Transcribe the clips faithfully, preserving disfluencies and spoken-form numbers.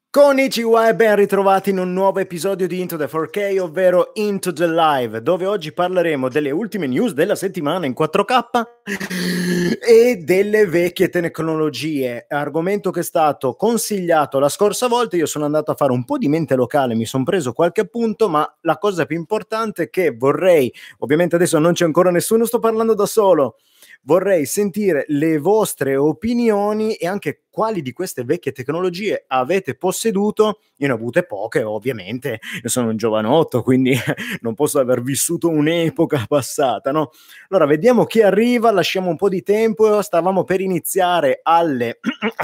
Konnichiwa e ben ritrovati in un nuovo episodio di Into the four K, ovvero Into the Live, dove oggi parleremo delle ultime news della settimana in quattro K e delle vecchie tecnologie, argomento che è stato consigliato la scorsa volta. Io sono andato a fare un po' di mente locale, mi sono preso qualche appunto, ma la cosa più importante è che vorrei, ovviamente adesso non c'è ancora nessuno, sto parlando da solo, vorrei sentire le vostre opinioni e anche quali di queste vecchie tecnologie avete posseduto. Io ne ho avute poche, ovviamente, io sono un giovanotto, quindi non posso aver vissuto un'epoca passata, no? Allora, vediamo chi arriva, lasciamo un po' di tempo, stavamo per iniziare alle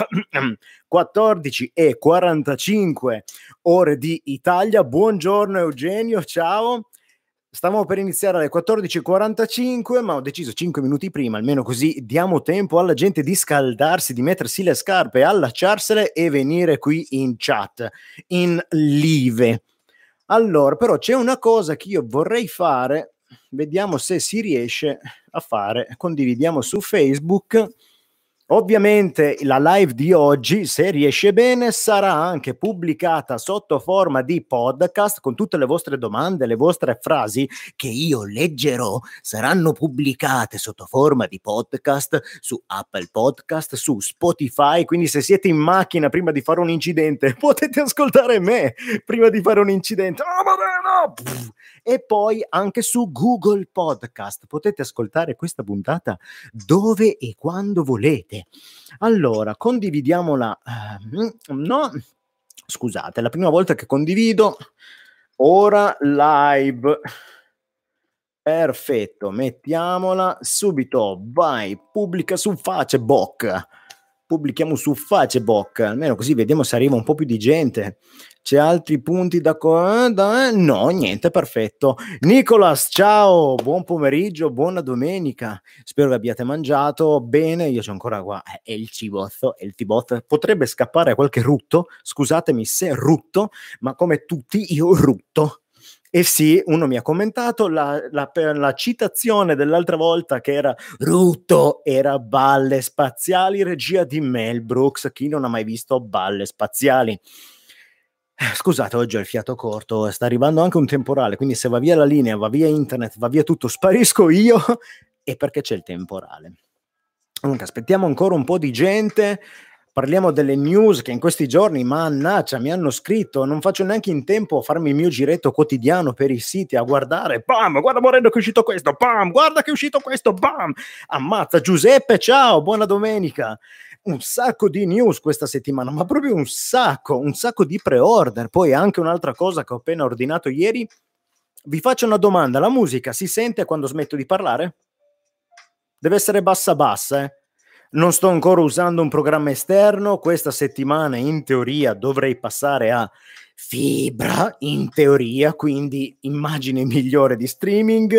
quattordici e quarantacinque ore di Italia. Buongiorno Eugenio, ciao. Stavamo per iniziare alle quattordici e quarantacinque, ma ho deciso cinque minuti prima, almeno così diamo tempo alla gente di scaldarsi, di mettersi le scarpe, allacciarsele e venire qui in chat, in live. Allora, però c'è una cosa che io vorrei fare, vediamo se si riesce a fare, condividiamo su Facebook. Ovviamente la live di oggi, se riesce bene, sarà anche pubblicata sotto forma di podcast con tutte le vostre domande, le vostre frasi che io leggerò, saranno pubblicate sotto forma di podcast su Apple Podcast, su Spotify, quindi se siete in macchina prima di fare un incidente potete ascoltare me prima di fare un incidente. Oh, vabbè, no! E poi anche su Google Podcast potete ascoltare questa puntata dove e quando volete. Allora, condividiamola. Uh, no, scusate, è la prima volta che condivido. Ora live. Perfetto, mettiamola subito. Vai, pubblica su Facebook. Pubblichiamo su Facebook, almeno così vediamo se arriva un po' più di gente. C'è altri punti da, co- da... no, niente, perfetto. Nicolas, ciao, buon pomeriggio, buona domenica. Spero che abbiate mangiato bene. Io c'ho ancora qua è il cibozzo, è il tibozzo. Potrebbe scappare qualche rutto, scusatemi se rutto, ma come tutti io rutto. E sì, uno mi ha commentato la, la, la citazione dell'altra volta che era Rutto, era Balle Spaziali, regia di Mel Brooks. Chi non ha mai visto Balle Spaziali? Scusate, oggi ho il fiato corto, sta arrivando anche un temporale, quindi se va via la linea, va via internet, va via tutto, sparisco io, e perché c'è il temporale. Comunque aspettiamo ancora un po' di gente. Parliamo delle news che in questi giorni, mannaggia, mi hanno scritto, non faccio neanche in tempo a farmi il mio giretto quotidiano per i siti, a guardare, bam, guarda Moreno che è uscito questo, bam, guarda che è uscito questo, bam, ammazza Giuseppe, ciao, buona domenica. Un sacco di news questa settimana, ma proprio un sacco, un sacco di pre-order. Poi anche un'altra cosa che ho appena ordinato ieri. Vi faccio una domanda, la musica si sente quando smetto di parlare? Deve essere bassa bassa, eh? Non sto ancora usando un programma esterno, questa settimana in teoria dovrei passare a fibra, in teoria, quindi immagine migliore di streaming.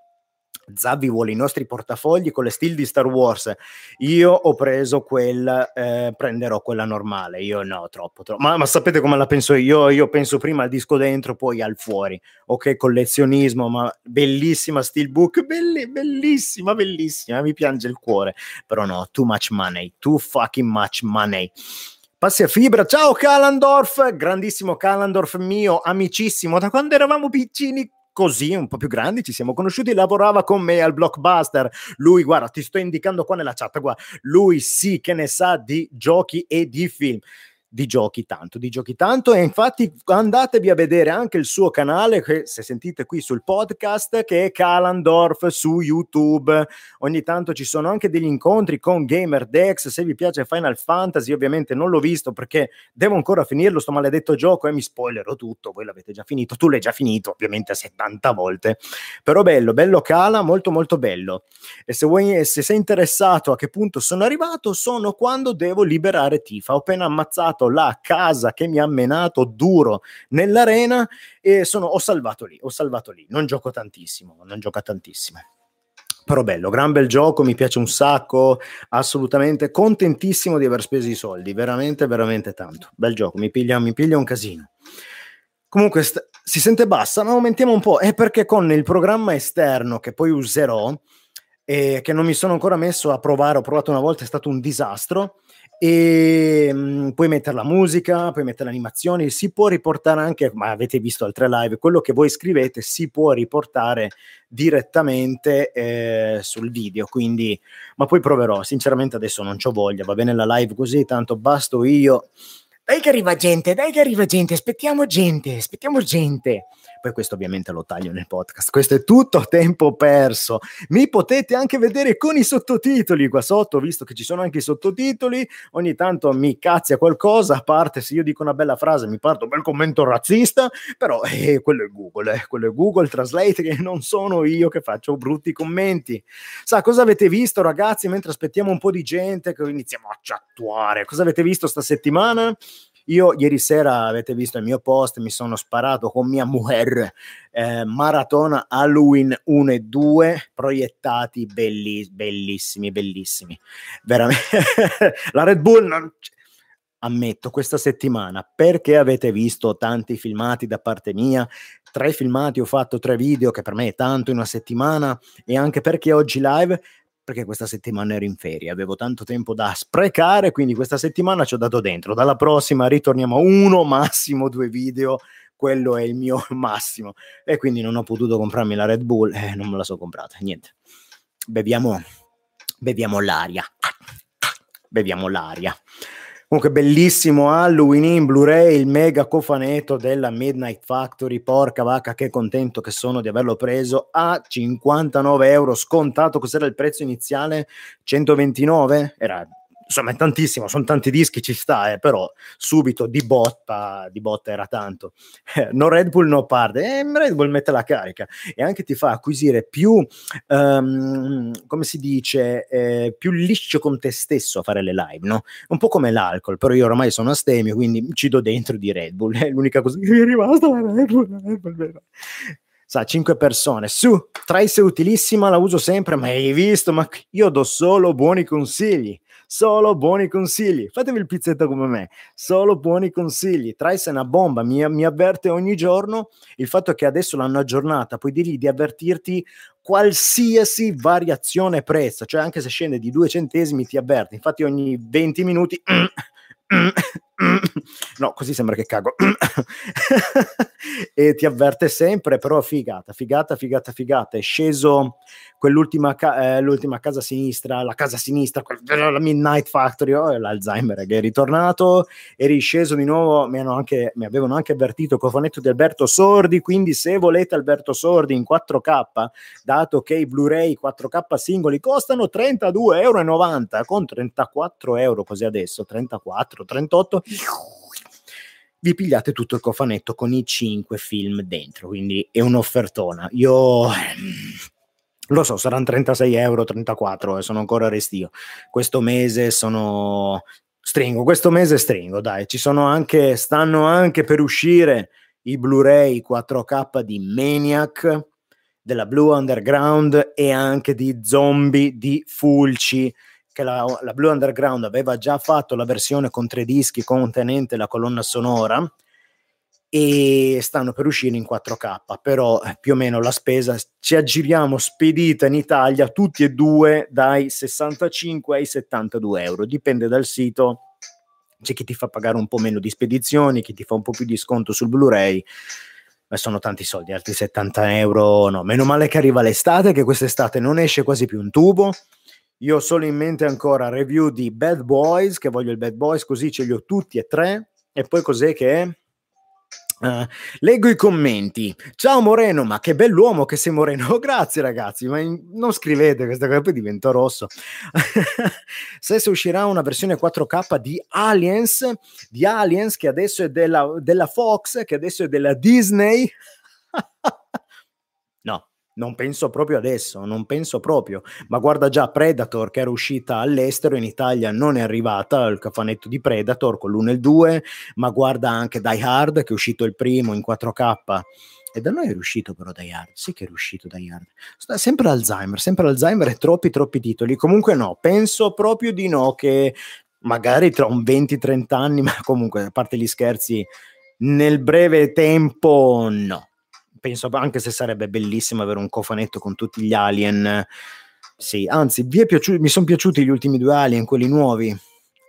Zabbi vuole i nostri portafogli con le steel di Star Wars. Io ho preso quella, eh, prenderò quella normale. Io no, troppo, troppo. Ma, ma sapete come la penso io? Io penso prima al disco dentro, poi al fuori. Ok, collezionismo, ma bellissima steelbook, belli, bellissima, bellissima. Mi piange il cuore. Però no, too much money, too fucking much money. Passi a fibra. Ciao Kalandorf, grandissimo Kalandorf mio, amicissimo. Da quando eravamo piccini, così un po' più grandi, ci siamo conosciuti, lavorava con me al Blockbuster. Lui, guarda, ti sto indicando qua nella chat, guarda, lui sì che ne sa di giochi e di film. Di giochi tanto, di giochi tanto, e infatti andatevi a vedere anche il suo canale, che se sentite qui sul podcast, che è Kalandorf su YouTube. Ogni tanto ci sono anche degli incontri con GamerDex. Se vi piace Final Fantasy, ovviamente non l'ho visto perché devo ancora finirlo sto maledetto gioco e mi spoilerò tutto. Voi l'avete già finito, tu l'hai già finito ovviamente settanta volte, però bello, bello Cala, molto molto bello. E se vuoi, se sei interessato a che punto sono arrivato, sono quando devo liberare Tifa. Ho appena ammazzato la casa che mi ha menato duro nell'arena e sono, ho salvato lì, ho salvato lì. Non gioco tantissimo, non gioca tantissimo. Però bello, gran bel gioco, mi piace un sacco, assolutamente contentissimo di aver speso i soldi, veramente, veramente tanto. Bel gioco, mi piglia, mi piglia un casino. Comunque st- si sente bassa, ma aumentiamo un po', è perché con il programma esterno che poi userò e che non mi sono ancora messo a provare, ho provato una volta, è stato un disastro, e mh, puoi mettere la musica, puoi mettere le animazioni, si può riportare anche, ma avete visto altre live, quello che voi scrivete si può riportare direttamente eh, sul video, quindi, ma poi proverò, sinceramente adesso non c'ho voglia, va bene la live così, tanto basto io. Dai che arriva gente, dai che arriva gente, aspettiamo gente, aspettiamo gente. Poi questo ovviamente lo taglio nel podcast, questo è tutto tempo perso. Mi potete anche vedere con i sottotitoli qua sotto, visto che ci sono anche i sottotitoli, ogni tanto mi cazzia qualcosa, a parte se io dico una bella frase mi parto un bel commento razzista, però eh, quello è Google, eh, quello è Google Translate, che non sono io che faccio brutti commenti. Sa, cosa avete visto ragazzi mentre aspettiamo un po' di gente che iniziamo a chattuare? Cosa avete visto sta settimana? Io ieri sera, avete visto il mio post, mi sono sparato con mia mujer eh, maratona Halloween uno e due, proiettati belli, bellissimi, bellissimi. Veramente. La Red Bull non... Ammetto, questa settimana, perché avete visto tanti filmati da parte mia, tre filmati, ho fatto tre video, che per me è tanto in una settimana, e anche perché oggi live... perché questa settimana ero in ferie, avevo tanto tempo da sprecare, quindi questa settimana ci ho dato dentro. Dalla prossima ritorniamo a uno, massimo due video, quello è il mio massimo. E quindi non ho potuto comprarmi la Red Bull, eh, non me la so comprata, niente. Beviamo, beviamo l'aria, beviamo l'aria. Comunque bellissimo Halloween in Blu-ray, il mega cofanetto della Midnight Factory, porca vacca che contento che sono di averlo preso a cinquantanove euro scontato. Cos'era il prezzo iniziale? centoventinove? Era, insomma è tantissimo, sono tanti dischi, ci sta, eh, però subito di botta, di botta era tanto. Eh, no Red Bull no parte, eh, Red Bull mette la carica e anche ti fa acquisire più, um, come si dice, eh, più liscio con te stesso a fare le live, no? Un po' come l'alcol, però io ormai sono astemio, quindi ci do dentro di Red Bull, è l'unica cosa che mi è rimasta, la Red Bull, la Red Bull, vero? Sa, cinque persone, su, Trace è utilissima, la uso sempre, ma hai visto, ma io do solo buoni consigli. Solo buoni consigli, fatevi il pizzetto come me, solo buoni consigli. Trice è una bomba, mi, mi avverte ogni giorno. Il fatto è che adesso l'hanno aggiornata, puoi dirgli di avvertirti qualsiasi variazione prezzo, cioè anche se scende di due centesimi ti avverte, infatti ogni venti minuti no, così sembra che cago e ti avverte sempre, però figata, figata, figata, figata. È sceso quell'ultima ca- eh, l'ultima casa sinistra, la casa sinistra, la Midnight Factory, oh, l'Alzheimer che è ritornato, è risceso di nuovo, mi, hanno anche, mi avevano anche avvertito il cofanetto di Alberto Sordi, quindi se volete Alberto Sordi in quattro K, dato che i Blu-ray quattro K singoli costano trentadue e novanta euro, con trentaquattro euro così adesso, trentaquattro, trentotto, vi pigliate tutto il cofanetto con i cinque film dentro, quindi è un'offertona. Io lo so, saranno trentasei euro, trentaquattro, eh, sono ancora restio. Questo mese sono stringo, questo mese stringo, dai, ci sono anche, stanno anche per uscire i Blu-ray quattro K di Maniac, della Blue Underground e anche di Zombie di Fulci, che la, la Blue Underground aveva già fatto la versione con tre dischi contenente la colonna sonora e stanno per uscire in quattro K, però più o meno la spesa ci aggiriamo spedita in Italia tutti e due dai sessantacinque ai settantadue euro, dipende dal sito. C'è chi ti fa pagare un po' meno di spedizioni, chi ti fa un po' più di sconto sul Blu-ray, ma sono tanti soldi, altri settanta euro, no, meno male che arriva l'estate, che quest'estate non esce quasi più un tubo. Io ho solo in mente ancora review di Bad Boys, che voglio il Bad Boys, così ce li ho tutti e tre, e poi cos'è che è? Uh, leggo i commenti. Ciao Moreno, ma che bell'uomo che sei Moreno. Grazie ragazzi, ma in... non scrivete questa cosa, poi divento rosso. Se, se uscirà una versione quattro K di Aliens, di Aliens che adesso è della, della Fox, che adesso è della Disney. No, non penso proprio adesso, non penso proprio, ma guarda già Predator che era uscita all'estero, in Italia non è arrivata, il cafanetto di Predator con l'uno e il due, ma guarda anche Die Hard che è uscito il primo in quattro K, e da noi è riuscito però Die Hard, sì che è riuscito Die Hard, sempre Alzheimer, sempre Alzheimer e troppi troppi titoli, comunque no, penso proprio di no, che magari tra un venti trenta anni, ma comunque a parte gli scherzi, nel breve tempo no. Penso, anche se sarebbe bellissimo avere un cofanetto con tutti gli alien, sì, anzi vi è piaciuto, mi sono piaciuti gli ultimi due Alien, quelli nuovi,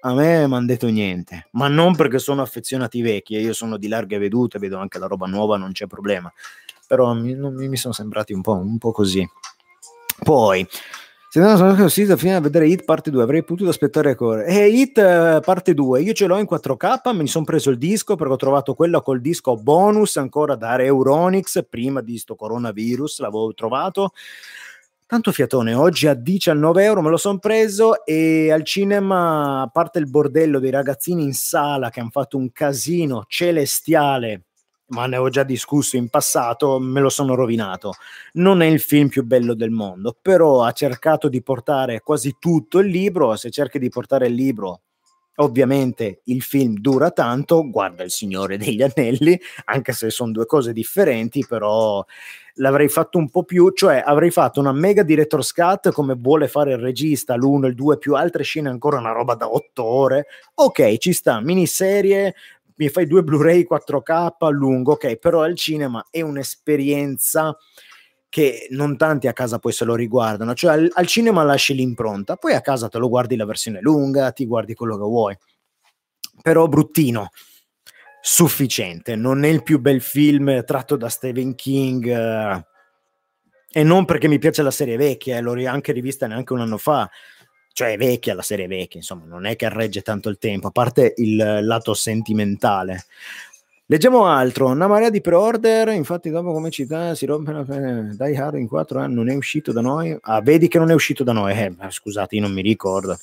a me mi hanno detto niente, ma non perché sono affezionati vecchi, io sono di larghe vedute, vedo anche la roba nuova, non c'è problema, però mi, non, mi sono sembrati un po', un po' così. Poi se non sono riuscito a finire a vedere Hit parte due, avrei potuto aspettare ancora. E eh, Hit uh, parte due, io ce l'ho in quattro K, me ne sono preso il disco perché ho trovato quello col disco bonus ancora da Euronics, prima di sto coronavirus l'avevo trovato. Tanto fiatone, oggi a diciannove euro me lo sono preso, e al cinema, a parte il bordello dei ragazzini in sala che hanno fatto un casino celestiale, ma ne ho già discusso in passato, me lo sono rovinato. Non è il film più bello del mondo, però ha cercato di portare quasi tutto il libro. Se cerchi di portare il libro, ovviamente il film dura tanto, guarda Il Signore degli Anelli, anche se sono due cose differenti, però l'avrei fatto un po' più, cioè avrei fatto una mega director's cut come vuole fare il regista, l'uno, il due, più altre scene, ancora una roba da otto ore, ok, ci sta, miniserie, mi fai due Blu-ray quattro K lungo, ok, però al cinema è un'esperienza che non tanti a casa poi se lo riguardano, cioè al, al cinema lasci l'impronta, poi a casa te lo guardi la versione lunga, ti guardi quello che vuoi, però bruttino, sufficiente, non è il più bel film tratto da Stephen King, eh, e non perché mi piace la serie vecchia, eh, l'ho anche rivista neanche un anno fa, cioè è vecchia la serie vecchia, insomma non è che regge tanto il tempo, a parte il lato sentimentale. Leggiamo altro, una marea di pre-order, infatti dopo come città si rompe la... Die Hard in quattro anni non è uscito da noi, ah vedi che non è uscito da noi, eh, scusate io non mi ricordo.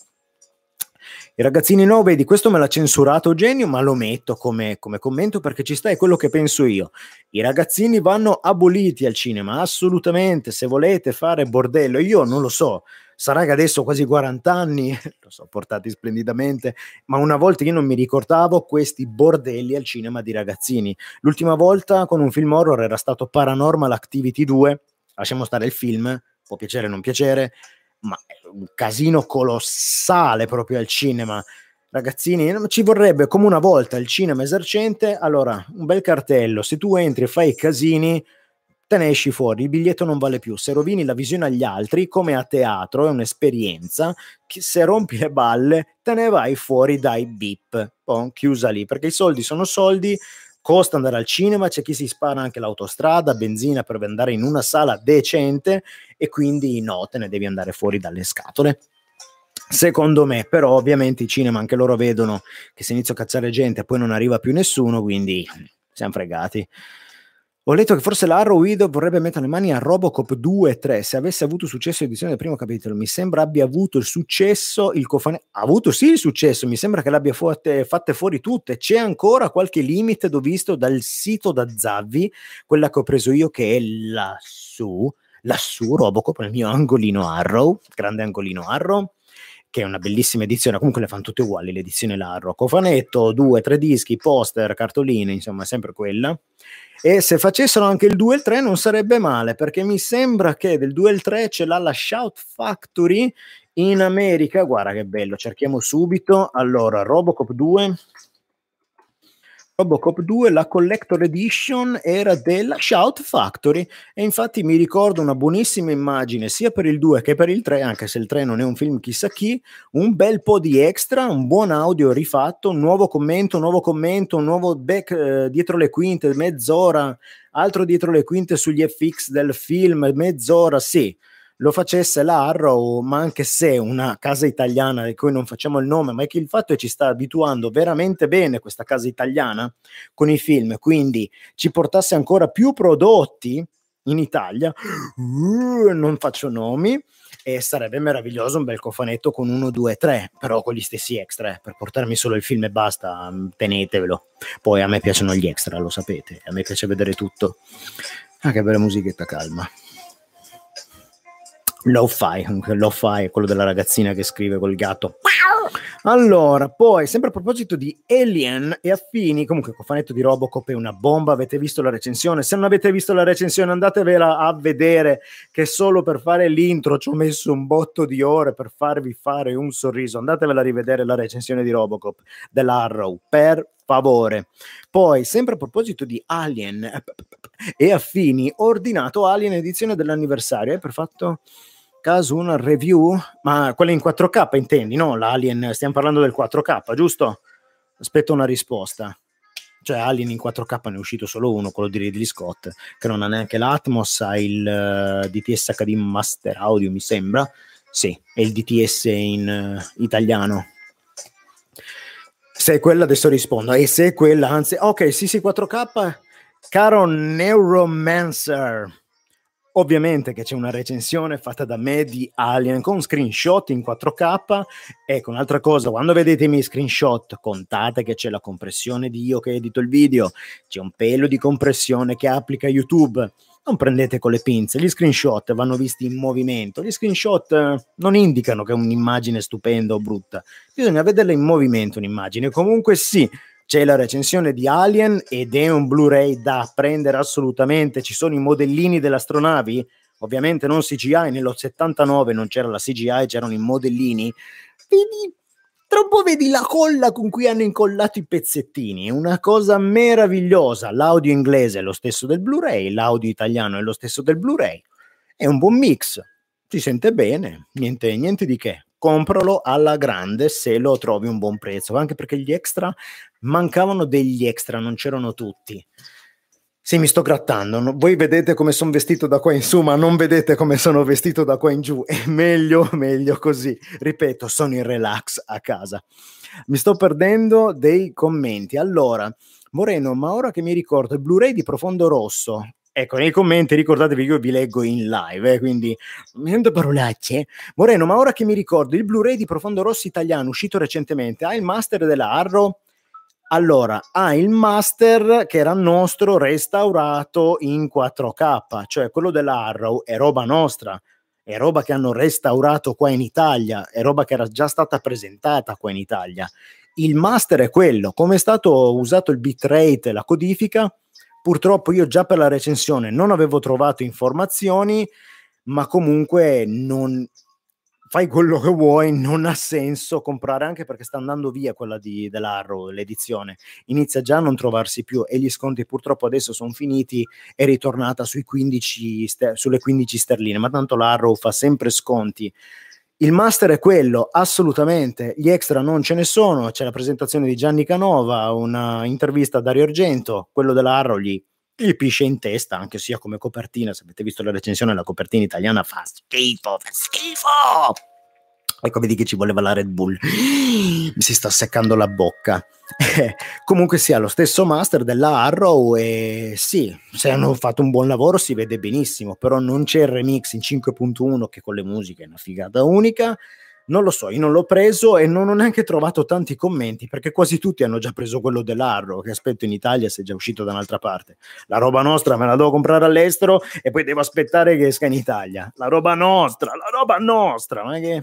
I ragazzini no, vedi, questo me l'ha censurato Eugenio, ma lo metto come, come commento perché ci sta, è quello che penso io. I ragazzini vanno aboliti al cinema, assolutamente, se volete fare bordello, io non lo so, sarà che adesso ho quasi quaranta anni, lo so, portati splendidamente, ma una volta io non mi ricordavo questi bordelli al cinema di ragazzini. L'ultima volta con un film horror era stato Paranormal Activity due, lasciamo stare il film, può piacere o non piacere, ma un casino colossale proprio al cinema. Ragazzini, ci vorrebbe come una volta il cinema esercente, allora un bel cartello, se tu entri e fai casini te ne esci fuori, il biglietto non vale più, se rovini la visione agli altri come a teatro è un'esperienza, se rompi le balle te ne vai fuori dai bip, oh, chiusa lì, perché i soldi sono soldi, costa andare al cinema, c'è chi si spara anche l'autostrada, benzina per andare in una sala decente, e quindi no, te ne devi andare fuori dalle scatole. Secondo me, però ovviamente i cinema anche loro vedono che se inizia a cacciare gente poi non arriva più nessuno, quindi siamo fregati. Ho letto che forse la Arrow Widow vorrebbe mettere le mani a Robocop due e tre, se avesse avuto successo l'edizione del primo capitolo. Mi sembra abbia avuto il successo, il cofanetto ha avuto sì il successo, mi sembra che l'abbia fatte, fatte fuori tutte. C'è ancora qualche limite, l'ho visto dal sito da Zavvi, quella che ho preso io, che è lassù, lassù Robocop, nel mio angolino Arrow, grande angolino Arrow, che è una bellissima edizione, comunque le fanno tutte uguali l'edizione Arrow, cofanetto, due, tre dischi, poster, cartoline, insomma sempre quella. E se facessero anche il due e il tre non sarebbe male, perché mi sembra che del due e il tre ce l'ha la Shout Factory in America. Guarda che bello, cerchiamo subito. Allora, Robocop due Robocop due, la Collector Edition era della Shout Factory, e infatti mi ricordo una buonissima immagine sia per il due che per il tre, anche se il tre non è un film chissà chi, un bel po' di extra, un buon audio rifatto, un nuovo commento, un nuovo commento, un nuovo back eh, dietro le quinte, mezz'ora, altro dietro le quinte sugli F X del film, mezz'ora, sì. Lo facesse la Arrow, ma anche se una casa italiana di cui non facciamo il nome, ma è che il fatto è che ci sta abituando veramente bene questa casa italiana con i film, quindi ci portasse ancora più prodotti in Italia, uh, non faccio nomi, e sarebbe meraviglioso un bel cofanetto con uno, due, tre, però con gli stessi extra, eh, per portarmi solo il film e basta, tenetevelo. Poi a me piacciono gli extra, lo sapete, a me piace vedere tutto. Ah, che bella musichetta calma. Lo-fi, lo-fi è quello della ragazzina che scrive col gatto. Allora, poi sempre a proposito di Alien e affini, comunque il cofanetto di Robocop è una bomba. Avete visto la recensione? Se non avete visto la recensione andatevela a vedere, che solo per fare l'intro ci ho messo un botto di ore per farvi fare un sorriso. Andatevela a rivedere la recensione di Robocop dell'Arrow, per favore. Poi sempre a proposito di Alien e affini, ho ordinato Alien edizione dell'anniversario, eh, per fatto caso una review? Ma quella in quattro K intendi, no? L'Alien, stiamo parlando del quattro K, giusto? Aspetto una risposta. Cioè Alien in quattro K ne è uscito solo uno, quello di Ridley Scott, che non ha neanche l'Atmos, ha il uh, D T S H D Master Audio, mi sembra. Sì, è il D T S in uh, italiano. Se è quella, adesso rispondo. E se è quella, anzi, ok, sì, sì, quattro K, caro Neuromancer. Ovviamente che c'è una recensione fatta da me di Alien con screenshot in quattro K. Ecco, un'altra cosa, quando vedete i miei screenshot contate che c'è la compressione di io che edito il video, c'è un pelo di compressione che applica YouTube, non prendete con le pinze, gli screenshot vanno visti in movimento, gli screenshot eh, non indicano che è un'immagine stupenda o brutta, bisogna vederla in movimento un'immagine. Comunque sì, c'è la recensione di Alien ed è un Blu-ray da prendere assolutamente. Ci sono i modellini delle astronavi, ovviamente non C G I, nello settantanove non c'era la C G I, c'erano i modellini. Vedi, troppo vedi la colla con cui hanno incollato i pezzettini, è una cosa meravigliosa. L'audio inglese è lo stesso del Blu-ray, l'audio italiano è lo stesso del Blu-ray, è un buon mix, si sente bene, niente, niente di che. Compralo alla grande se lo trovi un buon prezzo, anche perché gli extra, mancavano degli extra, non c'erano tutti. Sì, mi sto grattando, no? Voi vedete come sono vestito da qua in su, ma non vedete come sono vestito da qua in giù, è meglio, meglio così. Ripeto, sono in relax a casa. Mi sto perdendo dei commenti. Allora, Moreno, ma ora che mi ricordo, il Blu-ray di Profondo Rosso, ecco, nei commenti ricordatevi che io vi leggo in live, eh, quindi mi sento parolacce. Moreno, ma ora che mi ricordo, il Blu-ray di Profondo Rosso italiano uscito recentemente ha il master della Arrow? Allora, ha il master che era nostro restaurato in quattro K, cioè quello della Arrow è roba nostra, è roba che hanno restaurato qua in Italia, è roba che era già stata presentata qua in Italia. Il master è quello, come è stato usato il bitrate, la codifica. Purtroppo io già per la recensione non avevo trovato informazioni, ma comunque non fai quello che vuoi, non ha senso comprare, anche perché sta andando via quella di, dell'Arrow, l'edizione. Inizia già a non trovarsi più e gli sconti purtroppo adesso sono finiti, è ritornata sui quindici ster- sulle quindici sterline, ma tanto l'Arrow fa sempre sconti. Il master è quello, assolutamente, gli extra non ce ne sono, c'è la presentazione di Gianni Canova, una intervista a Dario Argento, quello dell'Arrow gli, gli pisce in testa, anche sia come copertina, se avete visto la recensione, la copertina italiana fa schifo, fa schifo! Ecco, vedi che ci voleva la Red Bull, mi si sta seccando la bocca. Comunque sia lo stesso master della Arrow e sì, se hanno fatto un buon lavoro si vede benissimo, però non c'è il remix in cinque punto uno che con le musiche è una figata unica. Non lo so, io non l'ho preso e non ho neanche trovato tanti commenti perché quasi tutti hanno già preso quello dell'Arrow, che aspetto in Italia se è già uscito da un'altra parte. La roba nostra me la devo comprare all'estero e poi devo aspettare che esca in Italia. La roba nostra, la roba nostra, ma che...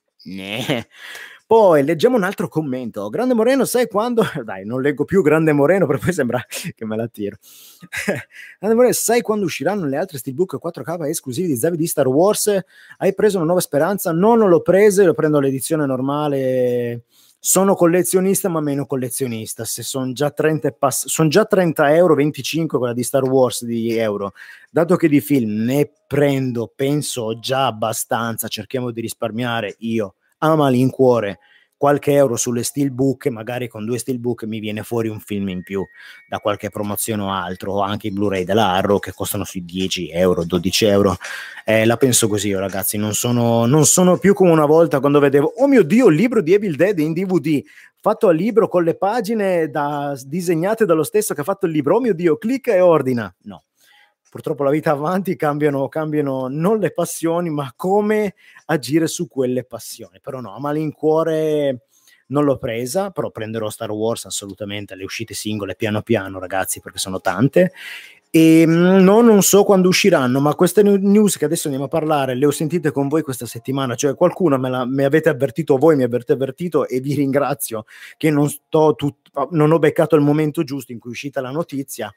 Eh. Poi leggiamo un altro commento. Grande Moreno, sai quando? Dai, non leggo più Grande Moreno, perché poi sembra che me la tiro. Grande Moreno, sai quando usciranno le altre steelbook quattro K esclusivi di Zavi di Star Wars? Hai preso una nuova speranza? No, non l'ho preso, lo prendo l'edizione normale. Sono collezionista, ma meno collezionista. Se sono già trenta, pass- son già trenta euro, venticinque quella di Star Wars di euro. Dato che di film ne prendo, penso già abbastanza, cerchiamo di risparmiare io. A malincuore qualche euro sulle steelbook, magari con due steelbook mi viene fuori un film in più da qualche promozione o altro, o anche i Blu-ray della Arrow che costano sui dieci euro, dodici euro. Eh, la penso così io, ragazzi, non sono, non sono più come una volta quando vedevo, oh mio Dio, il libro di Evil Dead in D V D fatto a libro con le pagine da, disegnate dallo stesso che ha fatto il libro, oh mio Dio, clicca e ordina. No, purtroppo la vita avanti cambiano, cambiano non le passioni, ma come agire su quelle passioni. Però no, a malincuore non l'ho presa, però prenderò Star Wars assolutamente, le uscite singole piano piano, ragazzi, perché sono tante. E no, non so quando usciranno, ma queste news che adesso andiamo a parlare le ho sentite con voi questa settimana, cioè qualcuno me, la, me avete avvertito, voi mi avete avvertito e vi ringrazio che non sto tut, non ho beccato il momento giusto in cui è uscita la notizia.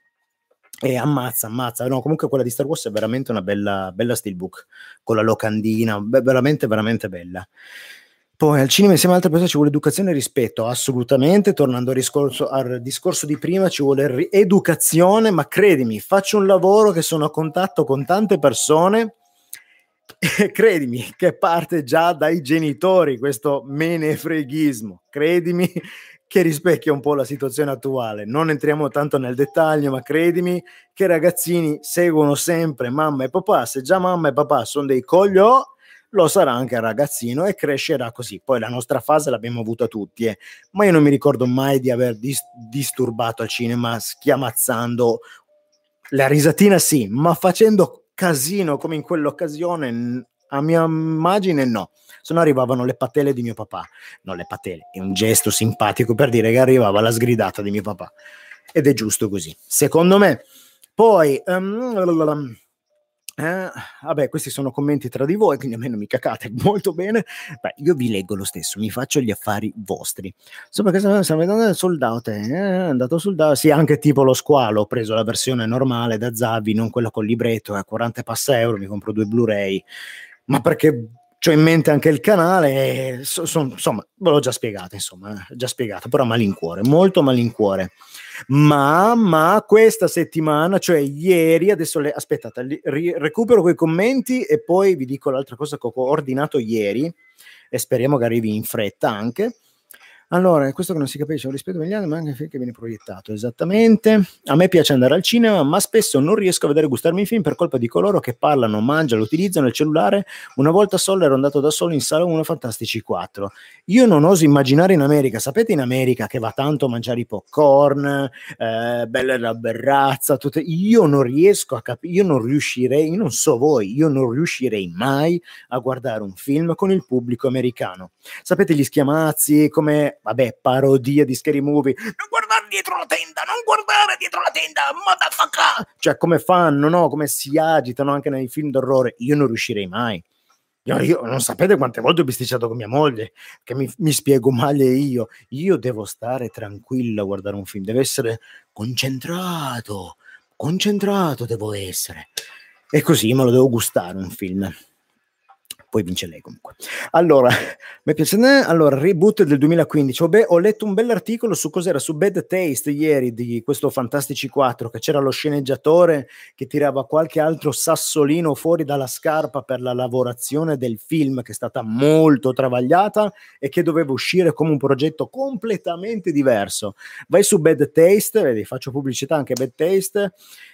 E ammazza, ammazza, no, comunque quella di Star Wars è veramente una bella, bella steelbook con la locandina, beh, veramente, veramente bella. Poi al cinema insieme a altre persone ci vuole educazione e rispetto, assolutamente, tornando al discorso, al discorso di prima ci vuole ri- educazione, ma credimi, faccio un lavoro che sono a contatto con tante persone Credimi che parte già dai genitori questo menefreghismo, credimi che rispecchia un po' la situazione attuale. Non entriamo tanto nel dettaglio, ma credimi che i ragazzini seguono sempre mamma e papà. Se già mamma e papà sono dei cogliò, lo sarà anche il ragazzino e crescerà così. Poi la nostra fase l'abbiamo avuta tutti, eh. Ma io non mi ricordo mai di aver dis- disturbato al cinema schiamazzando. La risatina sì, ma facendo casino come in quell'occasione, n- a mia immagine no. Se no arrivavano le patele di mio papà. No, le patele, è un gesto simpatico per dire che arrivava la sgridata di mio papà. Ed è giusto così, secondo me. Poi, um, eh, vabbè, questi sono commenti tra di voi, quindi a me non mi cacate molto bene. Beh, io vi leggo lo stesso, mi faccio gli affari vostri. So perché stiamo vedendo il sold out, eh, è andato sold out. Sì, anche tipo lo squalo, ho preso la versione normale da Zavi, non quella col libretto, a quaranta passa euro, mi compro due Blu-ray, ma perché c'ho in mente anche il canale, e so, so, insomma, ve l'ho già spiegato, insomma, eh, già spiegato, però a malincuore, molto malincuore. Ma, ma questa settimana, cioè ieri, adesso le, aspettate, li, ri, recupero quei commenti e poi vi dico l'altra cosa che ho ordinato ieri e speriamo che arrivi in fretta anche. Allora, questo che non si capisce, un rispetto agli altri, ma anche il film che viene proiettato, esattamente. A me piace andare al cinema, ma spesso non riesco a vedere e gustarmi i film per colpa di coloro che parlano, mangiano, utilizzano il cellulare. Una volta solo ero andato da solo in sala uno Fantastici quattro. Io non oso immaginare in America, sapete in America che va tanto a mangiare i popcorn, eh, bella la berrazza, tutte... io non riesco a capire, io non riuscirei, io non so voi, io non riuscirei mai a guardare un film con il pubblico americano. Sapete gli schiamazzi, come, vabbè, parodia di Scary Movie, non guardare dietro la tenda, non guardare dietro la tenda, motherfucker, cioè come fanno, no? Come si agitano anche nei film d'orrore. Io non riuscirei mai. Io, io non sapete quante volte ho bisticciato con mia moglie, che mi, mi spiego male io. Io devo stare tranquillo a guardare un film, deve essere concentrato, concentrato devo essere. E così me lo devo gustare un film. Poi vince lei comunque. Allora, mi piace. Allora, reboot del duemilaquindici. Ho, be- ho letto un bell'articolo su cos'era, su Bad Taste ieri di questo Fantastici quattro, che c'era lo sceneggiatore che tirava qualche altro sassolino fuori dalla scarpa per la lavorazione del film, che è stata molto travagliata e che doveva uscire come un progetto completamente diverso. Vai su Bad Taste, vedi, faccio pubblicità anche a Bad Taste,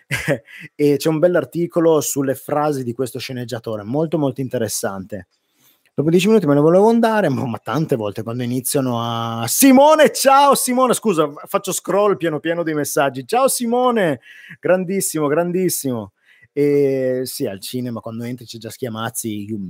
e c'è un bell'articolo sulle frasi di questo sceneggiatore, molto molto interessante. Dopo dieci minuti me ne volevo andare, ma, ma tante volte quando iniziano a... Simone, ciao Simone, scusa, faccio scroll piano piano dei messaggi. Ciao Simone, grandissimo, grandissimo. E sì, al cinema quando entri c'è già Schiamazzi, io...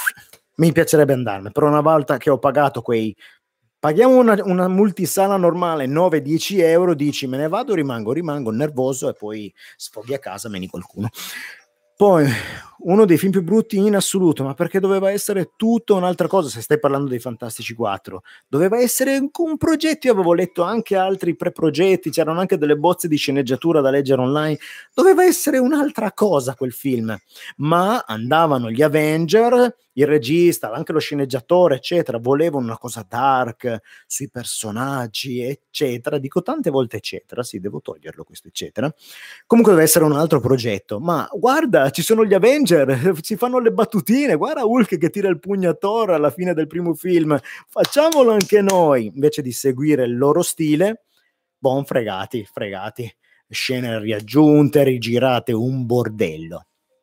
mi piacerebbe andarne, però una volta che ho pagato quei... Paghiamo una, una multisala normale nove dieci euro, dici me ne vado, rimango, rimango nervoso e poi sfoghi a casa, meni qualcuno. Poi uno dei film più brutti in assoluto, ma perché doveva essere tutta un'altra cosa. Se stai parlando dei Fantastici quattro, doveva essere un progetto. Io avevo letto anche altri pre-progetti, c'erano anche delle bozze di sceneggiatura da leggere online. Doveva essere un'altra cosa quel film, ma andavano gli Avenger, il regista, anche lo sceneggiatore, eccetera, volevano una cosa dark sui personaggi, eccetera. Dico tante volte eccetera, sì, devo toglierlo questo eccetera. Comunque deve essere un altro progetto, ma guarda, ci sono gli Avenger, si fanno le battutine, guarda Hulk che tira il pugno a Thor alla fine del primo film, facciamolo anche noi, invece di seguire il loro stile, bon, fregati, fregati, scene riaggiunte, rigirate, un bordello.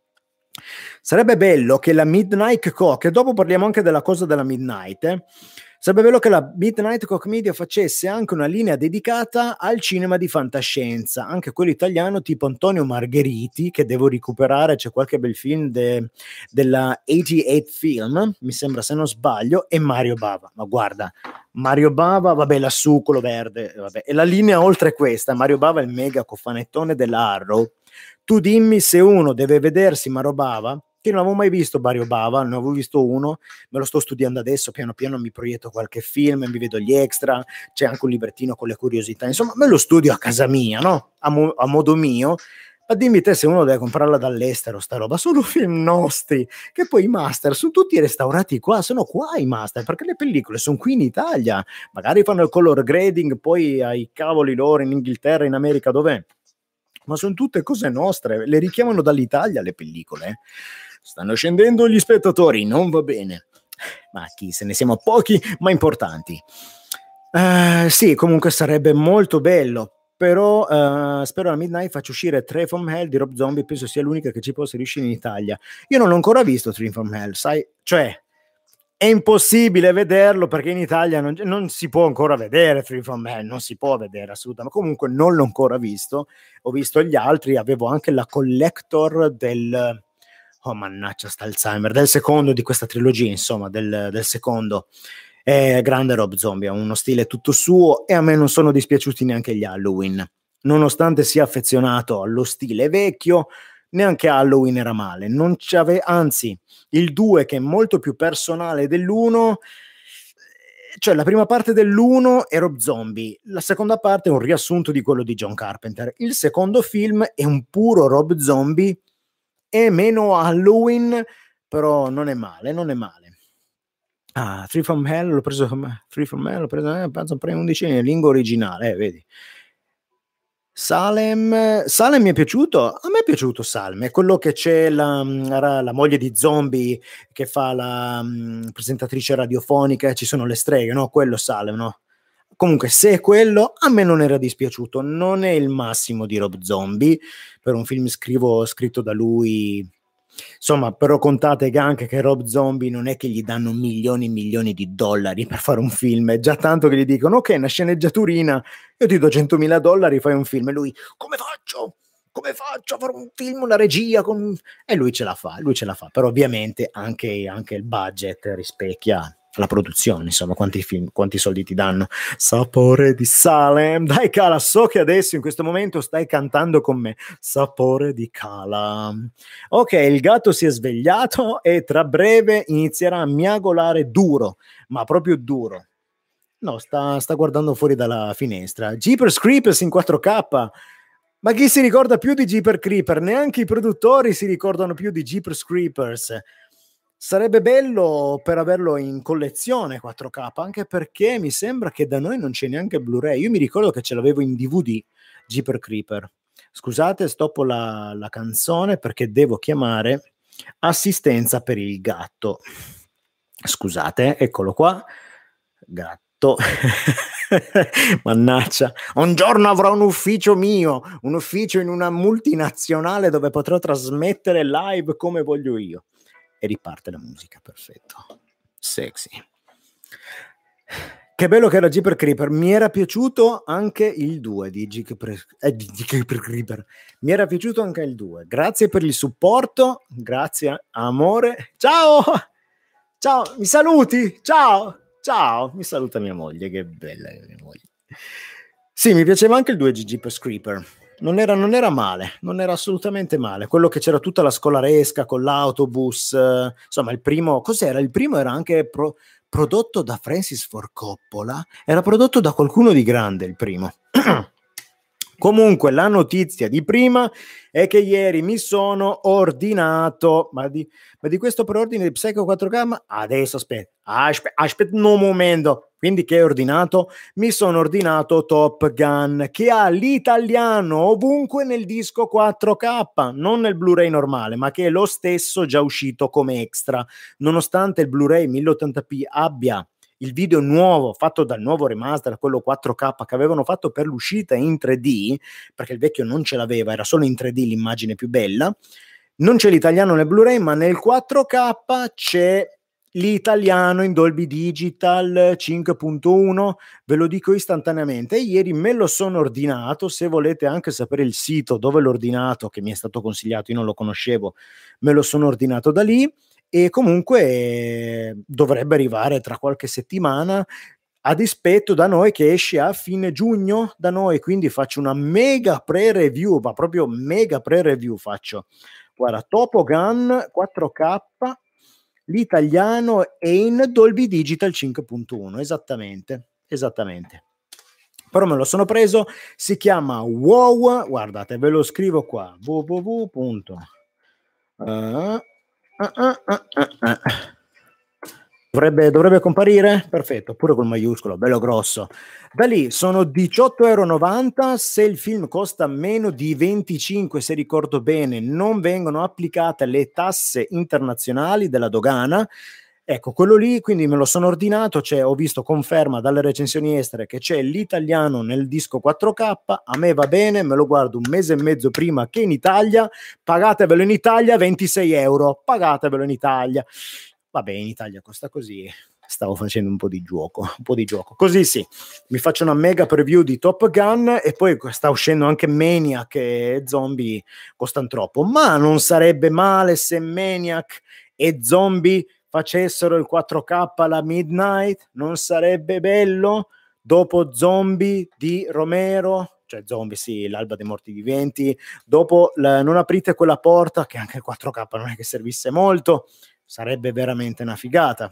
Sarebbe bello che la Midnight Co, che dopo parliamo anche della cosa della Midnight, eh? Sarebbe bello che la Midnight Cock Media facesse anche una linea dedicata al cinema di fantascienza, anche quello italiano tipo Antonio Margheriti, che devo recuperare, c'è qualche bel film de, della ottantotto Film, mi sembra se non sbaglio, e Mario Bava. Ma guarda, Mario Bava, vabbè, lassù, quello verde, vabbè. E la linea oltre questa, Mario Bava è il mega cofanettone della Arrow. Tu dimmi se uno deve vedersi Mario Bava, che non avevo mai visto Mario Bava, ne avevo visto uno, me lo sto studiando adesso, piano piano mi proietto qualche film, mi vedo gli extra, c'è anche un librettino con le curiosità, insomma me lo studio a casa mia, no? A, mo- a modo mio. Ma dimmi te se uno deve comprarla dall'estero sta roba, sono film nostri, che poi i master sono tutti restaurati qua, sono qua i master, perché le pellicole sono qui in Italia, magari fanno il color grading poi ai cavoli loro in Inghilterra, in America, dov'è? Ma sono tutte cose nostre, le richiamano dall'Italia le pellicole, eh? stanno scendendo gli spettatori, non va bene. Ma chi se ne siamo pochi ma importanti. Uh, sì, comunque sarebbe molto bello, però uh, spero a Midnight faccia uscire Train from Hell di Rob Zombie, penso sia l'unica che ci possa riuscire in Italia. Io non l'ho ancora visto Train from Hell, sai, cioè è impossibile vederlo perché in Italia non, non si può ancora vedere Train from Hell, non si può vedere assolutamente, comunque non l'ho ancora visto, ho visto gli altri, avevo anche la collector del, oh mannaggia sta Alzheimer, del secondo di questa trilogia, insomma, del, del secondo. È grande Rob Zombie, ha uno stile tutto suo e a me non sono dispiaciuti neanche gli Halloween, nonostante sia affezionato allo stile vecchio, neanche Halloween era male, non c'ave, anzi il due che è molto più personale dell'uno, cioè la prima parte dell'uno è Rob Zombie, la seconda parte è un riassunto di quello di John Carpenter, il secondo film è un puro Rob Zombie, è meno Halloween, però non è male, non è male. Ah, Three from Hell l'ho preso come Three from Hell l'ho preso eh, penso pre undici in lingua originale, eh, vedi. Salem, Salem mi è piaciuto, a me è piaciuto Salem, è quello che c'è la, la moglie di zombie che fa la um, presentatrice radiofonica e ci sono le streghe, no? Quello Salem, no? Comunque se è quello a me non era dispiaciuto, non è il massimo di Rob Zombie per un film scrivo, scritto da lui. Insomma, però contate che anche che Rob Zombie non è che gli danno milioni e milioni di dollari per fare un film, è già tanto che gli dicono ok, una sceneggiaturina, io ti do centomila dollari, fai un film, e lui, come faccio? Come faccio a fare un film, una regia? Con... E lui ce la fa, lui ce la fa, però ovviamente anche, anche il budget rispecchia la produzione, insomma, quanti film, quanti soldi ti danno. Sapore di Salem, dai Cala, so che adesso in questo momento stai cantando con me, sapore di Cala. Ok, il gatto si è svegliato e tra breve inizierà a miagolare duro, ma proprio duro. No, sta, sta guardando fuori dalla finestra. Jeepers Creepers in quattro K. Ma chi si ricorda più di Jeepers Creepers? Neanche i produttori si ricordano più di Jeepers Creepers. Sarebbe bello per averlo in collezione quattro K, anche perché mi sembra che da noi non c'è neanche Blu-ray. Io mi ricordo che ce l'avevo in D V D, Jeepers Creepers. Scusate, stoppo la, la canzone perché devo chiamare assistenza per il gatto. Scusate, eccolo qua. Gatto. Mannaggia, un giorno avrò un ufficio mio, un ufficio in una multinazionale dove potrò trasmettere live come voglio io. E riparte la musica, perfetto, sexy. Che bello che era Jeepers Creepers, mi era piaciuto anche il due di Jeepers eh, Creepers, mi era piaciuto anche il due, grazie per il supporto, grazie amore, ciao, ciao, mi saluti, ciao, ciao, mi saluta mia moglie, che bella mia moglie. Sì, mi piaceva anche il due di Jeepers Creepers. Non era, non era male, non era assolutamente male. Quello che c'era tutta la scolaresca con l'autobus, eh, insomma, il primo, cos'era? Il primo era anche pro, prodotto da Francis Ford Coppola, era prodotto da qualcuno di grande il primo. Comunque la notizia di prima è che ieri mi sono ordinato, ma di, ma di questo preordine di Psycho quattro K, adesso aspetta, aspetta, aspetta un momento, quindi che hai ordinato? Mi sono ordinato Top Gun, che ha l'italiano ovunque nel disco quattro K, non nel Blu-ray normale, ma che è lo stesso già uscito come extra, nonostante il Blu-ray mille ottanta p abbia il video nuovo fatto dal nuovo remaster, quello quattro K che avevano fatto per l'uscita in tre D, perché il vecchio non ce l'aveva, era solo in tre D l'immagine più bella. Non c'è l'italiano nel Blu-ray, ma nel quattro K c'è l'italiano in Dolby Digital cinque punto uno, ve lo dico istantaneamente. Ieri me lo sono ordinato, se volete anche sapere il sito dove l'ho ordinato, che mi è stato consigliato, io non lo conoscevo, me lo sono ordinato da lì. E comunque eh, dovrebbe arrivare tra qualche settimana, a dispetto da noi che esce a fine giugno da noi, quindi faccio una mega pre-review, ma proprio mega pre-review faccio. Guarda, Top Gun quattro K, l'italiano è in Dolby Digital cinque punto uno, esattamente, esattamente. Però me lo sono preso, si chiama WoW, guardate, ve lo scrivo qua, www. Uh, Uh, uh, uh, uh, uh. Dovrebbe, dovrebbe comparire? Perfetto, pure col maiuscolo, bello grosso. Da lì sono diciotto e novanta euro. Se il film costa meno di venticinque, se ricordo bene, non vengono applicate le tasse internazionali della dogana. Ecco, quello lì, quindi me lo sono ordinato, cioè, ho visto conferma dalle recensioni estere che c'è l'italiano nel disco quattro K, a me va bene, me lo guardo un mese e mezzo prima che in Italia, pagatevelo in Italia ventisei euro, pagatevelo in Italia. Vabbè, in Italia costa così, stavo facendo un po' di gioco, un po' di gioco. Così sì, mi faccio una mega preview di Top Gun e poi sta uscendo anche Maniac e Zombie costano troppo, ma non sarebbe male se Maniac e Zombie facessero il quattro K alla Midnight, non sarebbe bello? Dopo Zombie di Romero, cioè Zombie sì, l'alba dei morti viventi, dopo la, Non aprite quella porta, che anche il quattro K non è che servisse molto, sarebbe veramente una figata.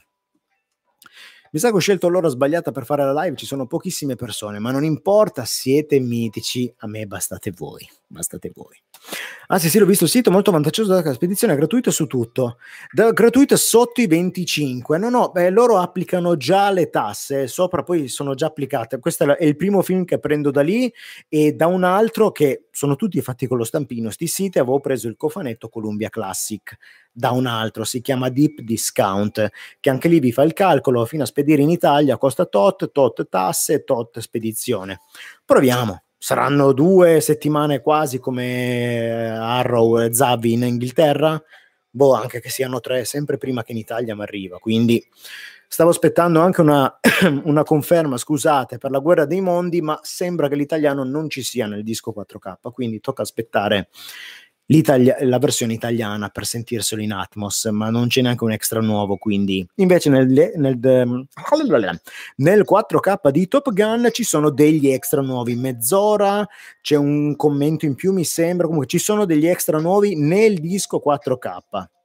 Mi sa che ho scelto l'ora sbagliata per fare la live, ci sono pochissime persone, ma non importa, siete mitici, a me bastate voi, bastate voi. Ah sì sì, l'ho visto il sito, molto vantaggioso, la spedizione è gratuita su tutto, da, gratuita sotto i venticinque, no no, beh, loro applicano già le tasse, sopra poi sono già applicate, questo è il primo film che prendo da lì e da un altro che sono tutti fatti con lo stampino, sti siti, avevo preso il cofanetto Columbia Classic, da un altro, si chiama Deep Discount, che anche lì vi fa il calcolo, fino a spedire in Italia costa tot, tot tasse, tot spedizione. Proviamo. Saranno due settimane quasi come Arrow e Zavi in Inghilterra, boh, anche che siano tre, sempre prima che in Italia mi arriva, quindi stavo aspettando anche una, una conferma, scusate, per la Guerra dei Mondi, ma sembra che l'italiano non ci sia nel disco quattro K, quindi tocca aspettare la versione italiana per sentirselo in Atmos, ma non c'è neanche un extra nuovo, quindi invece nel, nel, nel quattro K di Top Gun ci sono degli extra nuovi, mezz'ora, c'è un commento in più mi sembra, comunque ci sono degli extra nuovi nel disco quattro K.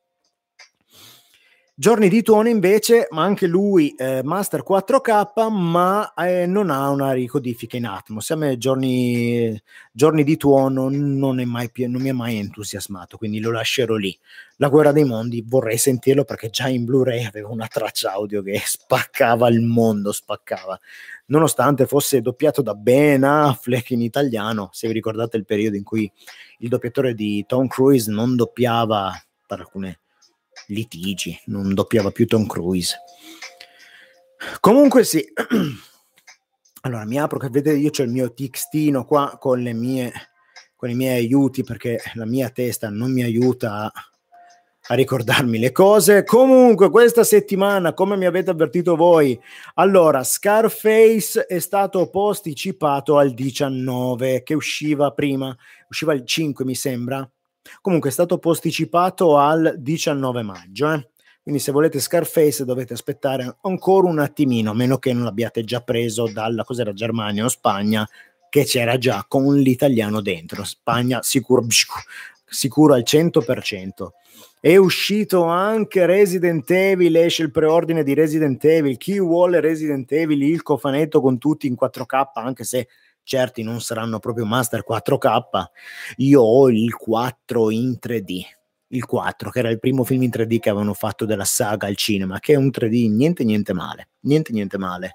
Giorni di Tuono invece, ma anche lui eh, Master quattro K, ma eh, non ha una ricodifica in Atmos. A me Giorni, Giorni di Tuono non, è mai più, non mi è mai entusiasmato, quindi lo lascerò lì. La Guerra dei Mondi vorrei sentirlo perché già in Blu-ray aveva una traccia audio che spaccava il mondo, spaccava. Nonostante fosse doppiato da Ben Affleck in italiano, se vi ricordate il periodo in cui il doppiatore di Tom Cruise non doppiava per alcune litigi, non doppiava più Tom Cruise. Comunque sì, allora mi apro, che vedete io c'ho il mio textino qua con le mie con i miei aiuti, perché la mia testa non mi aiuta a, a ricordarmi le cose. Comunque questa settimana, come mi avete avvertito voi, allora Scarface è stato posticipato al diciannove, che usciva prima, usciva il cinque mi sembra. Comunque è stato posticipato al diciannove maggio, eh? Quindi se volete Scarface dovete aspettare ancora un attimino, a meno che non l'abbiate già preso dalla cos'era Germania o Spagna, che c'era già con l'italiano dentro. Spagna sicuro, sicuro al cento per cento. È uscito anche Resident Evil, esce il preordine di Resident Evil. Chi vuole Resident Evil, il cofanetto con tutti in quattro K, anche se certi non saranno proprio Master quattro K, io ho il quattro in tre D, il quattro, che era il primo film in tre D che avevano fatto della saga al cinema, che è un tre D niente niente male, niente niente male.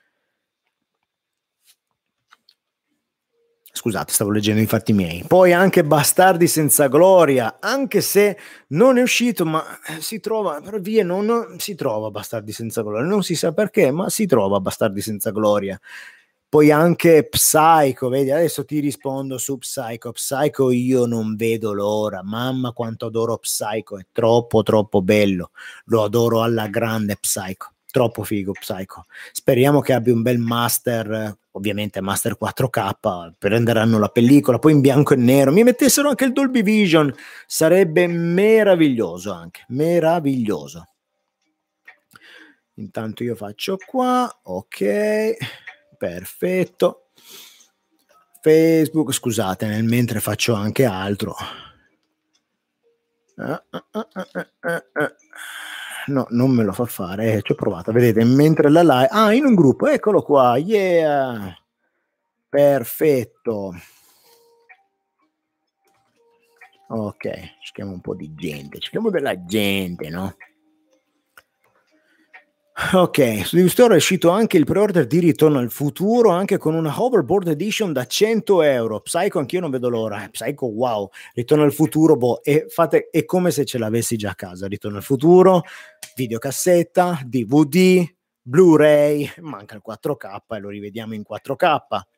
Scusate, stavo leggendo i fatti miei. Poi anche Bastardi senza gloria, anche se non è uscito, ma si trova per vie, non, non si trova Bastardi senza gloria, non si sa perché, ma si trova Bastardi senza gloria. Poi anche Psycho, vedi, adesso ti rispondo su Psycho. Psycho io non vedo l'ora, mamma quanto adoro Psycho, è troppo troppo bello, lo adoro alla grande Psycho, troppo figo Psycho. Speriamo che abbia un bel master, ovviamente master quattro K, prenderanno la pellicola, poi in bianco e nero, mi mettessero anche il Dolby Vision, sarebbe meraviglioso anche, meraviglioso. Intanto io faccio qua, ok, perfetto. Facebook, scusate, nel mentre faccio anche altro. Ah, ah, ah, ah, ah, ah. No, non me lo fa fare, eh, ci ho provato, vedete, mentre la live, ah, in un gruppo, eccolo qua, yeah, perfetto. Ok, cerchiamo un po' di gente, cerchiamo della gente, no? Ok, su Divistore è uscito anche il pre-order di Ritorno al Futuro, anche con una Hoverboard Edition da cento euro. Psycho anch'io non vedo l'ora. Eh, Psycho, wow. Ritorno al Futuro, boh, e fate, è come se ce l'avessi già a casa. Ritorno al Futuro, videocassetta, D V D, Blu-ray, manca il quattro K e lo rivediamo in quattro K.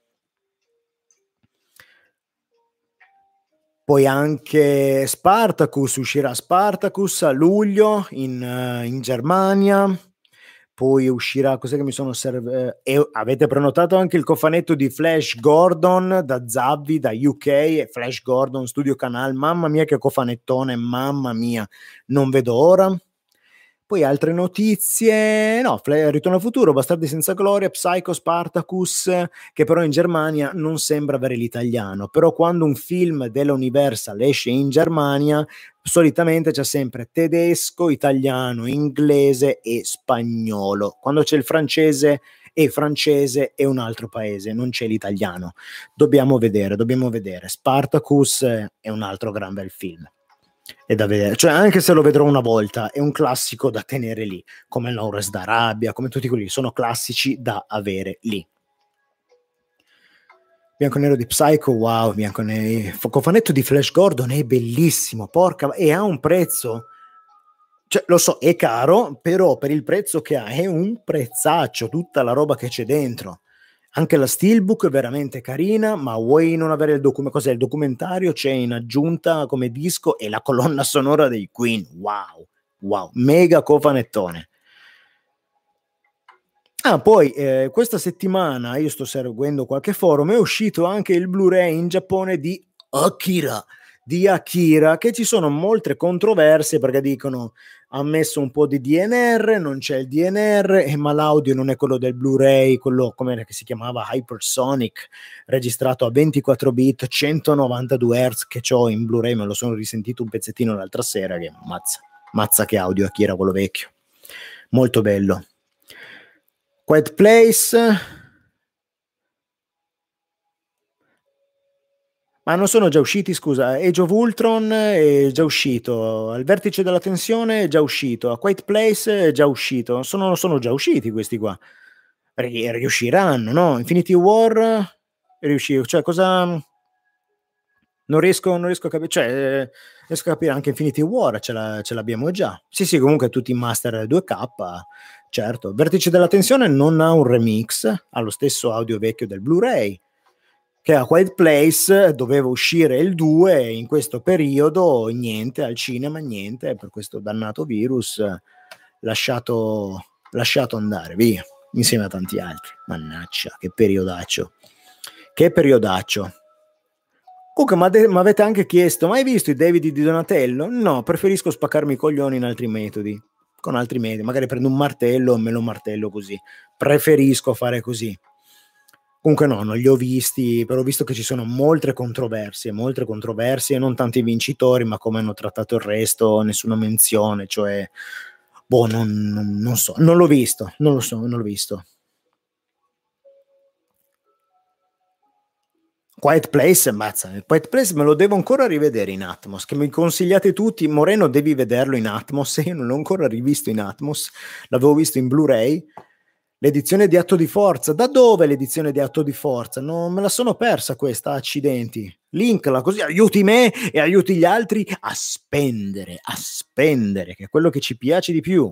Poi anche Spartacus, uscirà Spartacus a luglio in, uh, in Germania. Poi uscirà, cos'è che mi sono serve? Eh, e avete prenotato anche il cofanetto di Flash Gordon da Zavvi, da U K, e Flash Gordon Studio Canal. Mamma mia che cofanettone, mamma mia, non vedo ora. Poi altre notizie, no, Ritorno al Futuro, Bastardi senza gloria, Psycho, Spartacus, che però in Germania non sembra avere l'italiano, però quando un film della Universal esce in Germania, solitamente c'è sempre tedesco, italiano, inglese e spagnolo. Quando c'è il francese e francese è un altro paese, non c'è l'italiano. Dobbiamo vedere, dobbiamo vedere. Spartacus è un altro gran bel film. È da vedere, cioè anche se lo vedrò una volta è un classico da tenere lì, come il Lawrence d'Arabia, come tutti quelli, sono classici da avere lì. Bianco nero di Psycho, wow, bianco nero, cofanetto di Flash Gordon è bellissimo, porca, e ha un prezzo, cioè lo so, è caro, però per il prezzo che ha è un prezzaccio, tutta la roba che c'è dentro. Anche la steelbook è veramente carina, ma vuoi non avere il documentario? Cos'è il documentario? C'è in aggiunta come disco e la colonna sonora dei Queen. Wow, wow, mega cofanettone. Ah, poi eh, questa settimana io sto seguendo qualche forum, è uscito anche il Blu-ray in Giappone di Akira, di Akira, che ci sono molte controversie perché dicono ha messo un po' di D N R, non c'è il D N R, eh, ma l'audio non è quello del Blu-ray, quello come si chiamava Hypersonic, registrato a ventiquattro bit, centonovantadue hertz che ho in Blu-ray, me lo sono risentito un pezzettino l'altra sera, che mazza, mazza che audio Akira, quello vecchio, molto bello. Quiet Place, ma non sono già usciti, scusa, Age of Ultron è già uscito, Al vertice della tensione è già uscito, A Quiet Place è già uscito, sono, sono già usciti questi qua, riusciranno, no? Infinity War riuscì, cioè cosa non riesco, non riesco a capire, cioè riesco a capire anche Infinity War ce, la, ce l'abbiamo già, sì sì, comunque tutti in master due K, certo. Vertice della tensione non ha un remix, ha lo stesso audio vecchio del Blu-ray, che a Quiet Place doveva uscire il due, e in questo periodo niente, al cinema niente, per questo dannato virus lasciato, lasciato andare via, insieme a tanti altri. Mannaggia, che periodaccio, che periodaccio. Comunque, ma, de- ma avete anche chiesto, ma hai visto i David di Donatello? No, preferisco spaccarmi i coglioni in altri metodi, con altri metodi, magari prendo un martello e me lo martello così, preferisco fare così. Comunque no, non li ho visti, però ho visto che ci sono molte controversie, molte controversie, non tanti vincitori, ma come hanno trattato il resto, nessuna menzione, cioè, boh, non, non, non so, non l'ho visto, non lo so, non l'ho visto. Quiet Place, mazza, Quiet Place me lo devo ancora rivedere in Atmos, che mi consigliate tutti, Moreno devi vederlo in Atmos, io non l'ho ancora rivisto in Atmos, l'avevo visto in Blu-ray, l'edizione di Atto di Forza, da dove l'edizione di Atto di Forza? Non me la sono persa questa, accidenti, linkla così aiuti me e aiuti gli altri a spendere, a spendere, che è quello che ci piace di più.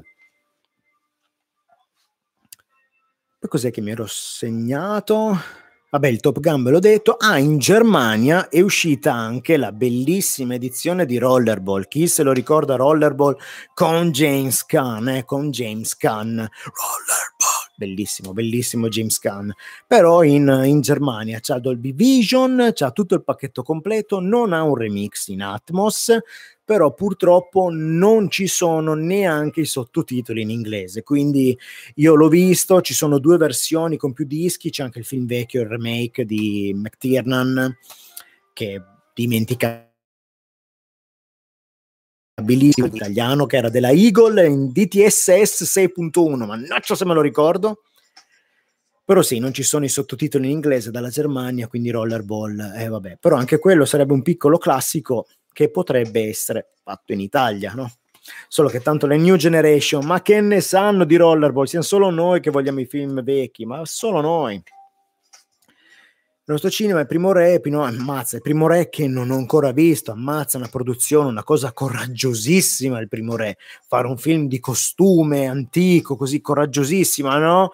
Poi cos'è che mi ero segnato? Vabbè, il Top Gun ve l'ho detto. Ah, in Germania è uscita anche la bellissima edizione di Rollerball. Chi se lo ricorda Rollerball con James Caan, eh, con James Caan. Rollerball, bellissimo, bellissimo James Caan. Però in, in Germania c'ha Dolby Vision, c'ha tutto il pacchetto completo, non ha un remix in Atmos, però purtroppo non ci sono neanche i sottotitoli in inglese, quindi io l'ho visto, ci sono due versioni con più dischi, c'è anche il film vecchio, il remake di McTiernan, che dimentica bellissimo in italiano, che era della Eagle in D T S S sei punto uno, mannaggia se me lo ricordo. Però sì, non ci sono i sottotitoli in inglese dalla Germania, quindi Rollerball, eh, vabbè. Però anche quello sarebbe un piccolo classico che potrebbe essere fatto in Italia, no? solo che tanto le new generation, ma che ne sanno di Rollerball? Siamo solo noi che vogliamo i film vecchi, ma solo noi. Il nostro cinema è Primo Re, Pino, ammazza, il Primo Re che non ho ancora visto, ammazza, una produzione, una cosa coraggiosissima il Primo Re, fare un film di costume antico, così coraggiosissima, no?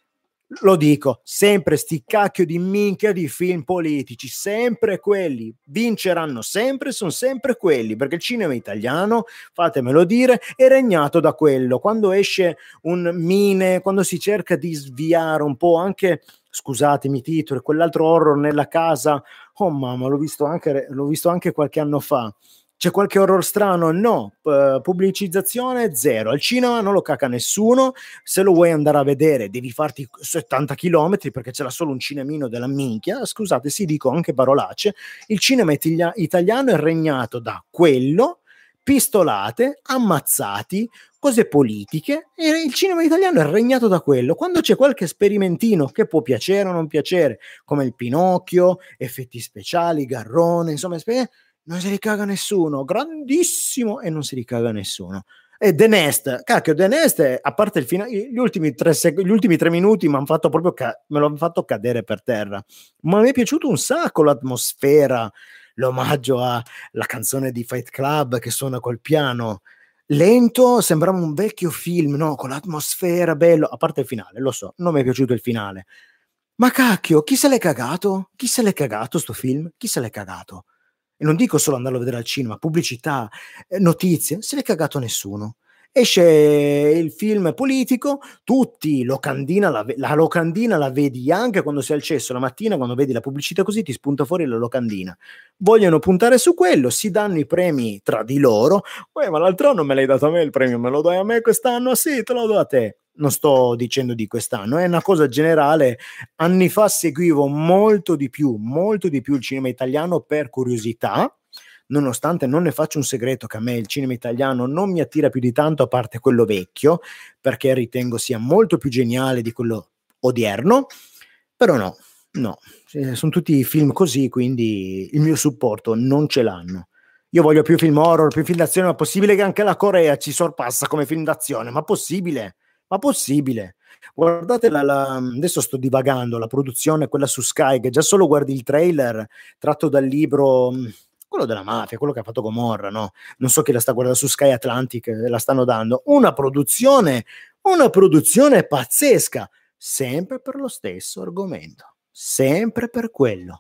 Lo dico, sempre sti cacchio di minchia di film politici, sempre quelli, vinceranno sempre, sono sempre quelli, perché il cinema italiano, fatemelo dire, è regnato da quello. Quando esce un Mine, quando si cerca di sviare un po' anche, scusatemi i titoli, quell'altro horror nella casa, oh mamma, l'ho visto anche, l'ho visto anche qualche anno fa. C'è qualche horror strano? No. Uh, pubblicizzazione zero. Al cinema non lo caca nessuno. Se lo vuoi andare a vedere devi farti settanta chilometri perché c'era solo un cinemino della minchia. Scusate, sì, dico anche parolacce. Il cinema italia- italiano è regnato da quello, pistolate, ammazzati, cose politiche, e il cinema italiano è regnato da quello. Quando c'è qualche sperimentino che può piacere o non piacere, come il Pinocchio, effetti speciali, Garrone, insomma, spe- non si ricaga nessuno, grandissimo, e non si ricaga nessuno. E The Nest, cacchio, The Nest, è, a parte il finale, gli ultimi tre, sec- gli ultimi tre minuti mi hanno fatto proprio ca- me l'hanno fatto cadere per terra, ma mi è piaciuto un sacco l'atmosfera, l'omaggio alla canzone di Fight Club che suona col piano lento, sembrava un vecchio film, no? Con l'atmosfera, bello, a parte il finale, lo so, non mi è piaciuto il finale, ma cacchio, chi se l'è cagato? Chi se l'è cagato sto film? Chi se l'è cagato? E non dico solo andarlo a vedere al cinema, pubblicità, eh, notizie, se l'è cagato nessuno. Esce il film politico, tutti, locandina, la, la locandina la vedi anche quando sei al cesso la mattina, quando vedi la pubblicità così ti spunta fuori la locandina. Vogliono puntare su quello, si danno i premi tra di loro. Uè, ma l'altro anno me l'hai dato a me il premio, me lo dai a me quest'anno? Sì, te lo do a te. Non sto dicendo di quest'anno, è una cosa generale. Anni fa seguivo molto di più, molto di più il cinema italiano per curiosità, nonostante non ne faccio un segreto che a me il cinema italiano non mi attira più di tanto, a parte quello vecchio, perché ritengo sia molto più geniale di quello odierno, però no, no, sono tutti film così, quindi il mio supporto non ce l'hanno. Io voglio più film horror, più film d'azione, ma possibile che anche la Corea ci sorpassa come film d'azione? Ma possibile? Ma possibile? Guardate la, la, adesso sto divagando, la produzione, quella su Sky, che già solo guardi il trailer tratto dal libro, quello della mafia, quello che ha fatto Gomorra, no? Non so chi la sta guardando su Sky Atlantic, la stanno dando. Una produzione, una produzione pazzesca, sempre per lo stesso argomento, sempre per quello.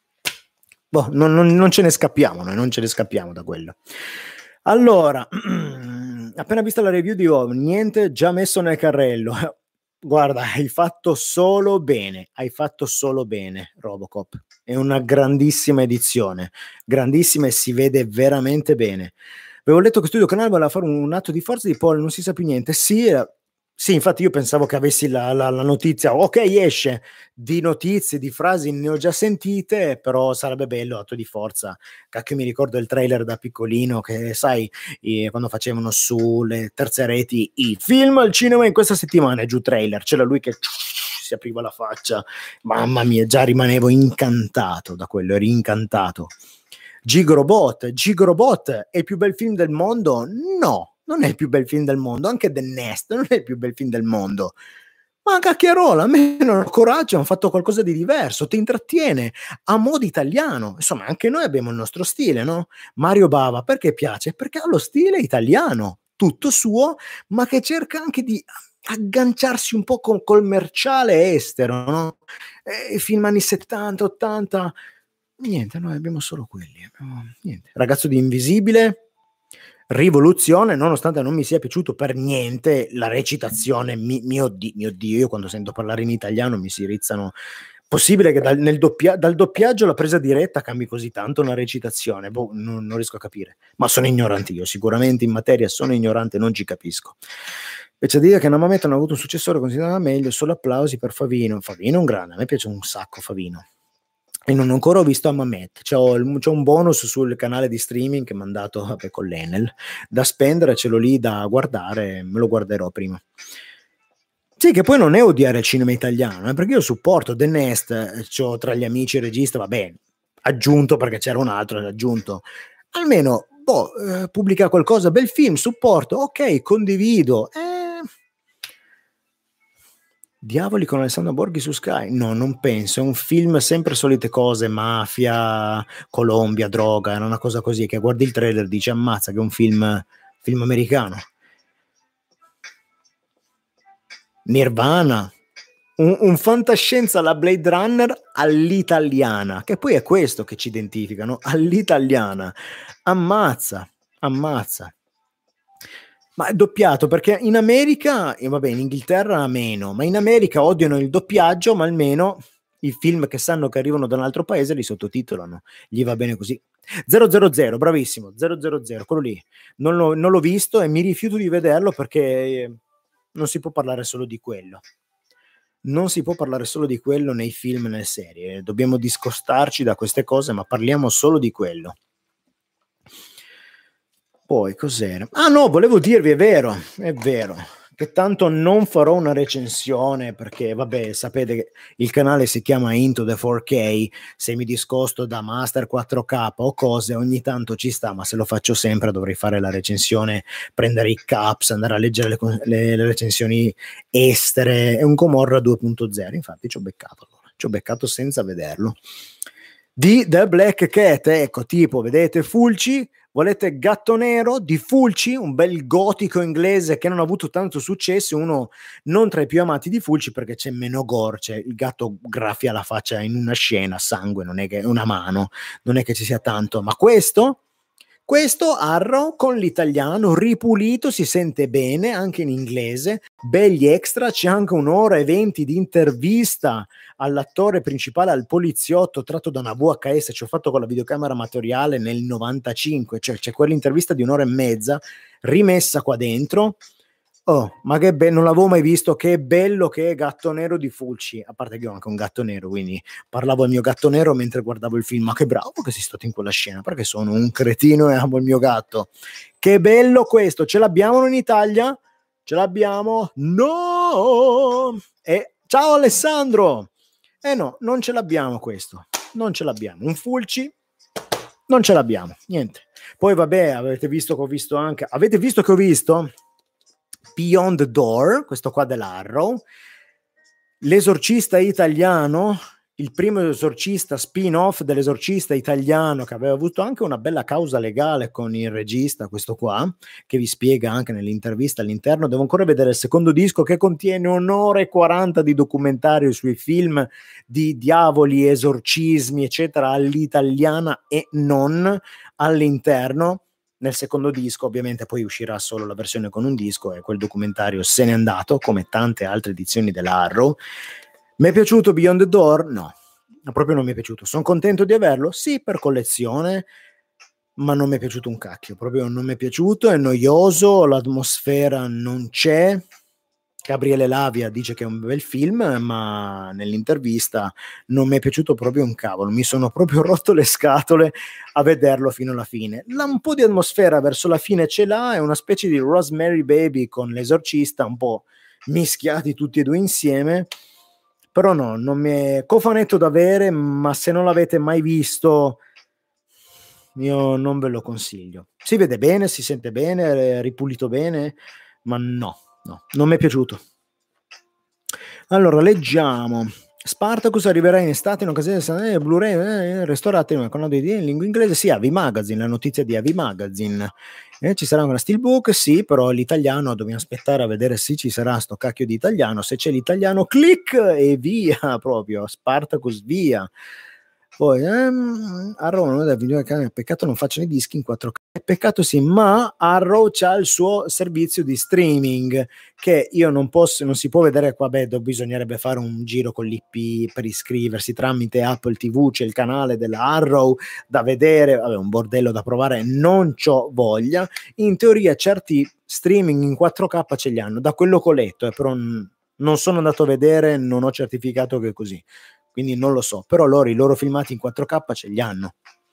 Boh, non, non, non ce ne scappiamo, noi non ce ne scappiamo da quello. Allora, appena vista la review di oh, niente già messo nel carrello. Guarda, hai fatto solo bene, hai fatto solo bene Robocop. È una grandissima edizione, grandissima, e si vede veramente bene. Avevo letto che Studio Canale voleva fare un, un atto di forza di Paul, non si sa più niente. Sì, sì, infatti io pensavo che avessi la, la, la notizia, ok, esce, di notizie, di frasi ne ho già sentite, però sarebbe bello atto di forza. Cacchio, mi ricordo il trailer da piccolino che, sai, eh, quando facevano sulle terze reti i film al cinema in questa settimana, e giù trailer, c'era lui che si apriva la faccia, mamma mia, già rimanevo incantato da quello, ero incantato. Gigrobot, Gigrobot è il più bel film del mondo? No, non è il più bel film del mondo, anche The Nest non è il più bel film del mondo, ma cacchiarola, almeno hanno coraggio, hanno fatto qualcosa di diverso, ti intrattiene a modo italiano, insomma anche noi abbiamo il nostro stile, no? Mario Bava, perché piace? Perché ha lo stile italiano, tutto suo, ma che cerca anche di agganciarsi un po' con, col merciale estero, no? E, film anni settanta, ottanta, niente, noi abbiamo solo quelli, abbiamo, niente. Ragazzo di Invisibile, rivoluzione, nonostante non mi sia piaciuto per niente la recitazione, mi, mio, di, mio Dio, io quando sento parlare in italiano mi si rizzano. Possibile che dal, nel doppia, dal doppiaggio alla presa diretta cambi così tanto una recitazione? Boh, non, non riesco a capire, ma sono ignorante io, sicuramente in materia sono ignorante, non ci capisco. Invece a dire che Namamet hanno avuto un successore considerato meglio, solo applausi per Favino. Favino è un grande, a me piace un sacco Favino. E non ho ancora visto Amamet, c'è un bonus sul canale di streaming che mi ha dato vabbè, con l'Enel da spendere, ce l'ho lì da guardare, me lo guarderò prima. Sì, che poi non è odiare il cinema italiano, eh, perché io supporto The Nest, c'ho tra gli amici il regista, vabbè, aggiunto perché c'era un altro, aggiunto, almeno boh, eh, pubblica qualcosa, bel film, supporto, ok, condivido. Eh, Diavoli con Alessandro Borghi su Sky? No, non penso, è un film sempre solite cose, mafia, Colombia, droga, era una cosa così, che guardi il trailer e dici ammazza che è un film, film americano. Nirvana, un, un fantascienza alla Blade Runner all'italiana, che poi è questo che ci identificano, all'italiana. Ammazza, ammazza. Ma è doppiato perché in America, e vabbè, in Inghilterra meno, ma in America odiano il doppiaggio, ma almeno i film che sanno che arrivano da un altro paese li sottotitolano, gli va bene così. zero zero zero, bravissimo, zero zero zero, quello lì. Non, lo, non l'ho visto e mi rifiuto di vederlo perché non si può parlare solo di quello. Non si può parlare solo di quello nei film e nelle serie. Dobbiamo discostarci da queste cose, ma parliamo solo di quello. Poi cos'era? Ah no, volevo dirvi, è vero, è vero, che tanto non farò una recensione perché, vabbè, sapete che il canale si chiama Into the four K, se mi discosto da Master quattro K o cose, ogni tanto ci sta, ma se lo faccio sempre dovrei fare la recensione, prendere i caps, andare a leggere le, le, le recensioni estere, è un Gomorra due punto zero, infatti ci ho beccato, allora. ci ho beccato senza vederlo. Di The Black Cat, ecco, tipo, vedete, Fulci, volete Gatto Nero di Fulci, un bel gotico inglese che non ha avuto tanto successo, uno non tra i più amati di Fulci perché c'è meno gore, cioè il gatto graffia la faccia in una scena, sangue, non è che una mano, non è che ci sia tanto, ma questo, questo Arrow con l'italiano ripulito, si sente bene anche in inglese, belli extra, c'è anche un'ora e venti di intervista all'attore principale, al poliziotto tratto da una V H S, ci ho fatto con la videocamera amatoriale nel novantacinque, cioè c'è quell'intervista di un'ora e mezza rimessa qua dentro. Oh, ma che bello, non l'avevo mai visto, che bello che è Gatto Nero di Fulci, a parte che ho anche un gatto nero, quindi parlavo al mio gatto nero mentre guardavo il film, ma che bravo che sei stato in quella scena, perché sono un cretino e amo il mio gatto. Che bello questo, ce l'abbiamo in Italia? Ce l'abbiamo? No! E ciao Alessandro! Eh no, non ce l'abbiamo questo, non ce l'abbiamo, un Fulci non ce l'abbiamo, niente. Poi vabbè, avete visto che ho visto anche, avete visto che ho visto Beyond the Door, questo qua dell'Arrow, l'esorcista italiano, il primo esorcista spin-off dell'esorcista italiano che aveva avuto anche una bella causa legale con il regista, questo qua, che vi spiega anche nell'intervista all'interno. Devo ancora vedere il secondo disco che contiene un'ora e quaranta di documentario sui film di diavoli, esorcismi, eccetera, all'italiana e non all'interno. Nel secondo disco ovviamente poi uscirà solo la versione con un disco e quel documentario se n'è andato come tante altre edizioni dell'Arrow. Mi è piaciuto Beyond the Door? No, proprio non mi è piaciuto. Sono contento di averlo? Sì, per collezione, ma non mi è piaciuto un cacchio, proprio non mi è piaciuto, è noioso, l'atmosfera non c'è. Gabriele Lavia dice che è un bel film, ma nell'intervista non mi è piaciuto proprio un cavolo, mi sono proprio rotto le scatole a vederlo fino alla fine. La, un po' di atmosfera verso la fine ce l'ha, è una specie di Rosemary Baby con l'esorcista, un po' mischiati tutti e due insieme, però no, non mi è cofanetto da avere, ma se non l'avete mai visto io non ve lo consiglio. Si vede bene, si sente bene, è ripulito bene, ma no. No, non mi è piaciuto. Allora, leggiamo. Spartacus arriverà in estate in occasione di Blu-ray eh, restaurate con in lingua inglese. Sì, A V Magazine, la notizia di A V Magazine. Eh, ci sarà una steelbook, sì, però l'italiano dobbiamo aspettare a vedere se ci sarà sto cacchio di italiano. Se c'è l'italiano, click e via proprio. Spartacus, via. Poi ehm, Arrow, peccato non facciano i dischi in quattro K, peccato sì, ma Arrow c'ha il suo servizio di streaming che io non posso, non si può vedere qua, beh, bisognerebbe fare un giro con l'I P per iscriversi tramite Apple T V, c'è il canale della Arrow da vedere, vabbè, un bordello da provare, non c'ho voglia. In teoria certi streaming in quattro K ce li hanno, da quello che ho letto, eh, però non sono andato a vedere, non ho certificato che è così. Quindi non lo so, però loro i loro filmati in quattro K ce li hanno.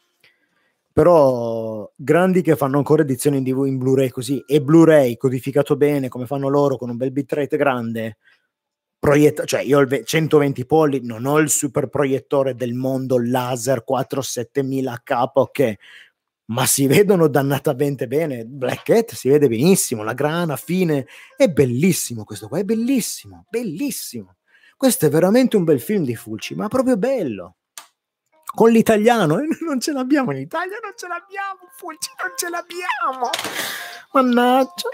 Però grandi che fanno ancora edizioni in, in Blu-ray così, e Blu-ray codificato bene come fanno loro con un bel bitrate grande, proietta, cioè io ho il centoventi pollici, non ho il super proiettore del mondo laser quattro settemila K, ok, ma si vedono dannatamente bene. Black Cat si vede benissimo, la grana fine, è bellissimo questo qua, è bellissimo, bellissimo. Questo è veramente un bel film di Fulci, ma proprio bello. Con l'italiano, eh? Non ce l'abbiamo in Italia, non ce l'abbiamo, Fulci, non ce l'abbiamo. Mannaggia.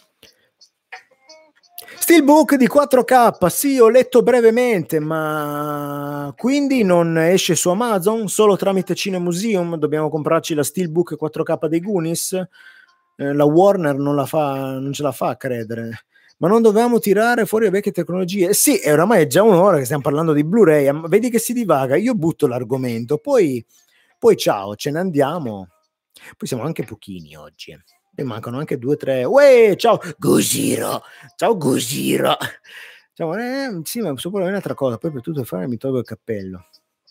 Steelbook di quattro K, sì, ho letto brevemente, ma quindi non esce su Amazon solo tramite Cinemuseum? Dobbiamo comprarci la Steelbook quattro K dei Goonies? Eh, la Warner non la fa, non ce la fa a credere. Ma non dovevamo tirare fuori le vecchie tecnologie? Sì, e oramai è già un'ora che stiamo parlando di Blu-ray, vedi che si divaga, io butto l'argomento, poi, poi ciao, ce ne andiamo. Poi siamo anche pochini oggi. E mancano anche due o tre. Uè, ciao Gusiro, ciao Gusiro. Ciao, eh, sì, ma sopra un'altra cosa, poi per tutto fare mi tolgo il cappello.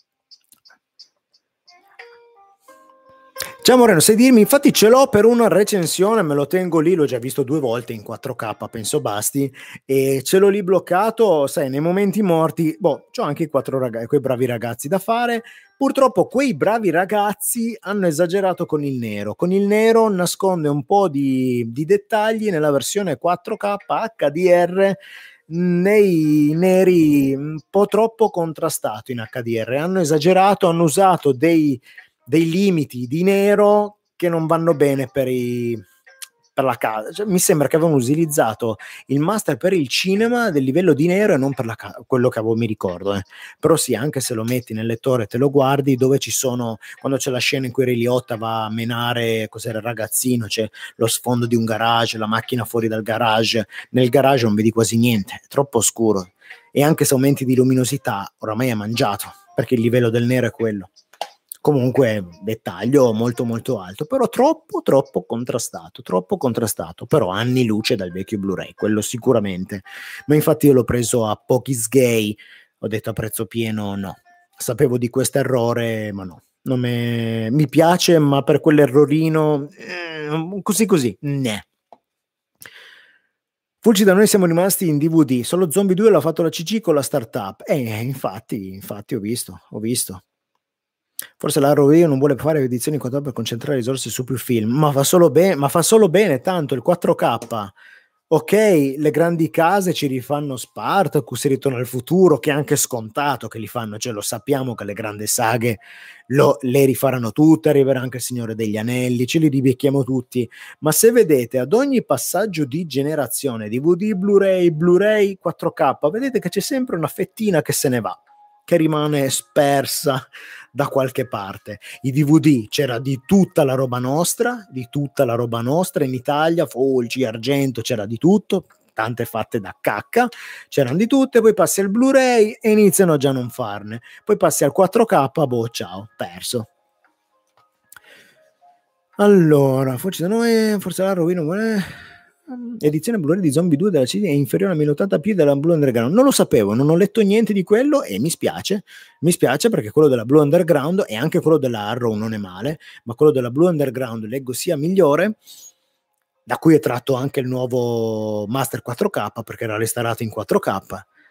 Ciao Moreno, sai dirmi, infatti ce l'ho per una recensione, me lo tengo lì, l'ho già visto due volte in quattro K, penso basti, e ce l'ho lì bloccato, sai, nei momenti morti, boh, c'ho anche i quattro ragazzi, quei bravi ragazzi da fare. Purtroppo quei bravi ragazzi hanno esagerato con il nero, con il nero nasconde un po' di, di dettagli nella versione quattro K H D R, nei neri un po' troppo contrastato in H D R, hanno esagerato, hanno usato dei dei limiti di nero che non vanno bene per, i, per la casa. Cioè, mi sembra che avevano utilizzato il master per il cinema del livello di nero e non per la casa, quello che avevo, mi ricordo. Eh. Però sì, anche se lo metti nel lettore e te lo guardi, dove ci sono, quando c'è la scena in cui Ray Liotta va a menare, cos'era il ragazzino, c'è lo sfondo di un garage, la macchina fuori dal garage, nel garage non vedi quasi niente, è troppo scuro. E anche se aumenti di luminosità, oramai è mangiato, perché il livello del nero è quello. Comunque dettaglio molto molto alto, però troppo troppo contrastato, troppo contrastato, però anni luce dal vecchio Blu-ray, quello sicuramente. Ma infatti io l'ho preso a Poki's Gay, ho detto a prezzo pieno no, sapevo di questo errore, ma no, non me... mi piace, ma per quell'errorino eh, così così, ne. Fulci, da noi siamo rimasti in D V D, solo Zombie due l'ha fatto la C G con la startup, e eh, infatti, infatti ho visto, ho visto. Forse la Rovio non vuole fare edizioni in quattro K per concentrare risorse su più film, ma fa solo bene, ma fa solo bene, tanto il quattro K. Ok, le grandi case ci rifanno Spartacus, Ritorno al futuro, che è anche scontato che li fanno, cioè lo sappiamo che le grandi saghe lo, le rifaranno tutte, arriverà anche il Signore degli Anelli, ce li rivecchiamo tutti, ma se vedete ad ogni passaggio di generazione, D V D, Blu-ray, Blu-ray, quattro K, vedete che c'è sempre una fettina che se ne va, che rimane spersa da qualche parte. I D V D c'era di tutta la roba nostra, di tutta la roba nostra in Italia, Fulci, Argento, c'era di tutto, tante fatte da cacca, c'erano di tutte, poi passi al Blu-ray e iniziano già a non farne, poi passi al quattro K, boh, ciao, perso. Allora, forse da noi, forse la rovina vuole... edizione Blu-ray di Zombie due della C D è inferiore a mille ottanta p della Blue Underground. Non lo sapevo, non ho letto niente di quello e mi spiace, mi spiace perché quello della Blue Underground e anche quello della Arrow non è male, ma quello della Blue Underground leggo sia migliore, da cui è tratto anche il nuovo Master quattro K perché era restaurato in quattro K.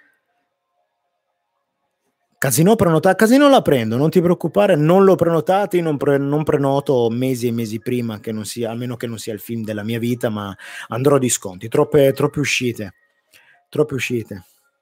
Casino prenota, Casino la prendo, non ti preoccupare, non l'ho prenotato, io non, pre, non prenoto mesi e mesi prima, che non sia, almeno che non sia il film della mia vita, ma andrò a disconti, troppe, troppe uscite, troppe uscite.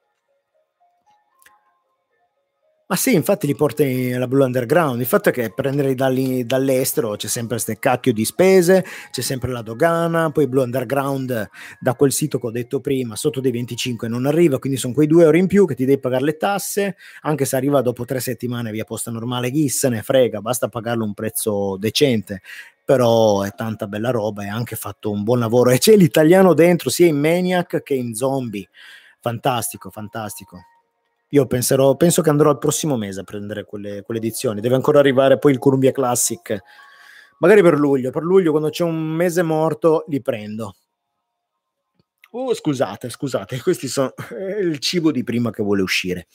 Ma sì, infatti li porta alla Blue Underground. Il fatto è che prendere dall'estero c'è sempre queste cacchio di spese, c'è sempre la dogana, poi Blue Underground da quel sito che ho detto prima sotto dei venticinque non arriva, quindi sono quei due euro in più che ti devi pagare le tasse, anche se arriva dopo tre settimane via posta normale, chi se ne frega, basta pagarlo un prezzo decente. Però è tanta bella roba e ha anche fatto un buon lavoro e c'è l'italiano dentro sia in Maniac che in Zombie, fantastico, fantastico. Io penserò, penso che andrò al prossimo mese a prendere quelle, quelle edizioni. Deve ancora arrivare poi il Columbia Classic, magari per luglio. Per luglio, quando c'è un mese morto, li prendo. Oh, scusate, scusate, questi sono il cibo di prima che vuole uscire.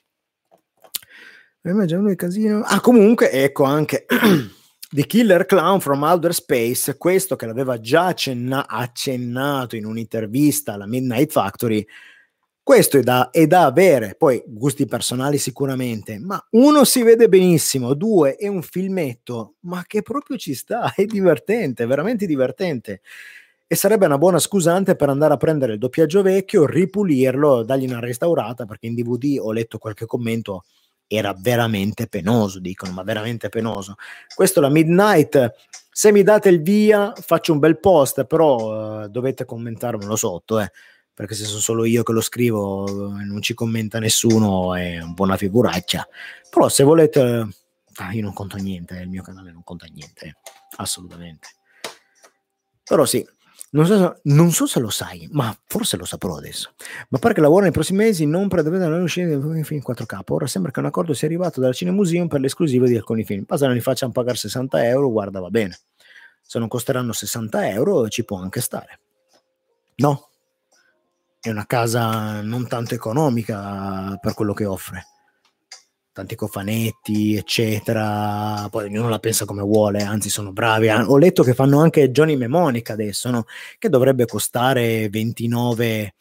Casino. Ah, comunque, ecco anche The Killer Clown from Outer Space, questo che l'aveva già accenna- accennato in un'intervista alla Midnight Factory. Questo è da, è da avere, poi gusti personali sicuramente, ma uno si vede benissimo, due è un filmetto, ma che proprio ci sta, è divertente, veramente divertente. E sarebbe una buona scusante per andare a prendere il doppiaggio vecchio, ripulirlo, dargli una restaurata, perché in D V D ho letto qualche commento, era veramente penoso, dicono, ma veramente penoso. Questo la Midnight, se mi date il via faccio un bel post, però uh, dovete commentarmelo sotto, eh. Perché se sono solo io che lo scrivo e non ci commenta nessuno è un po' una figuraccia. Però se volete, ah, io non conto niente, il mio canale non conta niente, assolutamente. Però sì, non so, non so se lo sai, ma forse lo saprò adesso. Ma pare che lavora nei prossimi mesi non prevede la uscita di film in quattro K. Ora sembra che un accordo sia arrivato dalla Cinemuseum per l'esclusiva di alcuni film. Basta non li facciano pagare sessanta euro, guarda, va bene. Se non costeranno sessanta euro ci può anche stare. No? È una casa non tanto economica per quello che offre, tanti cofanetti eccetera, poi ognuno la pensa come vuole, anzi sono bravi. Ho letto che fanno anche Johnny Mnemonic adesso, no? Che dovrebbe costare ventinove.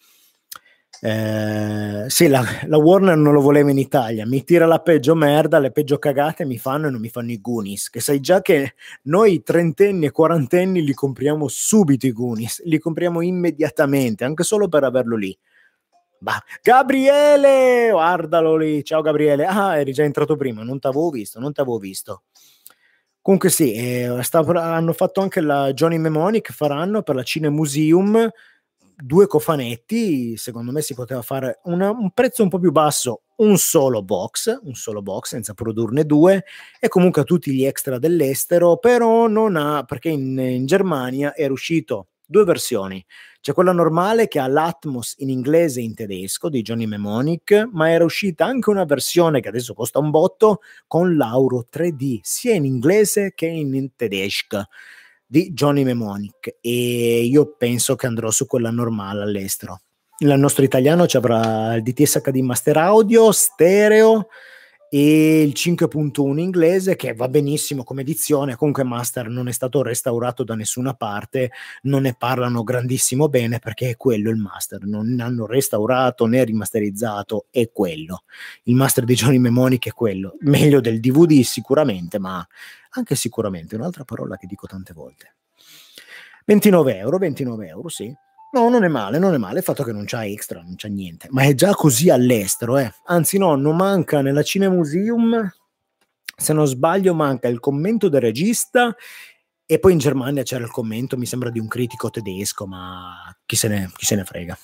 Eh, sì, la, la Warner non lo voleva in Italia, mi tira la peggio merda, le peggio cagate mi fanno e non mi fanno i Goonies, che sai già che noi trentenni e quarantenni li compriamo subito i Goonies, li compriamo immediatamente, anche solo per averlo lì. Bah. Gabriele, guardalo lì, ciao Gabriele, ah eri già entrato prima, non t'avevo visto, non t'avevo visto. Comunque sì, eh, sta, hanno fatto anche la Johnny Mnemonic, faranno per la Cinemuseum due cofanetti, secondo me si poteva fare una, un prezzo un po' più basso, un solo box, un solo box senza produrne due, e comunque tutti gli extra dell'estero, però non ha, perché in, in Germania era uscito due versioni, c'è quella normale che ha l'Atmos in inglese e in tedesco di Johnny Mnemonic, ma era uscita anche una versione che adesso costa un botto con l'Auro tre D sia in inglese che in, in tedesco di Johnny Mnemonic, e io penso che andrò su quella normale all'estero. Il nostro italiano ci avrà il D T S H D Master Audio stereo e il cinque punto uno inglese, che va benissimo come edizione, comunque Master non è stato restaurato da nessuna parte, non ne parlano grandissimo bene perché è quello il Master, non hanno restaurato né rimasterizzato, è quello. Il Master di Johnny Mnemonic è quello, meglio del D V D sicuramente, ma anche sicuramente, un'altra parola che dico tante volte. ventinove euro, ventinove euro, sì. No, non è male, non è male, il fatto che non c'ha extra, non c'ha niente, ma è già così all'estero, eh. Anzi no, non manca nella Cinemuseum, se non sbaglio manca il commento del regista, e poi in Germania c'era il commento, mi sembra di un critico tedesco, ma chi se ne, chi se ne frega.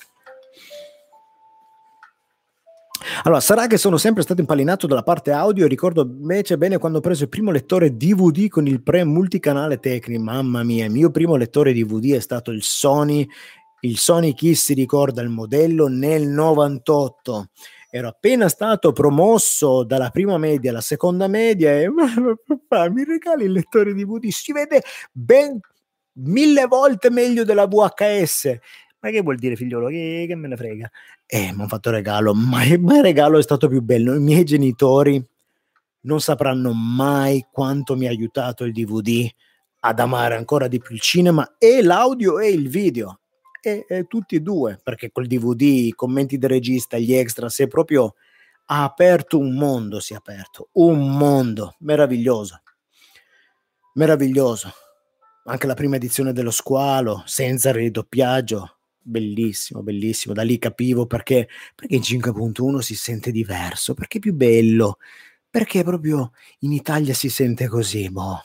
Allora, sarà che sono sempre stato impallinato dalla parte audio, ricordo invece bene quando ho preso il primo lettore D V D con il pre-multicanale Tecni, mamma mia, il mio primo lettore D V D è stato il Sony, il Sony, chi si ricorda il modello, nel novantotto. Ero appena stato promosso dalla prima media alla seconda media e papà, mi regali il lettore D V D? Si vede ben mille volte meglio della V H S. Ma che vuol dire, figliolo? Che, che me ne frega? Eh, mi hanno fatto regalo, ma il regalo è stato più bello. I miei genitori non sapranno mai quanto mi ha aiutato il D V D ad amare ancora di più il cinema e l'audio e il video. E, e tutti e due, perché col D V D, i commenti del regista, gli extra, si è proprio ha aperto un mondo, si è aperto un mondo meraviglioso, meraviglioso. Anche la prima edizione dello Squalo, senza il ridoppiaggio, bellissimo, bellissimo. Da lì capivo perché, perché in cinque punto uno si sente diverso, perché è più bello, perché proprio in Italia si sente così, boh.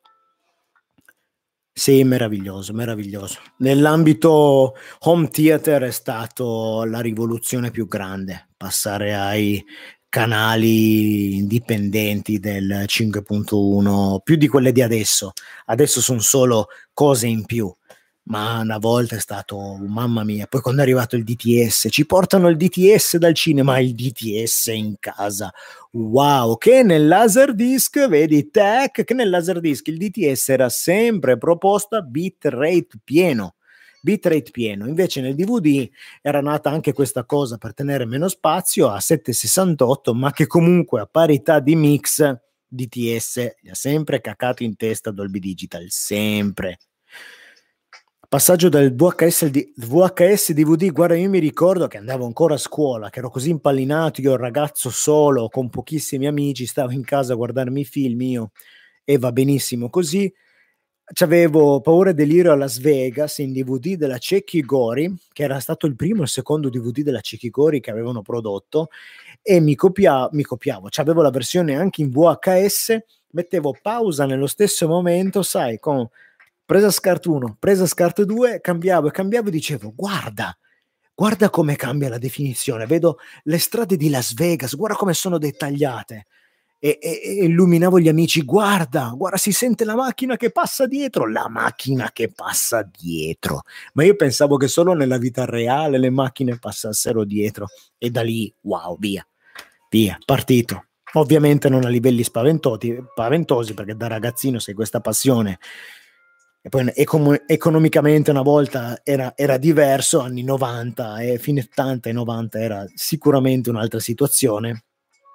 Sì, meraviglioso, meraviglioso. Nell'ambito home theater è stato la rivoluzione più grande, passare ai canali indipendenti del cinque punto uno, più di quelle di adesso. Adesso sono solo cose in più, ma una volta è stato, mamma mia. Poi quando è arrivato il D T S, ci portano il D T S dal cinema, il D T S in casa. Wow, che nel Laserdisc, vedi, tech, che nel Laserdisc il D T S era sempre proposta bitrate pieno, bitrate pieno, invece nel D V D era nata anche questa cosa per tenere meno spazio a settecentosessantotto, ma che comunque a parità di mix D T S gli ha sempre cacato in testa Dolby Digital, sempre. Passaggio dal V H S al D- V H S D V D, guarda, io mi ricordo che andavo ancora a scuola, che ero così impallinato, io ragazzo solo, con pochissimi amici, stavo in casa a guardarmi i film, io, e va benissimo così. C'avevo Paura e Delirio a Las Vegas in D V D della Cecchi Gori, che era stato il primo e il secondo D V D della Cecchi Gori che avevano prodotto, e mi, copia- mi copiavo, c'avevo la versione anche in V H S, mettevo pausa nello stesso momento, sai, con presa SCART uno, presa SCART due, cambiavo e cambiavo e dicevo, guarda, guarda come cambia la definizione, vedo le strade di Las Vegas, guarda come sono dettagliate. E, e, e illuminavo gli amici, guarda, guarda, si sente la macchina che passa dietro, la macchina che passa dietro. Ma io pensavo che solo nella vita reale le macchine passassero dietro, e da lì, wow, via, via, partito. Ovviamente non a livelli spaventoti, spaventosi, perché da ragazzino sei questa passione. E poi econ- economicamente una volta era, era diverso, anni novanta e fine ottanta e novanta era sicuramente un'altra situazione.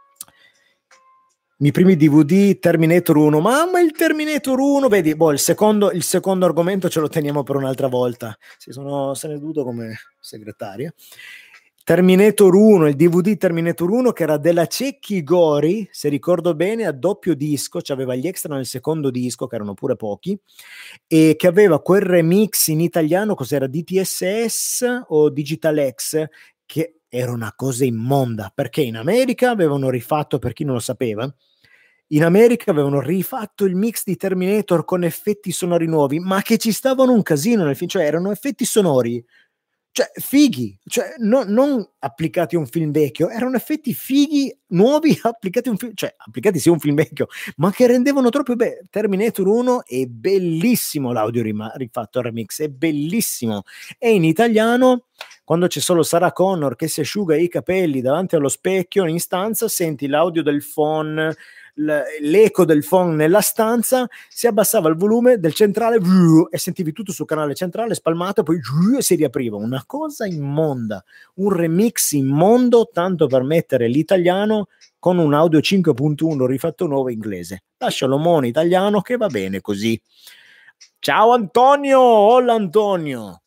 I primi D V D Terminator uno, mamma il Terminator uno, vedi, boh, il secondo, il secondo argomento ce lo teniamo per un'altra volta, si sono seduto come segretaria. Terminator uno, il D V D Terminator uno che era della Cecchi Gori, se ricordo bene, a doppio disco, c'aveva gli extra nel secondo disco, che erano pure pochi, e che aveva quel remix in italiano, cos'era, D T S S o Digital X, che era una cosa immonda, perché in America avevano rifatto, per chi non lo sapeva, in America avevano rifatto il mix di Terminator con effetti sonori nuovi, ma che ci stavano un casino nel film, cioè erano effetti sonori, cioè fighi, cioè no, non applicati a un film vecchio, erano effetti fighi nuovi applicati a un film, cioè applicati sì a un film vecchio, ma che rendevano troppo bene. Terminator uno è bellissimo, l'audio rima- rifatto al remix, è bellissimo, e in italiano quando c'è solo Sarah Connor che si asciuga i capelli davanti allo specchio in stanza, senti l'audio del phone, l'eco del phone nella stanza, si abbassava il volume del centrale e sentivi tutto sul canale centrale spalmato, e poi si riapriva, una cosa immonda, un remix immondo tanto per mettere l'italiano con un audio cinque punto uno rifatto nuovo inglese. Lascialo mono italiano che va bene così. Ciao Antonio, hola Antonio.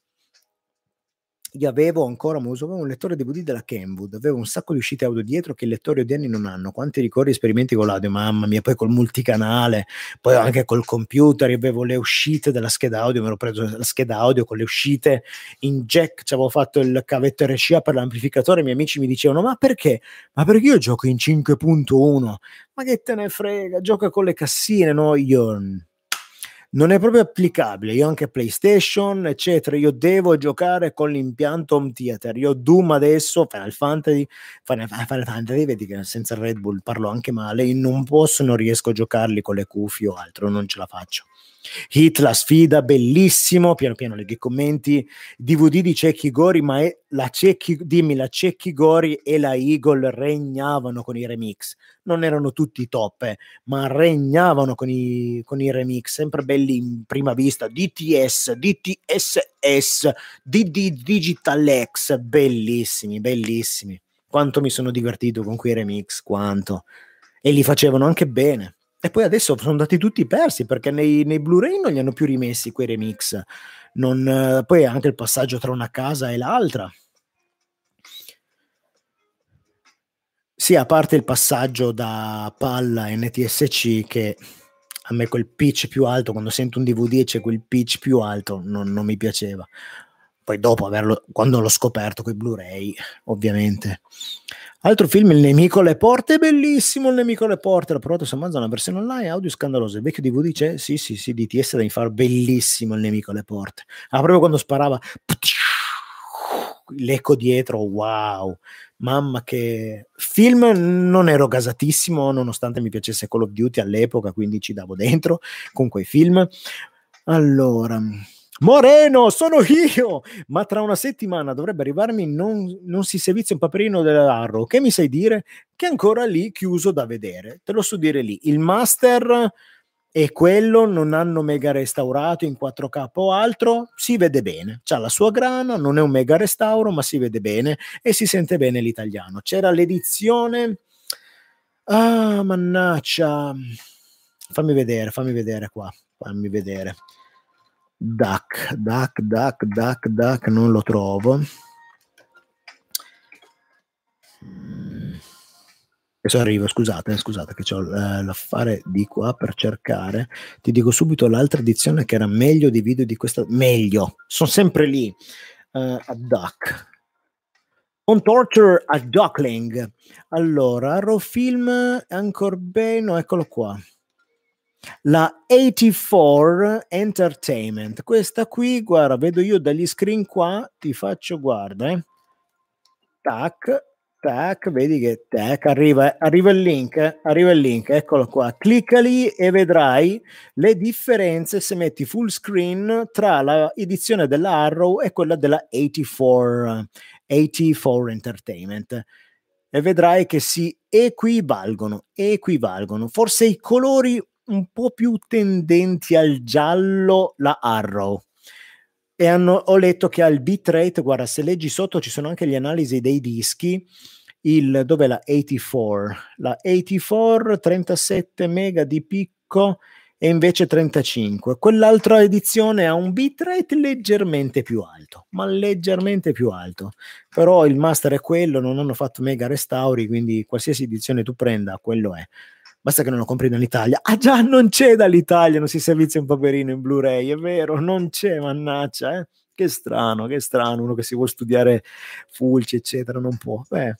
Io avevo ancora un lettore D V D della Kenwood, avevo un sacco di uscite audio dietro che i lettori odierni non hanno. Quanti ricordi e esperimenti con l'audio, mamma mia, poi col multicanale, poi anche col computer, io avevo le uscite della scheda audio, mi ero preso la scheda audio con le uscite in jack, ci avevo fatto il cavetto R C A per l'amplificatore, i miei amici mi dicevano, ma perché? Ma perché io gioco in cinque punto uno? Ma che te ne frega, gioca con le cassine, no? Io... non è proprio applicabile, io anche PlayStation eccetera, io devo giocare con l'impianto home theater, io Doom adesso, Final Fantasy, Final, Final Fantasy, vedi che senza Red Bull parlo anche male, io non posso, non riesco a giocarli con le cuffie o altro, non ce la faccio. Hit la sfida, bellissimo, piano piano leggo i commenti, D V D di Cecchi Gori, ma è la Cecchi, dimmi, la Cecchi Gori e la Eagle regnavano con i remix, non erano tutti top, eh, ma regnavano con i, con i remix, sempre belli in prima vista, D T S, D T S S, D D Digital X, bellissimi, bellissimi, quanto mi sono divertito con quei remix, quanto, e li facevano anche bene. E poi adesso sono andati tutti persi perché nei, nei Blu-ray non li hanno più rimessi quei remix. Non, eh, poi anche il passaggio tra una casa e l'altra. Sì, a parte il passaggio da PAL a N T S C, che a me quel pitch più alto, quando sento un D V D e c'è quel pitch più alto, non, non mi piaceva. Poi dopo averlo, quando l'ho scoperto con i Blu-ray, ovviamente. Altro film, Il nemico alle porte, bellissimo Il nemico alle porte, l'ho provato su Amazon, una versione online, audio scandaloso, il vecchio D V D c'è? Sì, sì, sì, D T S da infar, bellissimo Il nemico alle porte. Ah, proprio quando sparava, l'eco dietro, wow, mamma che film. Non ero gasatissimo nonostante mi piacesse Call of Duty all'epoca, quindi ci davo dentro con quei film. Allora, Moreno, sono io, ma tra una settimana dovrebbe arrivarmi non, non si servizia un paperino dell'Arrow, che mi sai dire? Che è ancora lì chiuso da vedere, te lo so dire lì, il master e quello non hanno mega restaurato in quattro K o altro, si vede bene, c'ha la sua grana, non è un mega restauro ma si vede bene e si sente bene l'italiano. C'era l'edizione, ah mannaggia, fammi vedere, fammi vedere qua, fammi vedere, Duck, duck, duck, duck, duck, non lo trovo. Adesso arrivo, scusate, scusate che ho uh, l'affare di qua per cercare. Ti dico subito l'altra edizione che era meglio di video di questa. Meglio, sono sempre lì. Uh, a Duck. On Torture a Duckling. Allora, Arrow Film, ancora bene, eccolo qua. La ottantaquattro Entertainment. Questa qui, guarda, vedo io dagli screen qua, ti faccio, guarda, eh. Tac. Tac, vedi che tac, arriva, arriva il link, eh? arriva il link, eccolo qua, clicca lì e vedrai le differenze se metti full screen tra la edizione della Arrow e quella della ottantaquattro, ottantaquattro Entertainment, e vedrai che si equivalgono, equivalgono, forse i colori un po' più tendenti al giallo la Arrow. E hanno, ho letto che al bitrate, guarda, se leggi sotto ci sono anche le analisi dei dischi, il, dov'è la ottantaquattro? La ottantaquattro, trentasette mega di picco e invece trentacinque. Quell'altra edizione ha un bitrate leggermente più alto, ma leggermente più alto. Però il master è quello, non hanno fatto mega restauri, quindi qualsiasi edizione tu prenda, quello è. Basta che non lo compri dall'Italia. Ah già, non c'è dall'Italia, non si servizia un paperino in Blu-ray, è vero, non c'è, mannaggia, eh? Che strano, che strano, uno che si vuole studiare Fulci, eccetera, non può. Beh,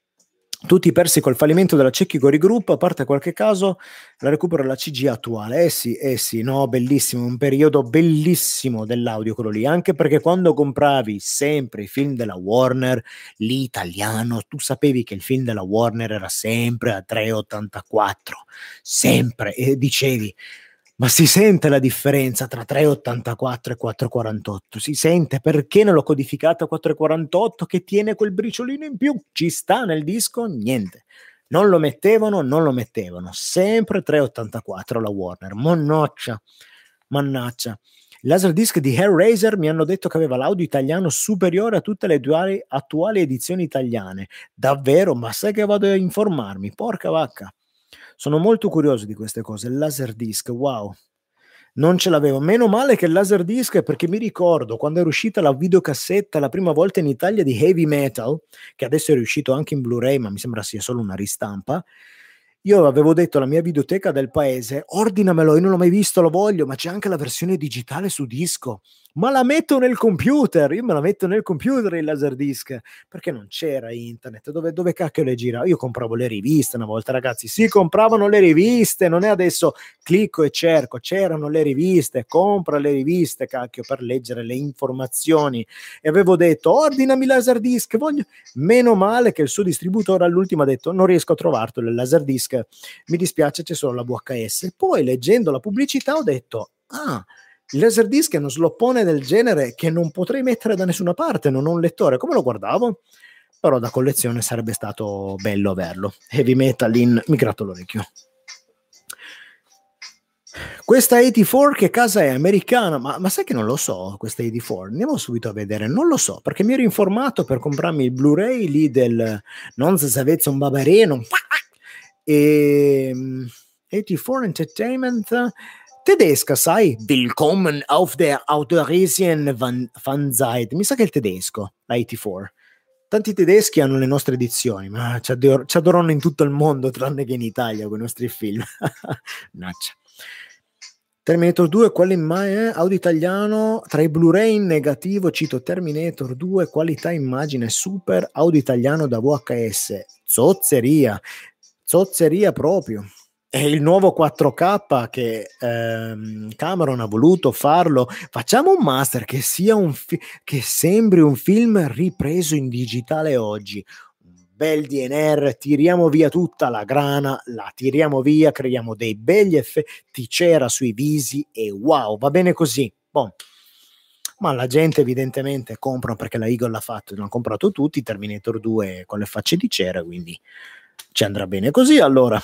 tutti persi col fallimento della Cecchi Gori Group, a parte qualche caso, la recupero la C G attuale. Eh sì, eh sì, no, bellissimo, un periodo bellissimo dell'audio quello lì, anche perché quando compravi sempre i film della Warner, l'italiano, tu sapevi che il film della Warner era sempre a tre virgola ottantaquattro, sempre, e dicevi, ma si sente la differenza tra tre virgola ottantaquattro e quattro virgola quarantotto? Si sente, perché non l'ho codificato a quattro virgola quarantotto che tiene quel briciolino in più? Ci sta nel disco? Niente. Non lo mettevano, non lo mettevano. Sempre tre virgola ottantaquattro la Warner. Mannaggia, mannaggia. Il Laserdisc di Hellraiser mi hanno detto che aveva l'audio italiano superiore a tutte le attuali, attuali edizioni italiane. Davvero? Ma sai che vado a informarmi? Porca vacca. Sono molto curioso di queste cose. Il Laserdisc, wow, non ce l'avevo. Meno male che il Laserdisc, perché mi ricordo quando era uscita la videocassetta la prima volta in Italia di Heavy Metal, che adesso è riuscito anche in Blu-ray, ma mi sembra sia solo una ristampa. Io avevo detto alla mia videoteca del paese, ordinamelo, io non l'ho mai visto, lo voglio, ma c'è anche la versione digitale su disco. Ma la metto nel computer, io me la metto nel computer il Laserdisc, perché non c'era internet, dove, dove cacchio le giravo? Io compravo le riviste una volta, ragazzi, si compravano le riviste, non è adesso clicco e cerco, c'erano le riviste, compra le riviste, cacchio, per leggere le informazioni, e avevo detto, ordinami Laserdisc, voglio... Meno male che il suo distributore all'ultimo ha detto, non riesco a trovartelo il Laserdisc, mi dispiace, c'è solo la V H S. Poi leggendo la pubblicità ho detto, ah, il Laserdisc è uno sloppone del genere che non potrei mettere da nessuna parte, non ho un lettore, come lo guardavo? Però da collezione sarebbe stato bello averlo. Heavy Metal in... mi gratto l'orecchio. Questa ottantaquattro che casa è? Americana? Ma, ma sai che non lo so, questa ottantaquattro? Andiamo subito a vedere, non lo so, perché mi ero informato per comprarmi il Blu-ray lì del Non se sapesse un babareno. E ottantaquattro Entertainment tedesca, sai? Willkommen auf der Autorisien Fanzeit. Mi sa che è il tedesco, la ottantaquattro. Tanti tedeschi hanno le nostre edizioni, ma ci, ador- ci adorano in tutto il mondo, tranne che in Italia con i nostri film. Naccia. Terminator due, quale immagine? Audio italiano, tra i Blu-ray in negativo cito Terminator due, qualità immagine super, audio italiano da V H S. Zozzeria, zozzeria proprio. È il nuovo quattro K che ehm, Cameron ha voluto farlo. Facciamo un master che sia un fi- che sembri un film ripreso in digitale oggi. Bel D N R, tiriamo via tutta la grana, la tiriamo via, creiamo dei begli effetti cera sui visi e wow, va bene così. Bon. Ma la gente evidentemente compra perché la Eagle l'ha fatto, l'hanno comprato tutti, Terminator due con le facce di cera, quindi ci andrà bene così allora.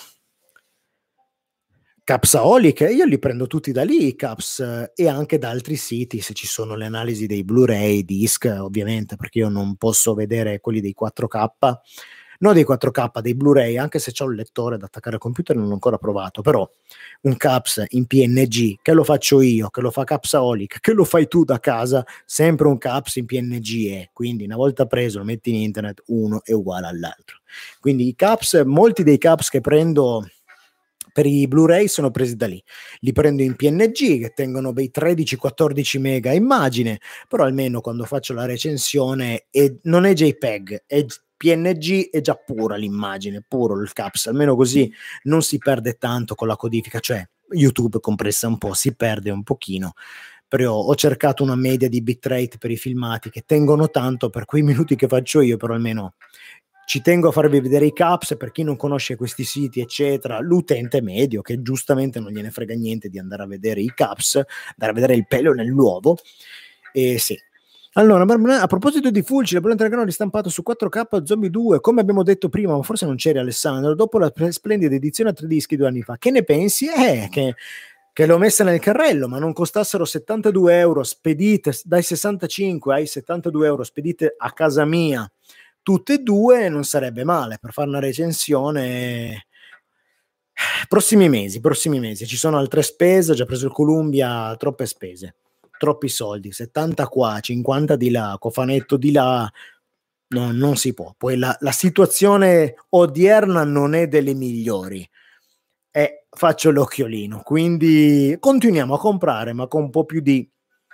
Capsaolic, io li prendo tutti da lì, i Caps, eh, e anche da altri siti, se ci sono le analisi dei Blu-ray, disc, ovviamente, perché io non posso vedere quelli dei quattro K. non dei quattro K, dei Blu-ray, anche se c'ho il lettore da attaccare al computer non l'ho ancora provato, però un CAPS in P N G, che lo faccio io, che lo fa Capsaholic, che lo fai tu da casa, sempre un CAPS in P N G è, quindi una volta preso lo metti in internet, uno è uguale all'altro. Quindi i CAPS, molti dei CAPS che prendo per i Blu-ray sono presi da lì, li prendo in P N G che tengono bei tredici quattordici mega immagine, però almeno quando faccio la recensione è, non è JPEG, è P N G, è già pura l'immagine, puro il CAPS, almeno così non si perde tanto con la codifica, cioè YouTube compressa un po', si perde un pochino, però ho cercato una media di bitrate per i filmati che tengono tanto per quei minuti che faccio io, però almeno ci tengo a farvi vedere i CAPS per chi non conosce questi siti eccetera, l'utente medio che giustamente non gliene frega niente di andare a vedere i CAPS, andare a vedere il pelo nell'uovo. E sì, allora a proposito di Fulci, l'Apollo Dragano ristampato su quattro K Zombie due, come abbiamo detto prima, ma forse non c'eri Alessandro, dopo la splendida edizione a tre dischi due anni fa, che ne pensi? Eh, che che l'ho messa nel carrello, ma non costassero settantadue euro spedite dai sessantacinque ai settantadue euro spedite a casa mia tutte e due, non sarebbe male per fare una recensione. Prossimi mesi, prossimi mesi, ci sono altre spese, ho già preso il Columbia, troppe spese, troppi soldi, settanta qua, cinquanta di là, cofanetto di là, no, non si può. Poi la, la situazione odierna non è delle migliori e faccio l'occhiolino, quindi continuiamo a comprare, ma con un po' più di,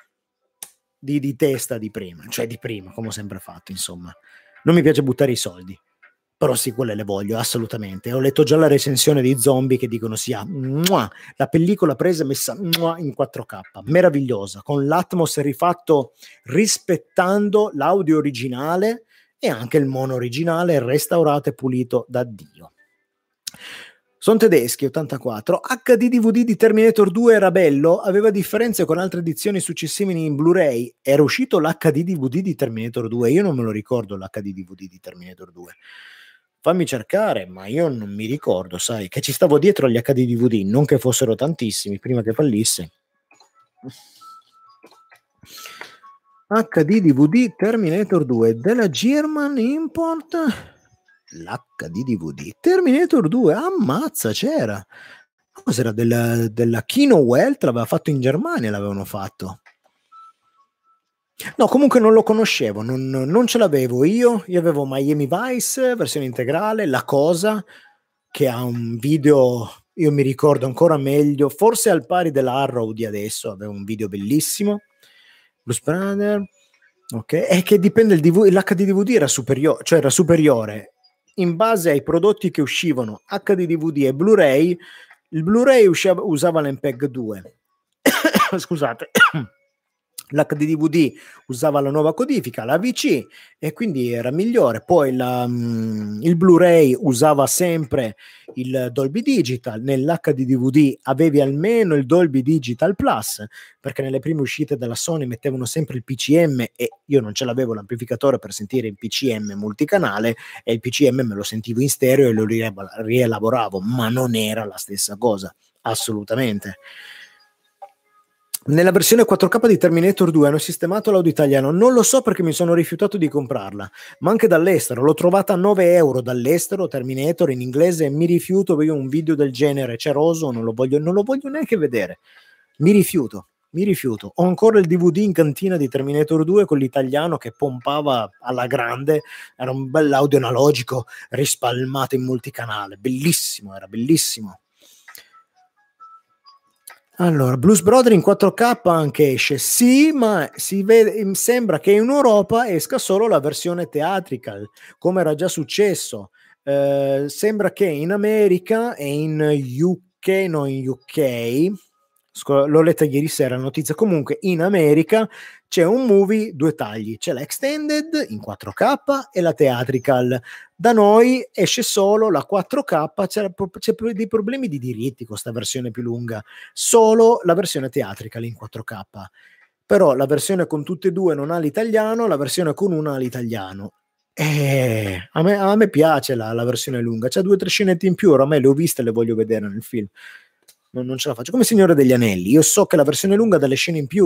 di, di testa di prima, cioè di prima, come ho sempre fatto, insomma. Non mi piace buttare i soldi, però sì, quelle le voglio assolutamente. Ho letto già la recensione di Zombie che dicono sia muah, la pellicola presa e messa muah, in quattro K, meravigliosa, con l'Atmos rifatto rispettando l'audio originale e anche il mono originale restaurato e pulito da Dio. Sono tedeschi, ottantaquattro. H D D V D di Terminator due era bello? Aveva differenze con altre edizioni successive in Blu-ray? Era uscito l'H D D V D di Terminator due? Io non me lo ricordo l'H D D V D di Terminator due. Fammi cercare, ma io non mi ricordo, sai, che ci stavo dietro agli H D D V D, non che fossero tantissimi prima che fallisse. H D D V D Terminator due della German Import... L'H D D V D Terminator due, ammazza, c'era, cos'era, della, della Kino Welt, l'aveva fatto in Germania, l'avevano fatto, no, comunque non lo conoscevo, non, non ce l'avevo io io avevo Miami Vice versione integrale, La Cosa, che ha un video, io mi ricordo ancora meglio, forse al pari della Arrow di adesso, aveva un video bellissimo, Blues Brother, ok, è che dipende, il D V, l'H D D V D era superiore, cioè era superiore in base ai prodotti che uscivano, H D D V D e Blu-ray. Il Blu-ray usciva, usava l'M P E G due, scusate, l'H D D V D usava la nuova codifica, la V C, e quindi era migliore. Poi la, um, il Blu-ray usava sempre il Dolby Digital, nell'H D D V D avevi almeno il Dolby Digital Plus, perché nelle prime uscite della Sony mettevano sempre il P C M e io non ce l'avevo l'amplificatore per sentire il P C M multicanale, e il P C M me lo sentivo in stereo e lo rielaboravo, ma non era la stessa cosa, assolutamente. Nella versione quattro K di Terminator due hanno sistemato l'audio italiano, non lo so perché mi sono rifiutato di comprarla, ma anche dall'estero, l'ho trovata a nove euro dall'estero, Terminator in inglese, e mi rifiuto, io un video del genere ceroso non lo voglio, non lo voglio neanche vedere, mi rifiuto, mi rifiuto. Ho ancora il D V D in cantina di Terminator due con l'italiano che pompava alla grande, era un bell'audio analogico rispalmato in multicanale, bellissimo, era bellissimo. Allora, Blues Brother in quattro K anche esce, sì, ma si vede, sembra che in Europa esca solo la versione theatrical, come era già successo. Eh, sembra che in America e in U K, no, in U K, l'ho letta ieri sera la notizia, comunque in America c'è un movie, due tagli, c'è la extended in quattro K e la theatrical. Da noi esce solo la quattro K, c'è, c'è dei problemi di diritti con questa versione più lunga, solo la versione theatrical in quattro K, però la versione con tutte e due non ha l'italiano, la versione con una ha l'italiano. Eh, a, me, a me piace la, la versione lunga, c'ha due o tre scenette in più, ormai le ho viste e le voglio vedere nel film, non, non ce la faccio, come Signore degli Anelli, io so che la versione lunga ha delle scene in più,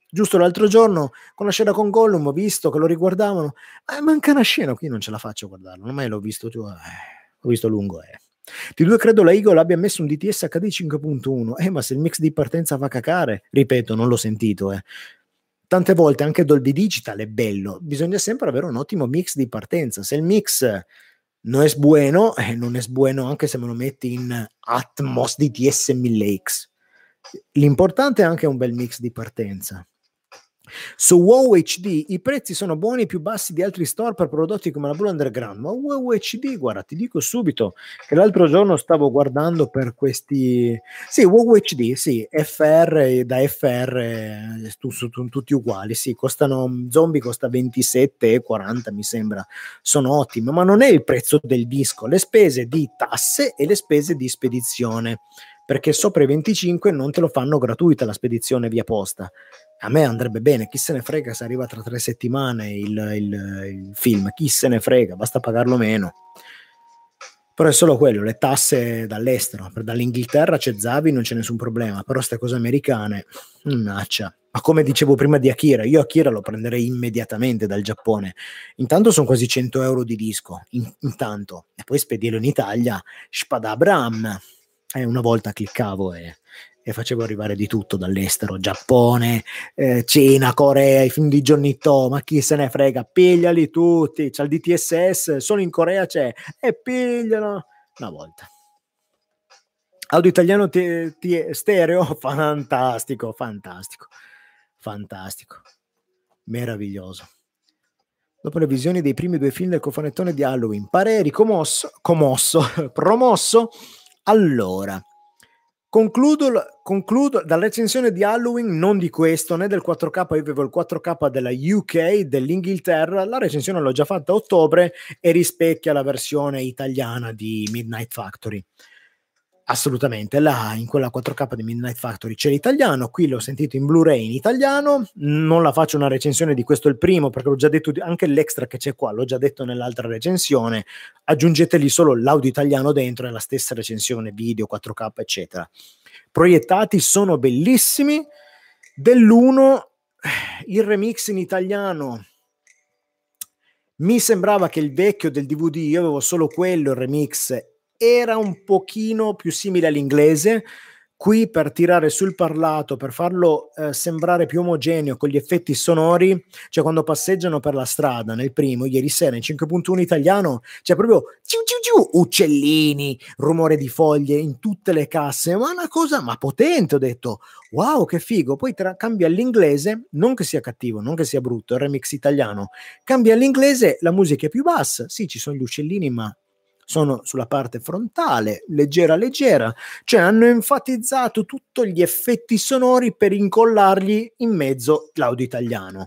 Giusto l'altro giorno, con la scena con Gollum, ho visto che lo riguardavano, eh, manca una scena, qui non ce la faccio a guardarlo, ormai l'ho visto, cioè, eh, ho visto lungo. Eh. T due credo la Eagle abbia messo un D T S H D cinque punto uno, eh, ma se il mix di partenza fa cacare, ripeto, non l'ho sentito, eh. Tante volte anche Dolby Digital è bello, bisogna sempre avere un ottimo mix di partenza, se il mix non è buono, eh, non è buono anche se me lo metti in Atmos D T S mille X. L'importante è anche un bel mix di partenza. Su Wow H D i prezzi sono buoni, più bassi di altri store per prodotti come la Blue Underground, ma Wow H D, guarda, ti dico subito che l'altro giorno stavo guardando per questi, sì, Wow H D, sì, F R, da F R tu, su, tu, tutti uguali, sì, costano, Zombie costa ventisette e quaranta mi sembra, sono ottimi, ma non è il prezzo del disco, le spese di tasse e le spese di spedizione, perché sopra i venticinque non te lo fanno gratuita la spedizione via posta. A me andrebbe bene, chi se ne frega se arriva tra tre settimane il, il, il film, chi se ne frega, basta pagarlo meno. Però è solo quello, le tasse dall'estero, per dall'Inghilterra c'è Zavi, non c'è nessun problema, però queste cose americane, mannaggia. Ma come dicevo prima di Akira, io Akira lo prenderei immediatamente dal Giappone, intanto sono quasi cento euro di disco, in, intanto, e poi spedirlo in Italia, spadabram, eh, una volta cliccavo e... e facevo arrivare di tutto dall'estero, Giappone, eh, Cina, Corea, i film di Johnny To, ma chi se ne frega, pigliali tutti, c'è il D T S S, solo in Corea c'è, e piglialo, una volta. Audio italiano t- t- stereo, fantastico, fantastico, fantastico, meraviglioso. Dopo le visioni dei primi due film del cofanettone di Halloween, pareri, commosso, commosso, promosso, allora... Concludo, concludo dalla recensione di Halloween, non di questo né del quattro K, io avevo il quattro K della U K, dell'Inghilterra, la recensione l'ho già fatta a ottobre e rispecchia la versione italiana di Midnight Factory. Assolutamente, là in quella quattro K di Midnight Factory c'è l'italiano, qui l'ho sentito in Blu-ray in italiano, non la faccio una recensione di questo il primo perché l'ho già detto, anche l'extra che c'è qua l'ho già detto nell'altra recensione, aggiungeteli solo l'audio italiano dentro e la stessa recensione video quattro K eccetera. Proiettati sono bellissimi, dell'uno il remix in italiano mi sembrava che il vecchio del D V D, io avevo solo quello, il remix era un pochino più simile all'inglese, qui per tirare sul parlato, per farlo eh, sembrare più omogeneo con gli effetti sonori, cioè quando passeggiano per la strada nel primo, ieri sera in cinque punto uno italiano, c'è proprio ciu ciu ciu, uccellini, rumore di foglie in tutte le casse, ma una cosa ma potente, ho detto, wow che figo, poi tra- cambia all'inglese, non che sia cattivo, non che sia brutto, il remix italiano, cambia all'inglese, la musica è più bassa, sì ci sono gli uccellini ma sono sulla parte frontale, leggera leggera, cioè hanno enfatizzato tutti gli effetti sonori per incollargli in mezzo l'audio italiano.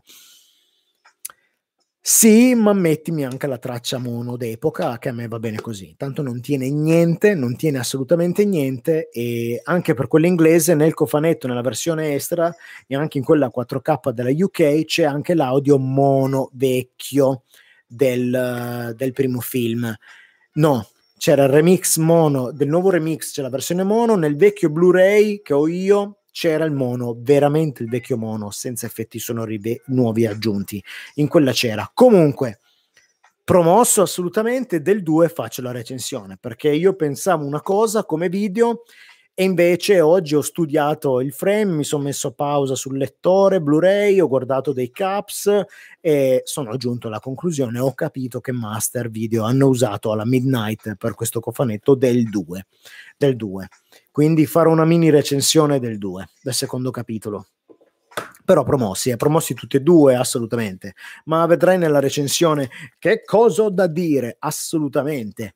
Sì, ma mettimi anche la traccia mono d'epoca, che a me va bene così, tanto non tiene niente, non tiene assolutamente niente, e anche per quella inglese nel cofanetto, nella versione estera e anche in quella quattro K della U K c'è anche l'audio mono vecchio del, del primo film. No, c'era il remix mono del nuovo remix, c'è la versione mono, nel vecchio Blu-ray che ho io c'era il mono, veramente il vecchio mono, senza effetti sonori be- nuovi aggiunti, in quella c'era. Comunque, promosso assolutamente, del due faccio la recensione, perché io pensavo una cosa come video, e invece oggi ho studiato il frame, mi sono messo a pausa sul lettore Blu-ray, ho guardato dei caps e sono giunto alla conclusione, ho capito che Master Video hanno usato alla Midnight per questo cofanetto del due, del due. Quindi farò una mini recensione del due, del secondo capitolo. Però promossi, eh, promossi tutti e due assolutamente, ma vedrai nella recensione che cosa ho da dire assolutamente.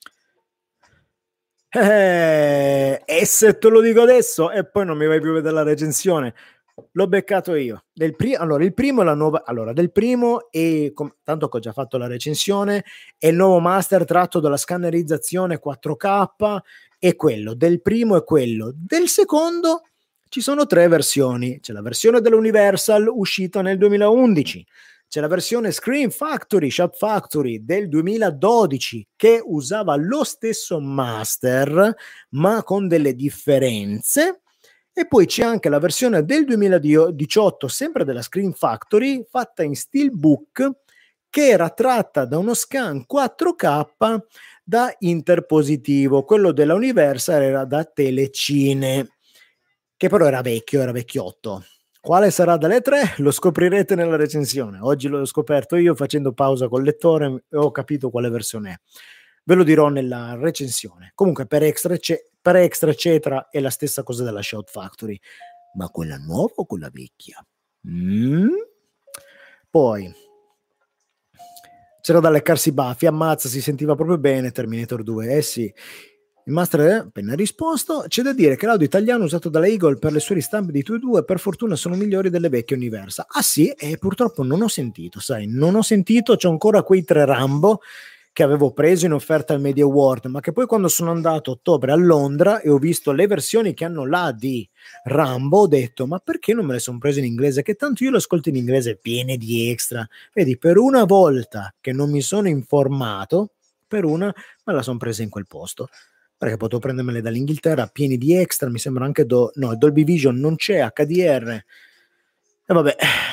Eh, e se te lo dico adesso e poi non mi vai più a vedere la recensione, l'ho beccato io. Del pri- allora, il primo è la nuova. Allora, del primo, e com- tanto che ho già fatto la recensione, è il nuovo master tratto dalla scannerizzazione quattro K. E quello del primo e quello del secondo. Ci sono tre versioni. C'è la versione dell'Universal uscita nel duemilaundici. C'è la versione Screen Factory, Shop Factory del duemiladodici che usava lo stesso master ma con delle differenze, E poi c'è anche la versione del duemiladiciotto, sempre della Screen Factory, fatta in steelbook, che era tratta da uno scan quattro K da interpositivo. Quello della Universal era da telecine, che però era vecchio, era vecchiotto. Quale sarà dalle tre? Lo scoprirete nella recensione. Oggi l'ho scoperto io facendo pausa col lettore e ho capito quale versione è. Ve lo dirò nella recensione. Comunque per extra, per extra eccetera è la stessa cosa della Shout Factory. Ma quella nuova o quella vecchia? Mm? Poi c'era da leccarsi i baffi, ammazza, si sentiva proprio bene Terminator due. Eh sì. Il master ha appena risposto. C'è da dire che l'audio italiano usato dalla Eagle per le sue ristampe di due due per fortuna sono migliori delle vecchie Universal. Ah sì? E purtroppo non ho sentito, sai, non ho sentito, c'ho ancora quei tre Rambo che avevo preso in offerta al Media World, ma che poi quando sono andato a ottobre a Londra e ho visto le versioni che hanno là di Rambo, ho detto, ma perché non me le sono prese in inglese? Che tanto io le ascolto in inglese piene di extra. Vedi, per una volta che non mi sono informato, per una me la sono presa in quel posto. Perché potevo prendermele dall'Inghilterra pieni di extra, mi sembra anche do, no, Dolby Vision non c'è, H D R e vabbè.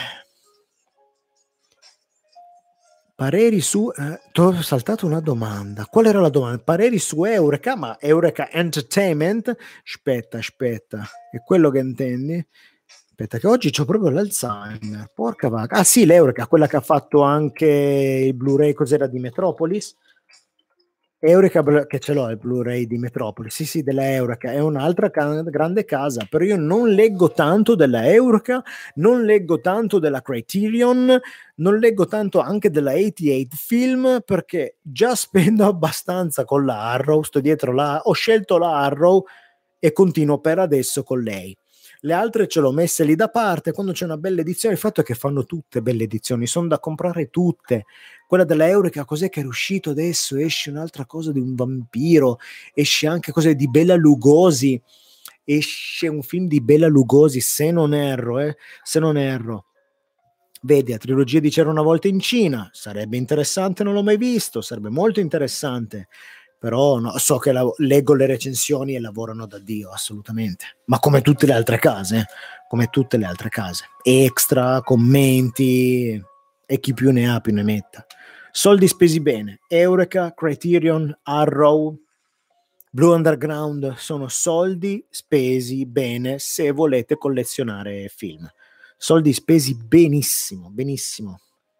Pareri su eh, ti ho saltato una domanda. Qual era la domanda? Pareri su Eureka, ma Eureka Entertainment? Aspetta, aspetta, è quello che intendi? Aspetta che oggi c'ho proprio l'Alzheimer, porca vacca. Ah sì, l'Eureka, quella che ha fatto anche il Blu-ray, cos'era, di Metropolis? Eureka, che ce l'ho il Blu-ray di Metropolis, sì sì, della Eureka, è un'altra ca- grande casa, però io non leggo tanto della Eureka, non leggo tanto della Criterion, non leggo tanto anche della ottantotto Film, perché già spendo abbastanza con la Arrow, sto dietro la, ho scelto la Arrow e continuo per adesso con lei. Le altre ce l'ho messe lì da parte, quando c'è una bella edizione, il fatto è che fanno tutte belle edizioni, sono da comprare tutte. Quella della Eureka, cos'è che è uscito adesso? Esce un'altra cosa di un vampiro, esce anche cose di Bela Lugosi, esce un film di Bela Lugosi, se non erro, eh, se non erro. Vedi, la trilogia di C'era una volta in Cina, sarebbe interessante, non l'ho mai visto, sarebbe molto interessante. Però no, so che la, leggo le recensioni e lavorano da Dio, assolutamente. Ma come tutte le altre case, eh? come tutte le altre case. Extra, commenti e chi più ne ha più ne metta. Soldi spesi bene. Eureka, Criterion, Arrow, Blue Underground sono soldi spesi bene se volete collezionare film. Soldi spesi benissimo, benissimo.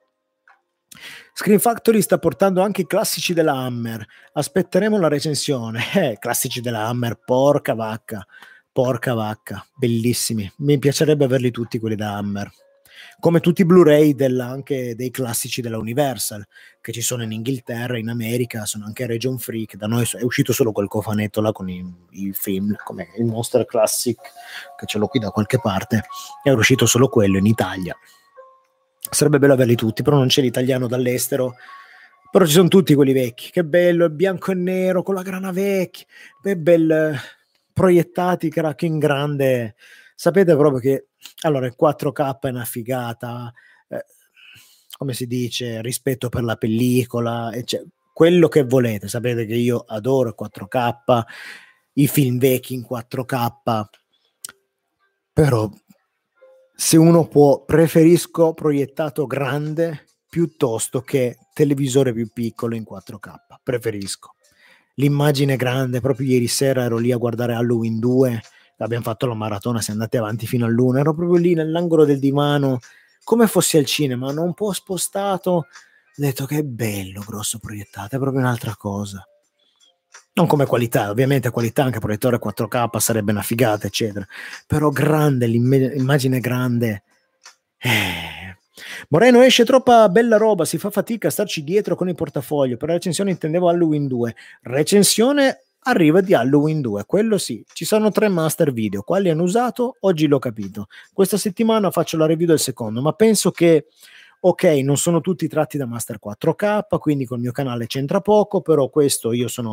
Screen Factory sta portando anche i classici della Hammer. Aspetteremo la recensione. Eh, classici della Hammer, porca vacca, porca vacca, bellissimi. Mi piacerebbe averli tutti quelli da Hammer. Come tutti i Blu-ray della, anche dei classici della Universal, che ci sono in Inghilterra, in America, sono anche Region Free, che da noi è uscito solo quel cofanetto là con i, i film, come il Monster Classic, che ce l'ho qui da qualche parte, è uscito solo quello in Italia. Sarebbe bello averli tutti, però non c'è l'italiano dall'estero. Però ci sono tutti quelli vecchi. Che bello, il bianco e nero con la grana vecchia, che bel proiettati, crack in grande. Sapete proprio che allora il quattro K è una figata, eh, come si dice, rispetto per la pellicola, e cioè, quello che volete. Sapete che io adoro il quattro K, i film vecchi in quattro K, però se uno può, preferisco proiettato grande piuttosto che televisore più piccolo in quattro K, preferisco l'immagine grande. Proprio ieri sera ero lì a guardare Halloween due, abbiamo fatto la maratona, siamo andati avanti fino all'una, ero proprio lì nell'angolo del divano come fossi al cinema, non un po' spostato, ho detto che bello grosso proiettato, è proprio un'altra cosa. Non come qualità, ovviamente qualità, anche proiettore quattro K sarebbe una figata, eccetera. Però grande, l'immagine grande. Eh. Moreno, esce troppa bella roba, si fa fatica a starci dietro con il portafoglio. Per la recensione intendevo Halloween due. Recensione arriva di Halloween due, quello sì. Ci sono tre master video, quali hanno usato? Oggi l'ho capito. Questa settimana faccio la review del secondo, ma penso che ok, non sono tutti tratti da Master quattro K, quindi col mio canale c'entra poco, però questo io sono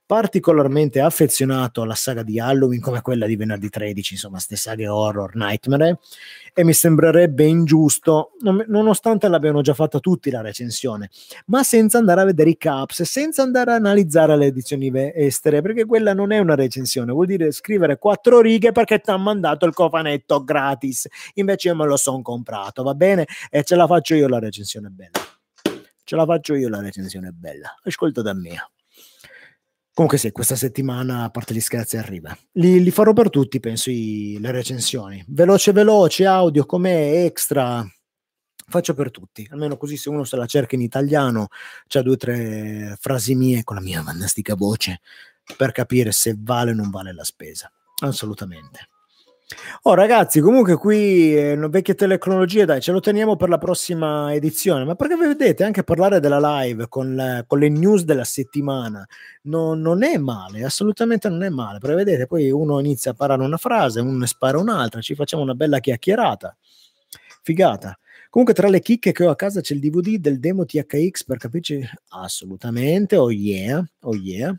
particolarmente affezionato alla saga di Halloween come quella di Venerdì tredici, insomma ste saghe horror, Nightmare, e mi sembrerebbe ingiusto, non- nonostante l'abbiano già fatta tutti la recensione, ma senza andare a vedere i caps, senza andare a analizzare le edizioni ve- estere, perché quella non è una recensione, vuol dire scrivere quattro righe perché ti hanno mandato il cofanetto gratis, invece io me lo son comprato, va bene? E ce la faccio io la recensione bella. Ce la faccio io la recensione bella. Ascolta da me. Comunque sì, questa settimana, a parte gli scherzi, arriva. Li, li farò per tutti, penso, i, le recensioni. Veloce veloce, audio come extra. Faccio per tutti, almeno così se uno se la cerca in italiano, c'ha due o tre frasi mie con la mia fantastica voce per capire se vale o non vale la spesa. Assolutamente. Oh ragazzi, comunque qui eh, una vecchie tecnologie, dai, ce lo teniamo per la prossima edizione, ma perché vedete anche parlare della live con, le- con le news della settimana non, non è male, assolutamente non è male, perché vedete poi uno inizia a parlare una frase, uno ne spara un'altra, ci facciamo una bella chiacchierata, figata. Comunque tra le chicche che ho a casa c'è il D V D del demo T H X per capirci assolutamente, oh yeah, oh yeah.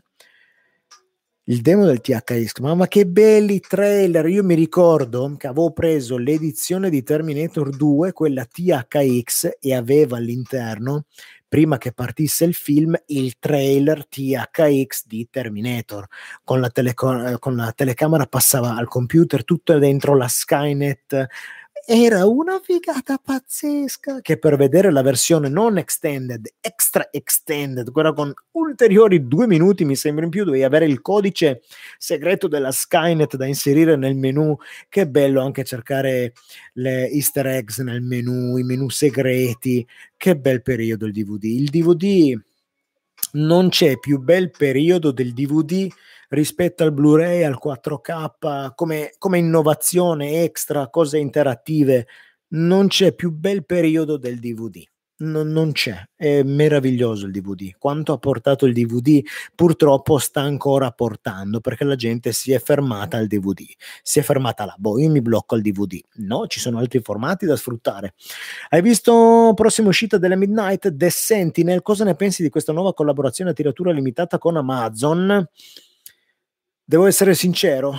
Il demo del T H X, mamma che belli trailer, io mi ricordo che avevo preso l'edizione di Terminator due, quella T H X, e aveva all'interno, prima che partisse il film, il trailer T H X di Terminator, con la, teleco- con la telecamera passava al computer, tutto dentro la Skynet. Era una figata pazzesca, che per vedere la versione non extended, extra extended, quella con ulteriori due minuti mi sembra in più, dovevi avere il codice segreto della Skynet da inserire nel menu. Che bello anche cercare le easter eggs nel menu, i menu segreti. Che bel periodo il D V D. Il D V D, non c'è più bel periodo del D V D rispetto al Blu-ray, al quattro K, come, come innovazione extra, cose interattive. Non c'è più bel periodo del D V D. Non, non c'è, è meraviglioso il D V D. Quanto ha portato il D V D, purtroppo sta ancora portando, perché la gente si è fermata al D V D, si è fermata là. Boh, io mi blocco al D V D. No, ci sono altri formati da sfruttare. Hai visto prossima uscita della Midnight, The Sentinel? Cosa ne pensi di questa nuova collaborazione a tiratura limitata con Amazon? Devo essere sincero,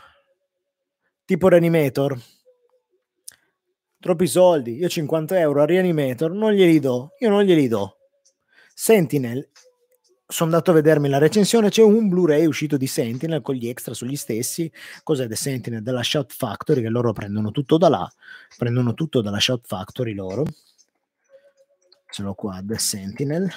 tipo Reanimator, troppi soldi, io cinquanta euro a Reanimator non glieli do, io non glieli do. Sentinel, sono andato a vedermi la recensione, c'è un Blu-ray uscito di Sentinel con gli extra sugli stessi. Cos'è The Sentinel? Della Shout Factory, che loro prendono tutto da là, prendono tutto dalla Shout Factory loro. Ce l'ho qua, The Sentinel.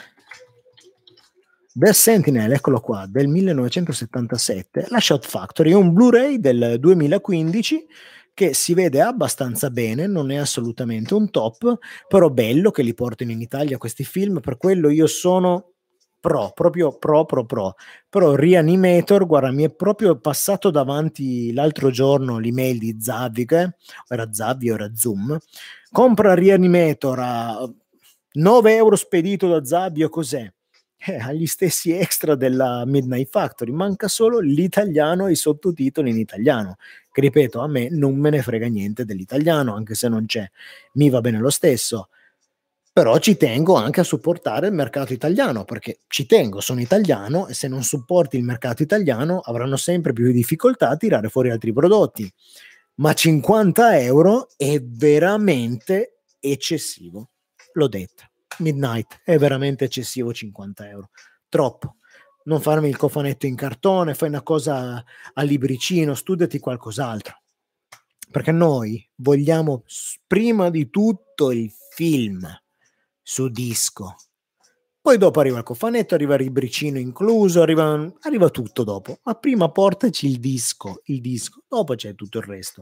The Sentinel, eccolo qua, del millenovecentosettantasette, la Shout Factory, è un Blu-ray del duemilaquindici che si vede abbastanza bene, non è assolutamente un top, però bello che li portino in Italia questi film, per quello io sono pro, proprio pro, pro, pro. Però Reanimator, guarda, mi è proprio passato davanti l'altro giorno l'email di Zavvy, eh? Era Zavvy o era Zoom, compra Reanimator a nove euro spedito da Zavvy o cos'è? Eh, agli stessi extra della Midnight Factory, manca solo l'italiano e i sottotitoli in italiano, che ripeto, a me non me ne frega niente dell'italiano, anche se non c'è, mi va bene lo stesso, però ci tengo anche a supportare il mercato italiano, perché ci tengo, sono italiano e se non supporti il mercato italiano avranno sempre più difficoltà a tirare fuori altri prodotti, ma cinquanta euro è veramente eccessivo, l'ho detto. Midnight è veramente eccessivo, cinquanta euro, troppo. Non farmi il cofanetto in cartone, fai una cosa a libricino, studiati qualcos'altro, perché noi vogliamo prima di tutto il film su disco, poi dopo arriva il cofanetto, arriva il libricino incluso, arriva, arriva tutto dopo, ma prima portaci il disco, il disco, dopo c'è tutto il resto.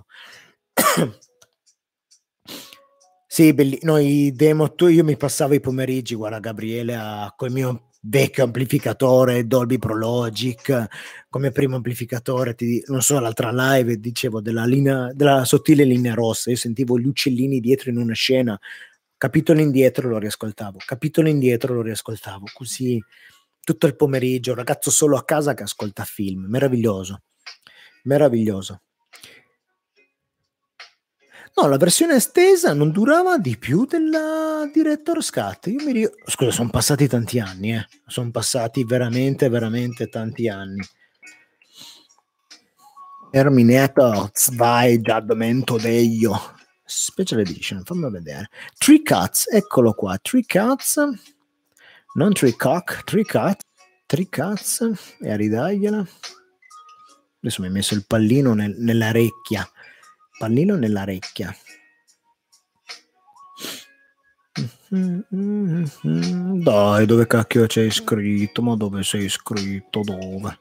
Sì, belli- noi demo, tu, io mi passavo i pomeriggi, guarda Gabriele, a, col mio vecchio amplificatore Dolby Pro Logic, come primo amplificatore, ti, non so, l'altra live dicevo della, linea, della sottile linea rossa, io sentivo gli uccellini dietro in una scena, capitolo indietro lo riascoltavo, capitolo indietro lo riascoltavo, così tutto il pomeriggio, ragazzo solo a casa che ascolta film, meraviglioso, meraviglioso. No, la versione estesa non durava di più della Director's Cut. Io mi ri- Scusa, sono passati tanti anni, eh. Sono passati veramente, veramente tanti anni. Terminator due Giadamento Deio Special Edition, fammi vedere. Three Cuts, eccolo qua. Three Cuts, non Three Cock, Three Cuts. Three Cuts, e a ridagliela. Adesso mi hai messo il pallino nel, nell'orecchia. Pallino nell'orecchia. Dai, dove cacchio c'è scritto? Ma dove sei scritto? Dove?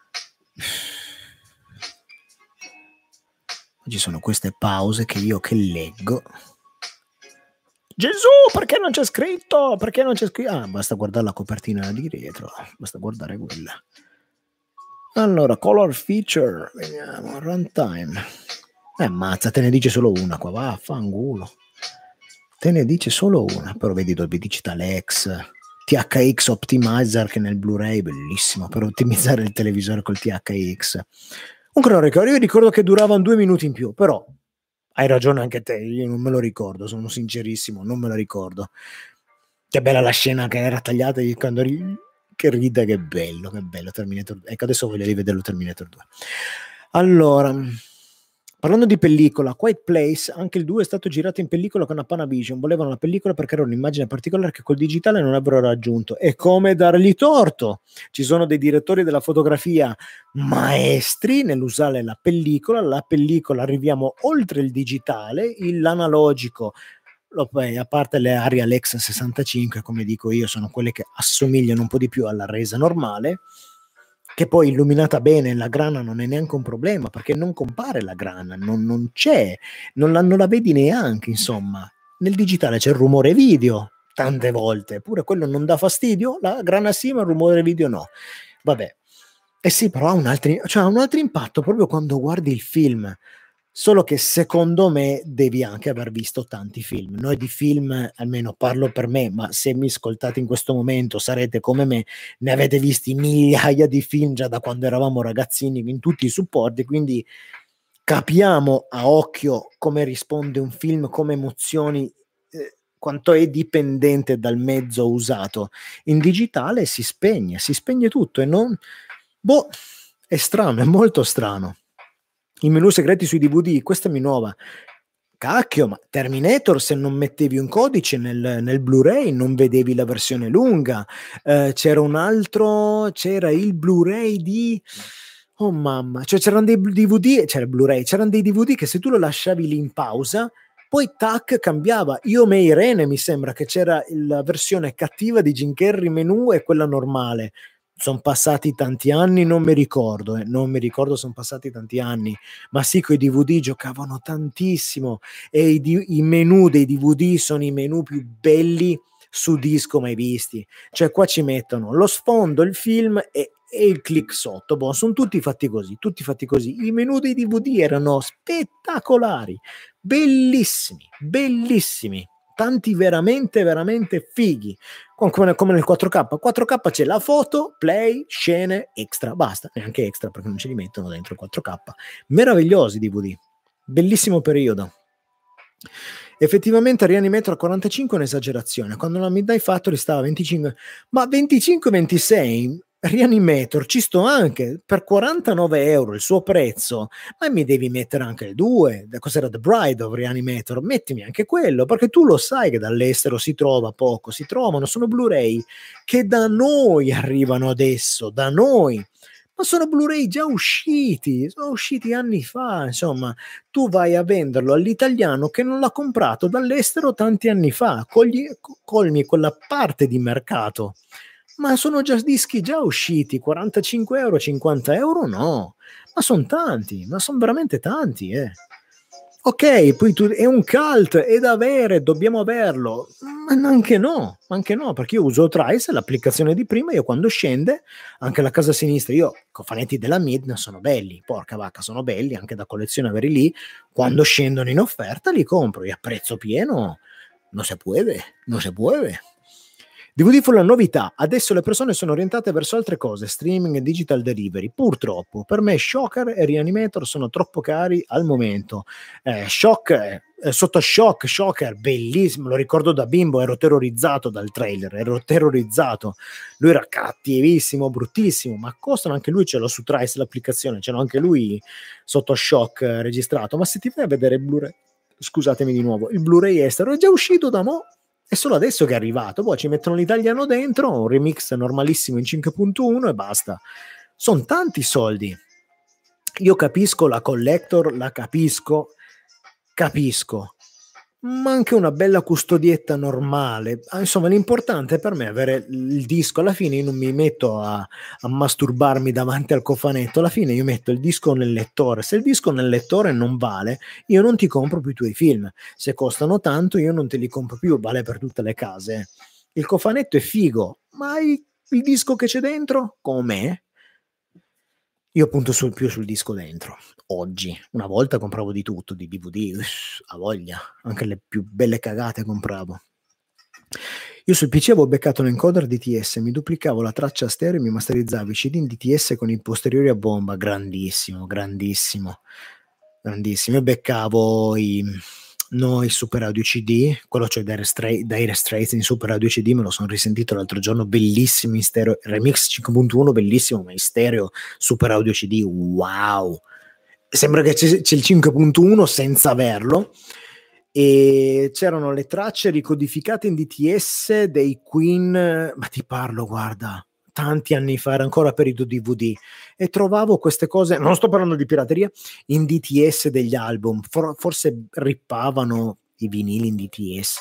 Ci sono queste pause che io che leggo. Gesù, perché non c'è scritto? Perché non c'è scritto? Ah, basta guardare la copertina di dietro. Basta guardare quella. Allora, color feature. Vediamo, runtime. Eh, mazza, te ne dice solo una qua. Vaffanculo. Te ne dice solo una. Però vedi Dolby Digital X, T H X Optimizer, che nel Blu-ray bellissimo per ottimizzare il televisore col T H X. Comunque non ricordo, io ricordo che duravano due minuti in più, però hai ragione anche te, io non me lo ricordo, sono sincerissimo, non me lo ricordo. Che bella la scena che era tagliata quando ri... che ride, che bello, che bello Terminator. Ecco, adesso voglio rivederlo Terminator due. Allora, parlando di pellicola, Quiet Place, anche il due è stato girato in pellicola con una Panavision. Volevano la pellicola perché era un'immagine particolare che col digitale non avrebbero raggiunto. E come dargli torto? Ci sono dei direttori della fotografia maestri nell'usare la pellicola. La pellicola arriviamo oltre il digitale, il, l'analogico, lo, a parte le Arial X sessantacinque, come dico io, sono quelle che assomigliano un po' di più alla resa normale, che poi illuminata bene la grana non è neanche un problema, perché non compare la grana, non, non c'è, non la, non la vedi neanche, insomma. Nel digitale c'è il rumore video, tante volte, pure quello non dà fastidio, la grana sì, ma il rumore video no. Vabbè. Eh sì, però ha un altro, cioè ha un altro impatto proprio quando guardi il film. Solo che secondo me devi anche aver visto tanti film. Noi di film, almeno parlo per me, ma se mi ascoltate in questo momento sarete come me, ne avete visti migliaia di film già da quando eravamo ragazzini in tutti i supporti, quindi capiamo a occhio come risponde un film, come emozioni, eh, quanto è dipendente dal mezzo usato. In digitale si spegne, si spegne tutto e non... Boh, è strano, è molto strano. I menu segreti sui D V D, questa è nuova. Cacchio, ma Terminator, se non mettevi un codice nel, nel Blu-ray non vedevi la versione lunga. Eh, c'era un altro, c'era il Blu-ray di... Oh mamma, cioè c'erano dei D V D, c'era il Blu-ray, c'erano dei D V D che se tu lo lasciavi lì in pausa, poi tac, cambiava. Io me Irene, mi sembra che c'era la versione cattiva di Jim Carrey menu e quella normale. Sono passati tanti anni, non mi ricordo, eh, non mi ricordo, sono passati tanti anni, ma sì, con i D V D giocavano tantissimo e i, D- i menu dei D V D sono i menu più belli su disco mai visti. Cioè qua ci mettono lo sfondo, il film e, e il click sotto. Boh, sono tutti fatti così, tutti fatti così. I menu dei D V D erano spettacolari, bellissimi, bellissimi. Tanti veramente, veramente fighi. Come, come nel quattro K. quattro K c'è la foto, play, scene, extra, basta, neanche extra perché non ce li mettono dentro il quattro K. Meravigliosi D V D, bellissimo periodo. Effettivamente Reanimator a quarantacinque è un'esagerazione, quando la Midnight Factory stava a venticinque, ma venticinque ventisei Reanimator ci sto anche per quarantanove euro il suo prezzo, ma mi devi mettere anche il due, cos'era The Bride of Reanimator, mettimi anche quello, perché tu lo sai che dall'estero si trova poco, si trovano, sono Blu-ray che da noi arrivano adesso, da noi, ma sono Blu-ray già usciti, sono usciti anni fa, insomma, tu vai a venderlo all'italiano che non l'ha comprato dall'estero tanti anni fa, cogli, colmi quella parte di mercato. Ma sono già dischi già usciti, quarantacinque euro, cinquanta euro no, ma sono tanti, ma sono veramente tanti, eh. Ok, poi tu, è un cult, è da avere, dobbiamo averlo, ma anche no, anche no, perché io uso Trice, l'applicazione di prima, io quando scende, anche la casa sinistra, io, cofanetti della Midna sono belli, porca vacca, sono belli, anche da collezione avere lì, quando scendono in offerta li compro, e a prezzo pieno, non si può, non si può. D V D fu la novità, adesso le persone sono orientate verso altre cose, streaming e digital delivery, purtroppo. Per me Shocker e Reanimator sono troppo cari al momento. Eh, Shock, eh, sotto shock, Shocker, bellissimo, lo ricordo da bimbo, ero terrorizzato dal trailer, ero terrorizzato, lui era cattivissimo, bruttissimo, ma costano anche lui, ce l'ho su Trice l'applicazione, ce l'ho anche lui sotto shock eh, registrato, ma se ti vai a vedere il Blu-ray, scusatemi di nuovo, il Blu-ray estero è già uscito da mo', è solo adesso che è arrivato, poi ci mettono l'italiano dentro, un remix normalissimo in cinque punto uno e basta. Sono tanti soldi. Io capisco la collector, la capisco, capisco, ma anche una bella custodietta normale. Ah, insomma, l'importante per me è avere il disco. Alla fine io non mi metto a, a masturbarmi davanti al cofanetto, alla fine io metto il disco nel lettore. Se il disco nel lettore non vale, io non ti compro più i tuoi film. Se costano tanto, io non te li compro più, vale per tutte le case. Il cofanetto è figo, ma il, il disco che c'è dentro, come me, io punto sul, più sul disco dentro. Oggi, una volta compravo di tutto, di D V D, uff, a voglia, anche le più belle cagate compravo. Io sul P C avevo beccato un encoder D T S, mi duplicavo la traccia stereo e mi masterizzavo i C D in D T S con i posteriori a bomba, grandissimo, grandissimo, grandissimo. Io beccavo i, no, i Super Audio C D, quello cioè Dire Straits, Dire Straits in Super Audio C D, me lo sono risentito l'altro giorno, bellissimo in stereo, Remix cinque punto uno bellissimo, ma in stereo Super Audio C D, wow! Sembra che c'è, c'è il cinque punto uno senza averlo, e c'erano le tracce ricodificate in D T S dei Queen, ma ti parlo, guarda, tanti anni fa, era ancora periodo D V D, e trovavo queste cose, non sto parlando di pirateria, in D T S degli album, For, forse rippavano i vinili in D T S,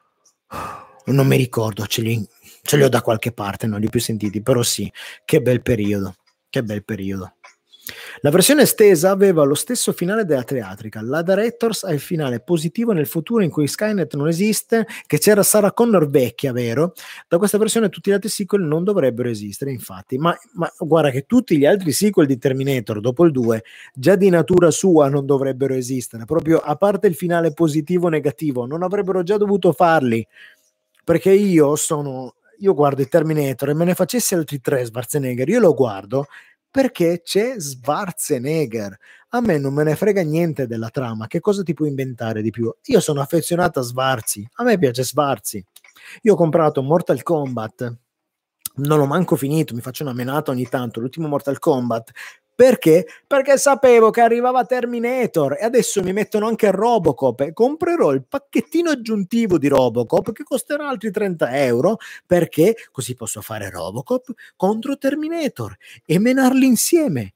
non mi ricordo, ce li, ce li ho da qualche parte, non li ho più sentiti, però sì, che bel periodo, che bel periodo. La versione estesa aveva lo stesso finale della teatrica. La Directors ha il finale positivo nel futuro in cui Skynet non esiste, che c'era Sarah Connor vecchia, vero? Da questa versione tutti gli altri sequel non dovrebbero esistere, infatti. Ma, ma guarda che tutti gli altri sequel di Terminator, dopo il due, già di natura sua non dovrebbero esistere. Proprio a parte il finale positivo o negativo, non avrebbero già dovuto farli. Perché io sono... Io guardo il Terminator e me ne facessi altri tre Schwarzenegger, io lo guardo perché c'è Schwarzenegger. A me non me ne frega niente della trama, che cosa ti puoi inventare di più? Io sono affezionato a Schwarzi, a me piace Schwarzi. Io ho comprato Mortal Kombat, non l'ho manco finito, mi faccio una menata ogni tanto, l'ultimo Mortal Kombat. Perché? Perché sapevo che arrivava Terminator e adesso mi mettono anche Robocop e comprerò il pacchettino aggiuntivo di Robocop che costerà altri trenta euro, perché così posso fare Robocop contro Terminator e menarli insieme.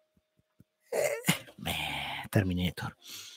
Eh, beh, Terminator.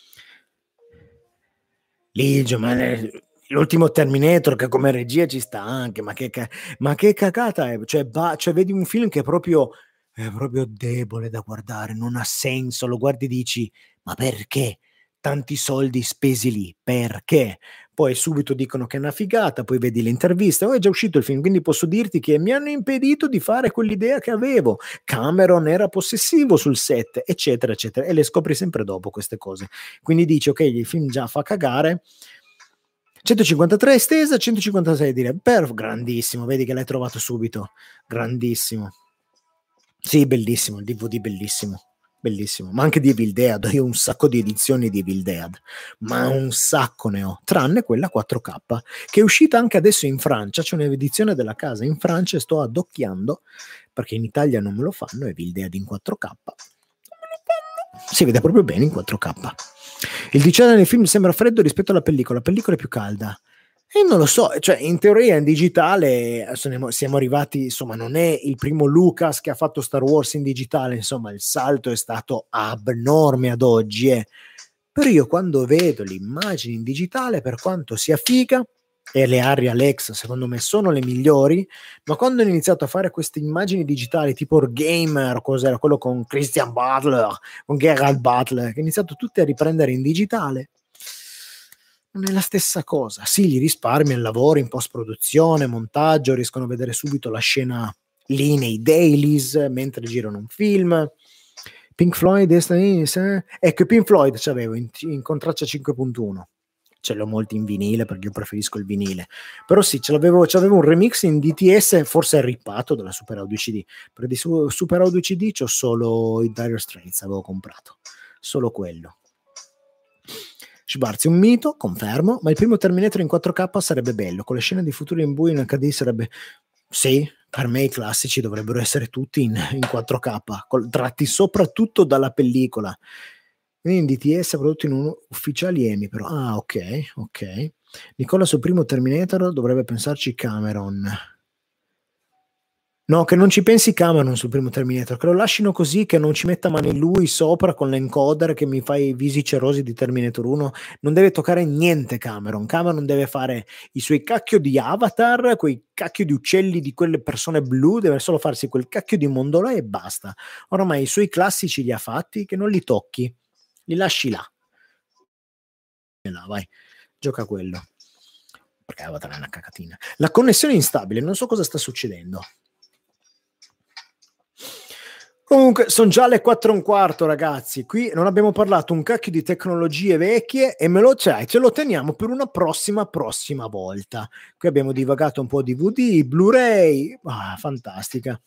Ligio, ma l'ultimo Terminator che come regia ci sta anche, ma che, ma che cagata è? Cioè, ba, cioè vedi un film che è proprio... è proprio debole da guardare, non ha senso, lo guardi e dici, ma perché tanti soldi spesi lì, perché? Poi subito dicono che è una figata, poi vedi l'intervista, oh, è già uscito il film, quindi posso dirti che mi hanno impedito di fare quell'idea che avevo, Cameron era possessivo sul set, eccetera, eccetera, e le scopri sempre dopo queste cose, quindi dici, ok, il film già fa cagare, centocinquantatré estesa, centocinquantasei dire, per grandissimo, vedi che l'hai trovato subito, grandissimo. Sì, bellissimo, il D V D bellissimo, bellissimo, ma anche di Evil Dead, io ho un sacco di edizioni di Evil Dead, ma un sacco ne ho, tranne quella quattro K, che è uscita anche adesso in Francia, c'è un'edizione della casa in Francia e sto addocchiando, perché in Italia non me lo fanno, Evil Dead in quattro K, si vede proprio bene in quattro K. Il digitale nel film sembra freddo rispetto alla pellicola, la pellicola è più calda. E non lo so, cioè in teoria in digitale siamo arrivati, insomma non è il primo Lucas che ha fatto Star Wars in digitale, insomma il salto è stato abnorme ad oggi, eh. Però io quando vedo le immagini in digitale, per quanto sia figa, e le Arri Alexa secondo me sono le migliori, ma quando hanno iniziato a fare queste immagini digitali tipo Gamer, cos'era quello con Christian Butler, con Gerald Butler, che ha iniziato tutte a riprendere in digitale, non è la stessa cosa. Sì, gli risparmia il lavoro in post-produzione, montaggio, riescono a vedere subito la scena lì nei dailies mentre girano un film. Pink Floyd, eh? Ecco, Pink Floyd c'avevo in, in contraccia cinque punto uno, ce l'ho molti in vinile perché io preferisco il vinile, però sì, ce l'avevo, c'avevo un remix in D T S, forse rippato dalla Super Audio C D, per di Super Audio C D c'ho solo i Dire Straits, avevo comprato solo quello. Schwarzi, un mito, confermo, ma il primo Terminator in quattro K sarebbe bello, con le scene di futuro in buio in acca di sarebbe... Sì, per me i classici dovrebbero essere tutti in, in quattro K, col, tratti soprattutto dalla pellicola. Quindi in D T S prodotto in un ufficiali Emmy, però. Ah, ok, ok. Nicola sul primo Terminator dovrebbe pensarci Cameron. No, che non ci pensi Cameron sul primo Terminator, che lo lasciano così, che non ci metta mani lui sopra con l'encoder che mi fa i visi cerosi di Terminator uno. Non deve toccare niente Cameron. Cameron deve fare i suoi cacchio di avatar, quei cacchio di uccelli di quelle persone blu, deve solo farsi quel cacchio di mondolo e basta. Ormai i suoi classici li ha fatti, che non li tocchi, li lasci là. E là, vai, gioca quello. Perché Avatar è una cacatina. La connessione è instabile, non so cosa sta succedendo. Comunque sono già le quattro e un quarto, ragazzi. Qui non abbiamo parlato un cacchio di tecnologie vecchie e me lo c'è, ce lo teniamo per una prossima prossima volta. Qui abbiamo divagato un po' di D V D, Blu-ray, ah, fantastica.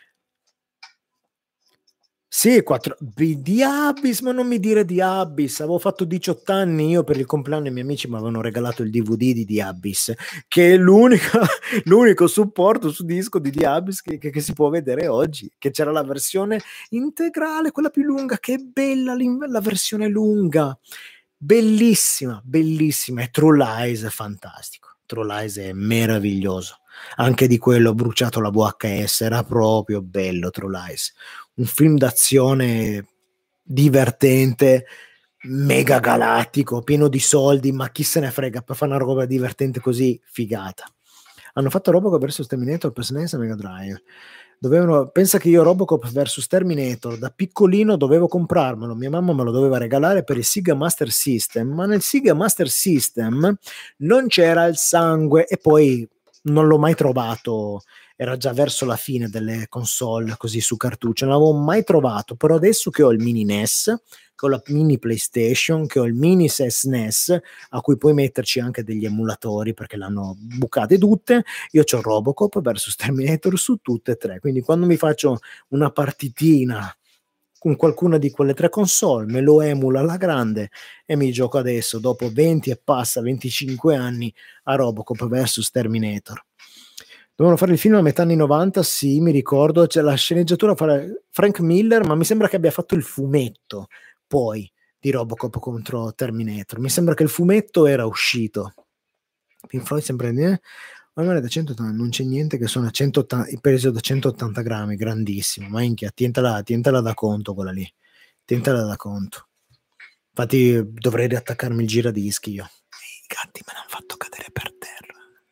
Sì, quattro di Abyss, ma non mi dire di Abyss. Avevo fatto diciotto anni io per il compleanno e i miei amici mi avevano regalato il D V D di The Abyss, che è l'unico, l'unico supporto su disco di The Abyss che, che, che si può vedere oggi, che c'era la versione integrale, quella più lunga, che è bella la versione lunga, bellissima, bellissima, e True Lies è fantastico, True Lies è meraviglioso. Anche di quello ho bruciato la V H S, era proprio bello True Lies, un film d'azione divertente, mega galattico, pieno di soldi, ma chi se ne frega, per fare una roba divertente così, figata. Hanno fatto Robocop versus Terminator per S N E S e Mega Drive. Dovevano, pensa che io Robocop versus Terminator da piccolino dovevo comprarmelo, mia mamma me lo doveva regalare per il Sega Master System, ma nel Sega Master System non c'era il sangue e poi non l'ho mai trovato, era già verso la fine delle console così su cartuccio, non l'avevo mai trovato, però adesso che ho il mini N E S, che ho la mini PlayStation, che ho il mini S N E S, a cui puoi metterci anche degli emulatori perché l'hanno bucate tutte, io c'ho Robocop versus Terminator su tutte e tre, quindi quando mi faccio una partitina con qualcuna di quelle tre console, me lo emula alla grande e mi gioco adesso, dopo venti e passa, venticinque anni, a Robocop versus Terminator. Dovevano fare il film a metà anni novanta, sì, mi ricordo, c'è la sceneggiatura fare Frank Miller, ma mi sembra che abbia fatto il fumetto poi di Robocop contro Terminator. Mi sembra che il fumetto era uscito. Pink Floyd sempre eh? Da centottanta, non c'è niente che sono a centottanta, il peso da centottanta grammi, grandissimo, ma inchia, tientala, tientala da conto quella lì, tientala da conto. Infatti dovrei riattaccarmi il giradischi io. I gatti me l'hanno fatto cadere per terra.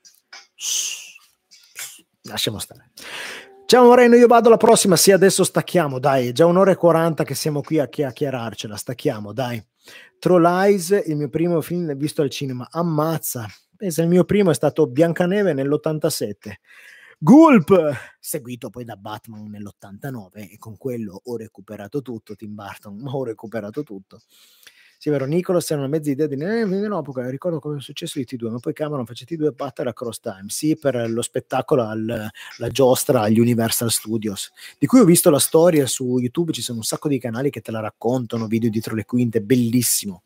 Shhh. Lasciamo stare. Ciao Moreno, io vado alla prossima, sì adesso stacchiamo, dai, è già un'ora e quaranta che siamo qui a chiacchierarcela, stacchiamo, dai. True Lies, il mio primo film visto al cinema, ammazza. Pensa, il mio primo è stato Biancaneve nell'ottantasette, Gulp, seguito poi da Batman nell'ottantanove, e con quello ho recuperato tutto, Tim Burton, ma ho recuperato tutto. Sì, vero, Nicholas era una mezza idea di eh, no, perché ricordo cosa è successo di T due, ma poi Cameron fece T due Battle Across Time, sì, per lo spettacolo al, la giostra agli Universal Studios, di cui ho visto la storia su YouTube, ci sono un sacco di canali che te la raccontano, video dietro le quinte, bellissimo.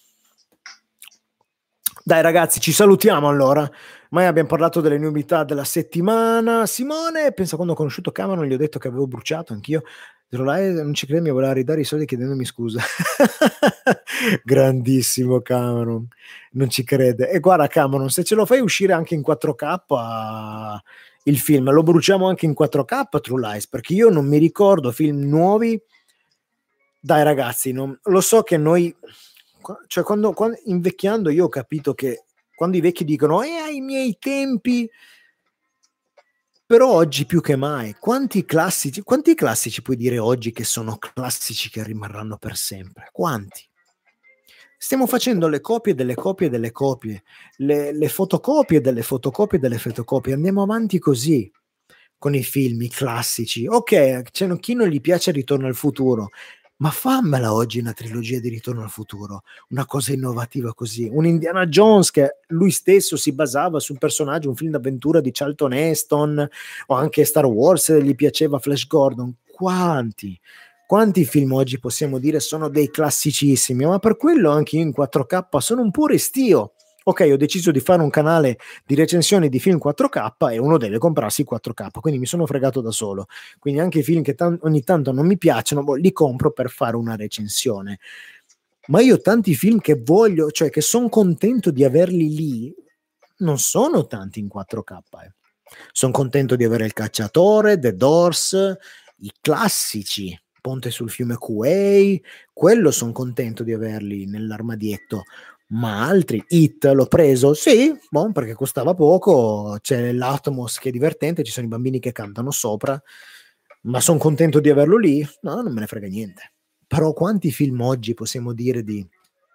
Dai ragazzi, ci salutiamo allora. Mai abbiamo parlato delle novità della settimana. Simone, pensa quando ho conosciuto Cameron gli ho detto che avevo bruciato anch'io. Non ci crede, mi voleva ridare i soldi chiedendomi scusa. Grandissimo Cameron, non ci crede. E guarda Cameron, se ce lo fai uscire anche in quattro K il film, lo bruciamo anche in quattro K True Lies, perché io non mi ricordo film nuovi. Dai ragazzi, non, lo so che noi... Cioè quando, quando invecchiando io ho capito che quando i vecchi dicono eh ai miei tempi, però oggi più che mai quanti classici quanti classici puoi dire oggi che sono classici che rimarranno per sempre? Quanti? Stiamo facendo le copie delle copie delle copie, le, le fotocopie delle fotocopie delle fotocopie, andiamo avanti così con i film, i classici. Ok, c'è chi non gli piace Ritorno al futuro, ma fammela oggi una trilogia di Ritorno al futuro, una cosa innovativa così, un Indiana Jones che lui stesso si basava su un personaggio, un film d'avventura di Charlton Heston, o anche Star Wars gli piaceva Flash Gordon. Quanti Quanti film oggi possiamo dire sono dei classicissimi, ma per quello anche io in quattro K sono un po' restio. Ok, ho deciso di fare un canale di recensioni di film quattro K e uno deve comprarsi il quattro K, quindi mi sono fregato da solo. Quindi anche i film che t- ogni tanto non mi piacciono, boh, li compro per fare una recensione. Ma io tanti film che voglio, cioè che sono contento di averli lì, non sono tanti in quattro K. Eh. Sono contento di avere Il Cacciatore, The Doors, i classici, Ponte sul fiume Quay, quello sono contento di averli nell'armadietto. Ma altri, Hit l'ho preso? Sì, bon, perché costava poco, c'è l'Atmos che è divertente, ci sono i bambini che cantano sopra, ma sono contento di averlo lì? No, non me ne frega niente. Però quanti film oggi possiamo dire di...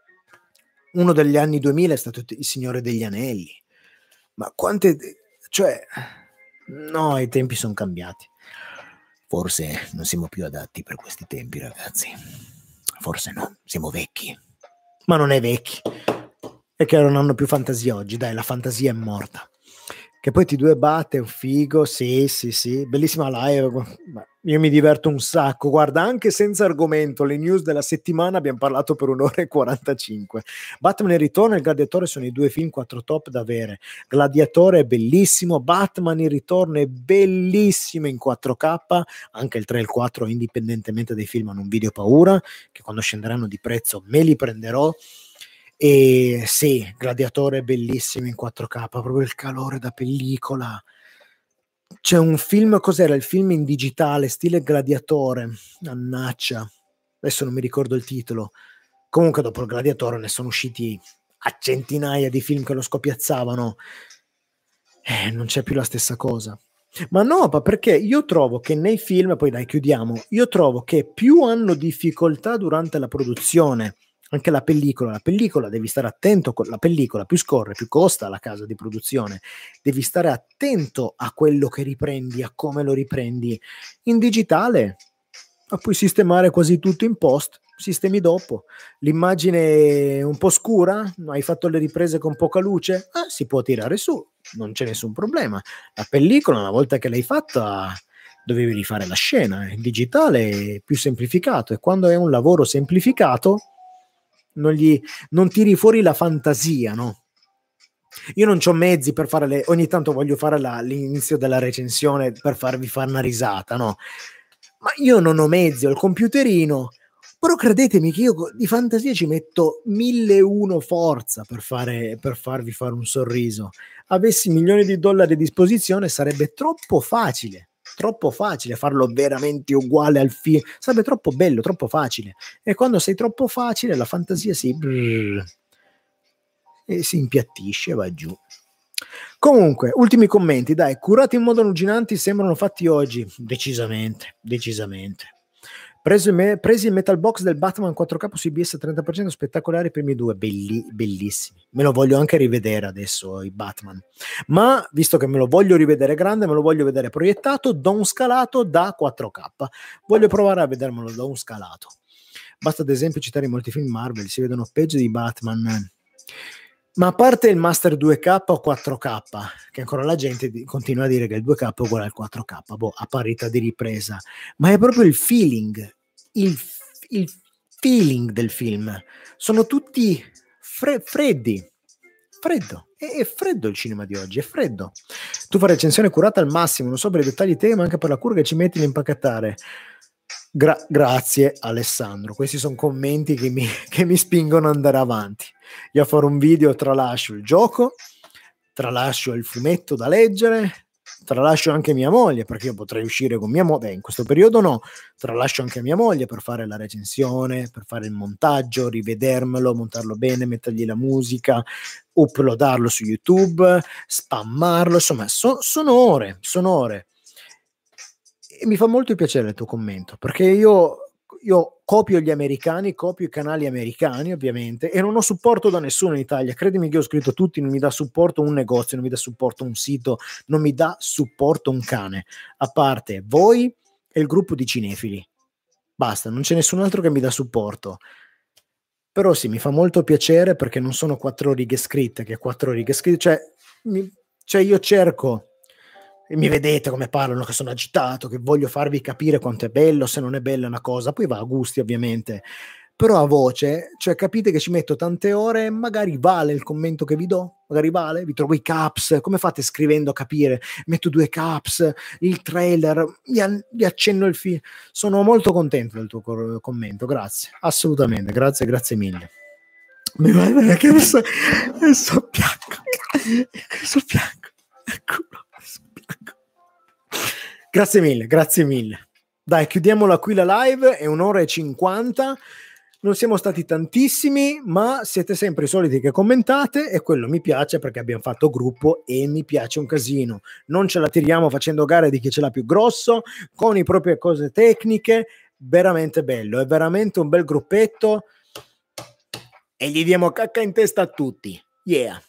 Uno degli anni duemila è stato Il Signore degli Anelli. Ma quante... Cioè... No, i tempi sono cambiati. Forse non siamo più adatti per questi tempi, ragazzi. Forse no, siamo vecchi. Ma non è vecchi. È che non hanno più fantasia oggi, dai, la fantasia è morta. Che poi ti due batte, è un figo, sì, sì, sì, bellissima live, io mi diverto un sacco, guarda, anche senza argomento, le news della settimana abbiamo parlato per un'ora e quarantacinque. Batman Il Ritorno e Il Gladiatore sono i due film quattro top da avere. Gladiatore è bellissimo, Batman Il Ritorno è bellissimo in quattro K, anche il tre e il quattro indipendentemente dai film hanno un video paura, che quando scenderanno di prezzo me li prenderò. E sì, Gladiatore è bellissimo in quattro K, proprio il calore da pellicola. C'è un film, cos'era il film in digitale, stile Gladiatore, mannaggia, adesso non mi ricordo il titolo. Comunque dopo il Gladiatore ne sono usciti a centinaia di film che lo scopiazzavano. Eh, non c'è più la stessa cosa. Ma no, ma perché io trovo che nei film, poi dai chiudiamo, io trovo che più hanno difficoltà durante la produzione, anche la pellicola, la pellicola devi stare attento, con la pellicola più scorre, più costa la casa di produzione, devi stare attento a quello che riprendi, a come lo riprendi. In digitale, ma puoi sistemare quasi tutto in post, sistemi dopo. L'immagine un po' scura, hai fatto le riprese con poca luce, ah, si può tirare su, non c'è nessun problema. La pellicola, una volta che l'hai fatta, dovevi rifare la scena. Il digitale è più semplificato e quando è un lavoro semplificato non, gli, non tiri fuori la fantasia, no? Io non c'ho mezzi per fare le... Ogni tanto voglio fare la, l'inizio della recensione per farvi fare una risata, no? Ma io non ho mezzi, ho il computerino, però credetemi che io di fantasia ci metto mille e uno forza per, fare, per farvi fare un sorriso. Avessi milioni di dollari a disposizione sarebbe troppo facile, troppo facile farlo veramente uguale al film, sarebbe troppo bello, troppo facile. E quando sei troppo facile la fantasia si... Brrr, e si impiattisce e va giù. Comunque, ultimi commenti, dai, curati in modo allucinanti sembrano fatti oggi, decisamente, decisamente. Preso il me- presi il metal box del Batman quattro K su I B S trenta per cento, spettacolari i primi due, belli, bellissimi. Me lo voglio anche rivedere adesso, i Batman. Ma, visto che me lo voglio rivedere grande, me lo voglio vedere proiettato, don scalato da quattro K. Voglio provare a vedermelo don scalato. Basta ad esempio citare molti film Marvel, si vedono peggio di Batman. Ma a parte il Master due K o quattro K, che ancora la gente continua a dire che il due K è uguale al quattro K, boh, a parità di ripresa, ma è proprio il feeling, il, il feeling del film. Sono tutti fre- freddi, freddo, è, è freddo il cinema di oggi, è freddo. Tu fai recensione curata al massimo, non so per i dettagli te, ma anche per la cura che ci metti nell'impacchettare. Gra- grazie Alessandro, questi sono commenti che mi, che mi spingono ad andare avanti. Io farò un video, tralascio il gioco, tralascio il fumetto da leggere, tralascio anche mia moglie, perché io potrei uscire con mia moglie, in questo periodo no, tralascio anche mia moglie per fare la recensione, per fare il montaggio, rivedermelo, montarlo bene, mettergli la musica, uploadarlo su YouTube, spammarlo, insomma, so, sono ore, sono ore. E mi fa molto piacere il tuo commento, perché io, io copio gli americani, copio i canali americani ovviamente, e non ho supporto da nessuno in Italia. Credimi che ho scritto tutti, non mi dà supporto un negozio, non mi dà supporto un sito, non mi dà supporto un cane, a parte voi e il gruppo di cinefili. Basta, non c'è nessun altro che mi dà supporto. Però sì, mi fa molto piacere perché non sono quattro righe scritte, che quattro righe scritte, cioè, mi, cioè io cerco... e mi vedete come parlano, che sono agitato, che voglio farvi capire quanto è bello, se non è bella una cosa, poi va a gusti ovviamente, però a voce, cioè capite che ci metto tante ore, magari vale il commento che vi do, magari vale, vi trovo i caps, come fate scrivendo a capire, metto due caps, il trailer, vi, an- vi accenno il film, sono molto contento del tuo cor- commento, grazie, assolutamente, grazie, grazie mille. Mi va bene che adesso, adesso piango, adesso piango, ecco, adesso piango. Grazie mille, grazie mille. Dai, chiudiamola qui la live, è un'ora e cinquanta. Non siamo stati tantissimi, ma siete sempre i soliti che commentate e quello mi piace perché abbiamo fatto gruppo e mi piace un casino. Non ce la tiriamo facendo gare di chi ce l'ha più grosso, con le proprie cose tecniche, veramente bello, è veramente un bel gruppetto e gli diamo cacca in testa a tutti. Yeah.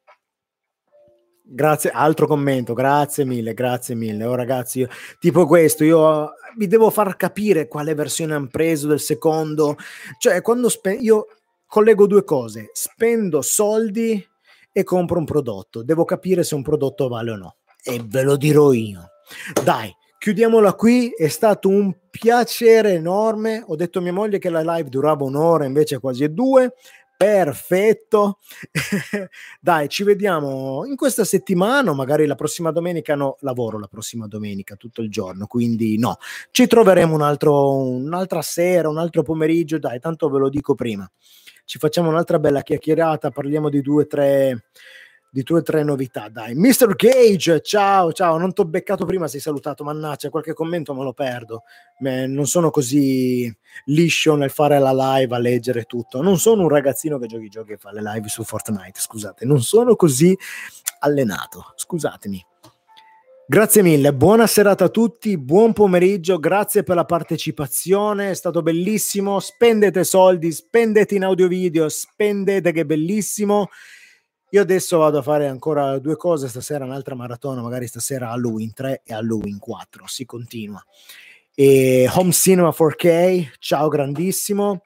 Grazie, altro commento, grazie mille, grazie mille. Oh ragazzi, io, tipo questo, io vi devo far capire quale versione hanno preso del secondo, cioè quando spe- io collego due cose, spendo soldi e compro un prodotto, devo capire se un prodotto vale o no e ve lo dirò io. Dai, chiudiamola qui, è stato un piacere enorme, ho detto a mia moglie che la live durava un'ora, invece quasi è due. Perfetto. Dai, ci vediamo in questa settimana, magari la prossima domenica. No, lavoro la prossima domenica tutto il giorno, quindi no, ci troveremo un altro, un'altra sera, un altro pomeriggio, dai, tanto ve lo dico prima, ci facciamo un'altra bella chiacchierata, parliamo di due tre di due o tre novità, dai. mister Gage, ciao, ciao, non t'ho beccato prima, sei salutato, mannaggia, qualche commento me lo perdo, Beh, non sono così liscio nel fare la live, a leggere tutto, non sono un ragazzino che giochi giochi e fa le live su Fortnite, scusate, non sono così allenato, scusatemi. Grazie mille, buona serata a tutti, buon pomeriggio, grazie per la partecipazione, è stato bellissimo, spendete soldi, spendete in audio video, spendete, che è bellissimo. Io adesso vado a fare ancora due cose stasera, un'altra maratona, magari stasera Halloween tre e Halloween quattro, si continua. E Home Cinema four K, ciao grandissimo.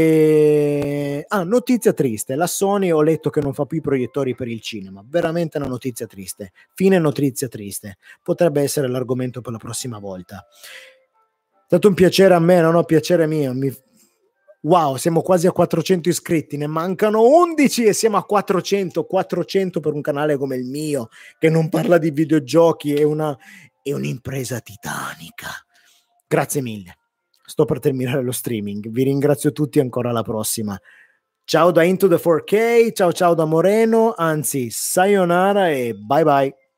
E... Ah, notizia triste, la Sony ho letto che non fa più i proiettori per il cinema, veramente una notizia triste, fine notizia triste, potrebbe essere l'argomento per la prossima volta. È stato un piacere a me, non ho piacere mio, mi... Wow, siamo quasi a quattrocento iscritti, ne mancano undici e siamo a quattrocento, quattrocento per un canale come il mio, che non parla di videogiochi, è una, è un'impresa titanica. Grazie mille, sto per terminare lo streaming, vi ringrazio tutti, ancora alla prossima. Ciao da Into the four K, ciao ciao da Moreno, anzi sayonara e bye bye.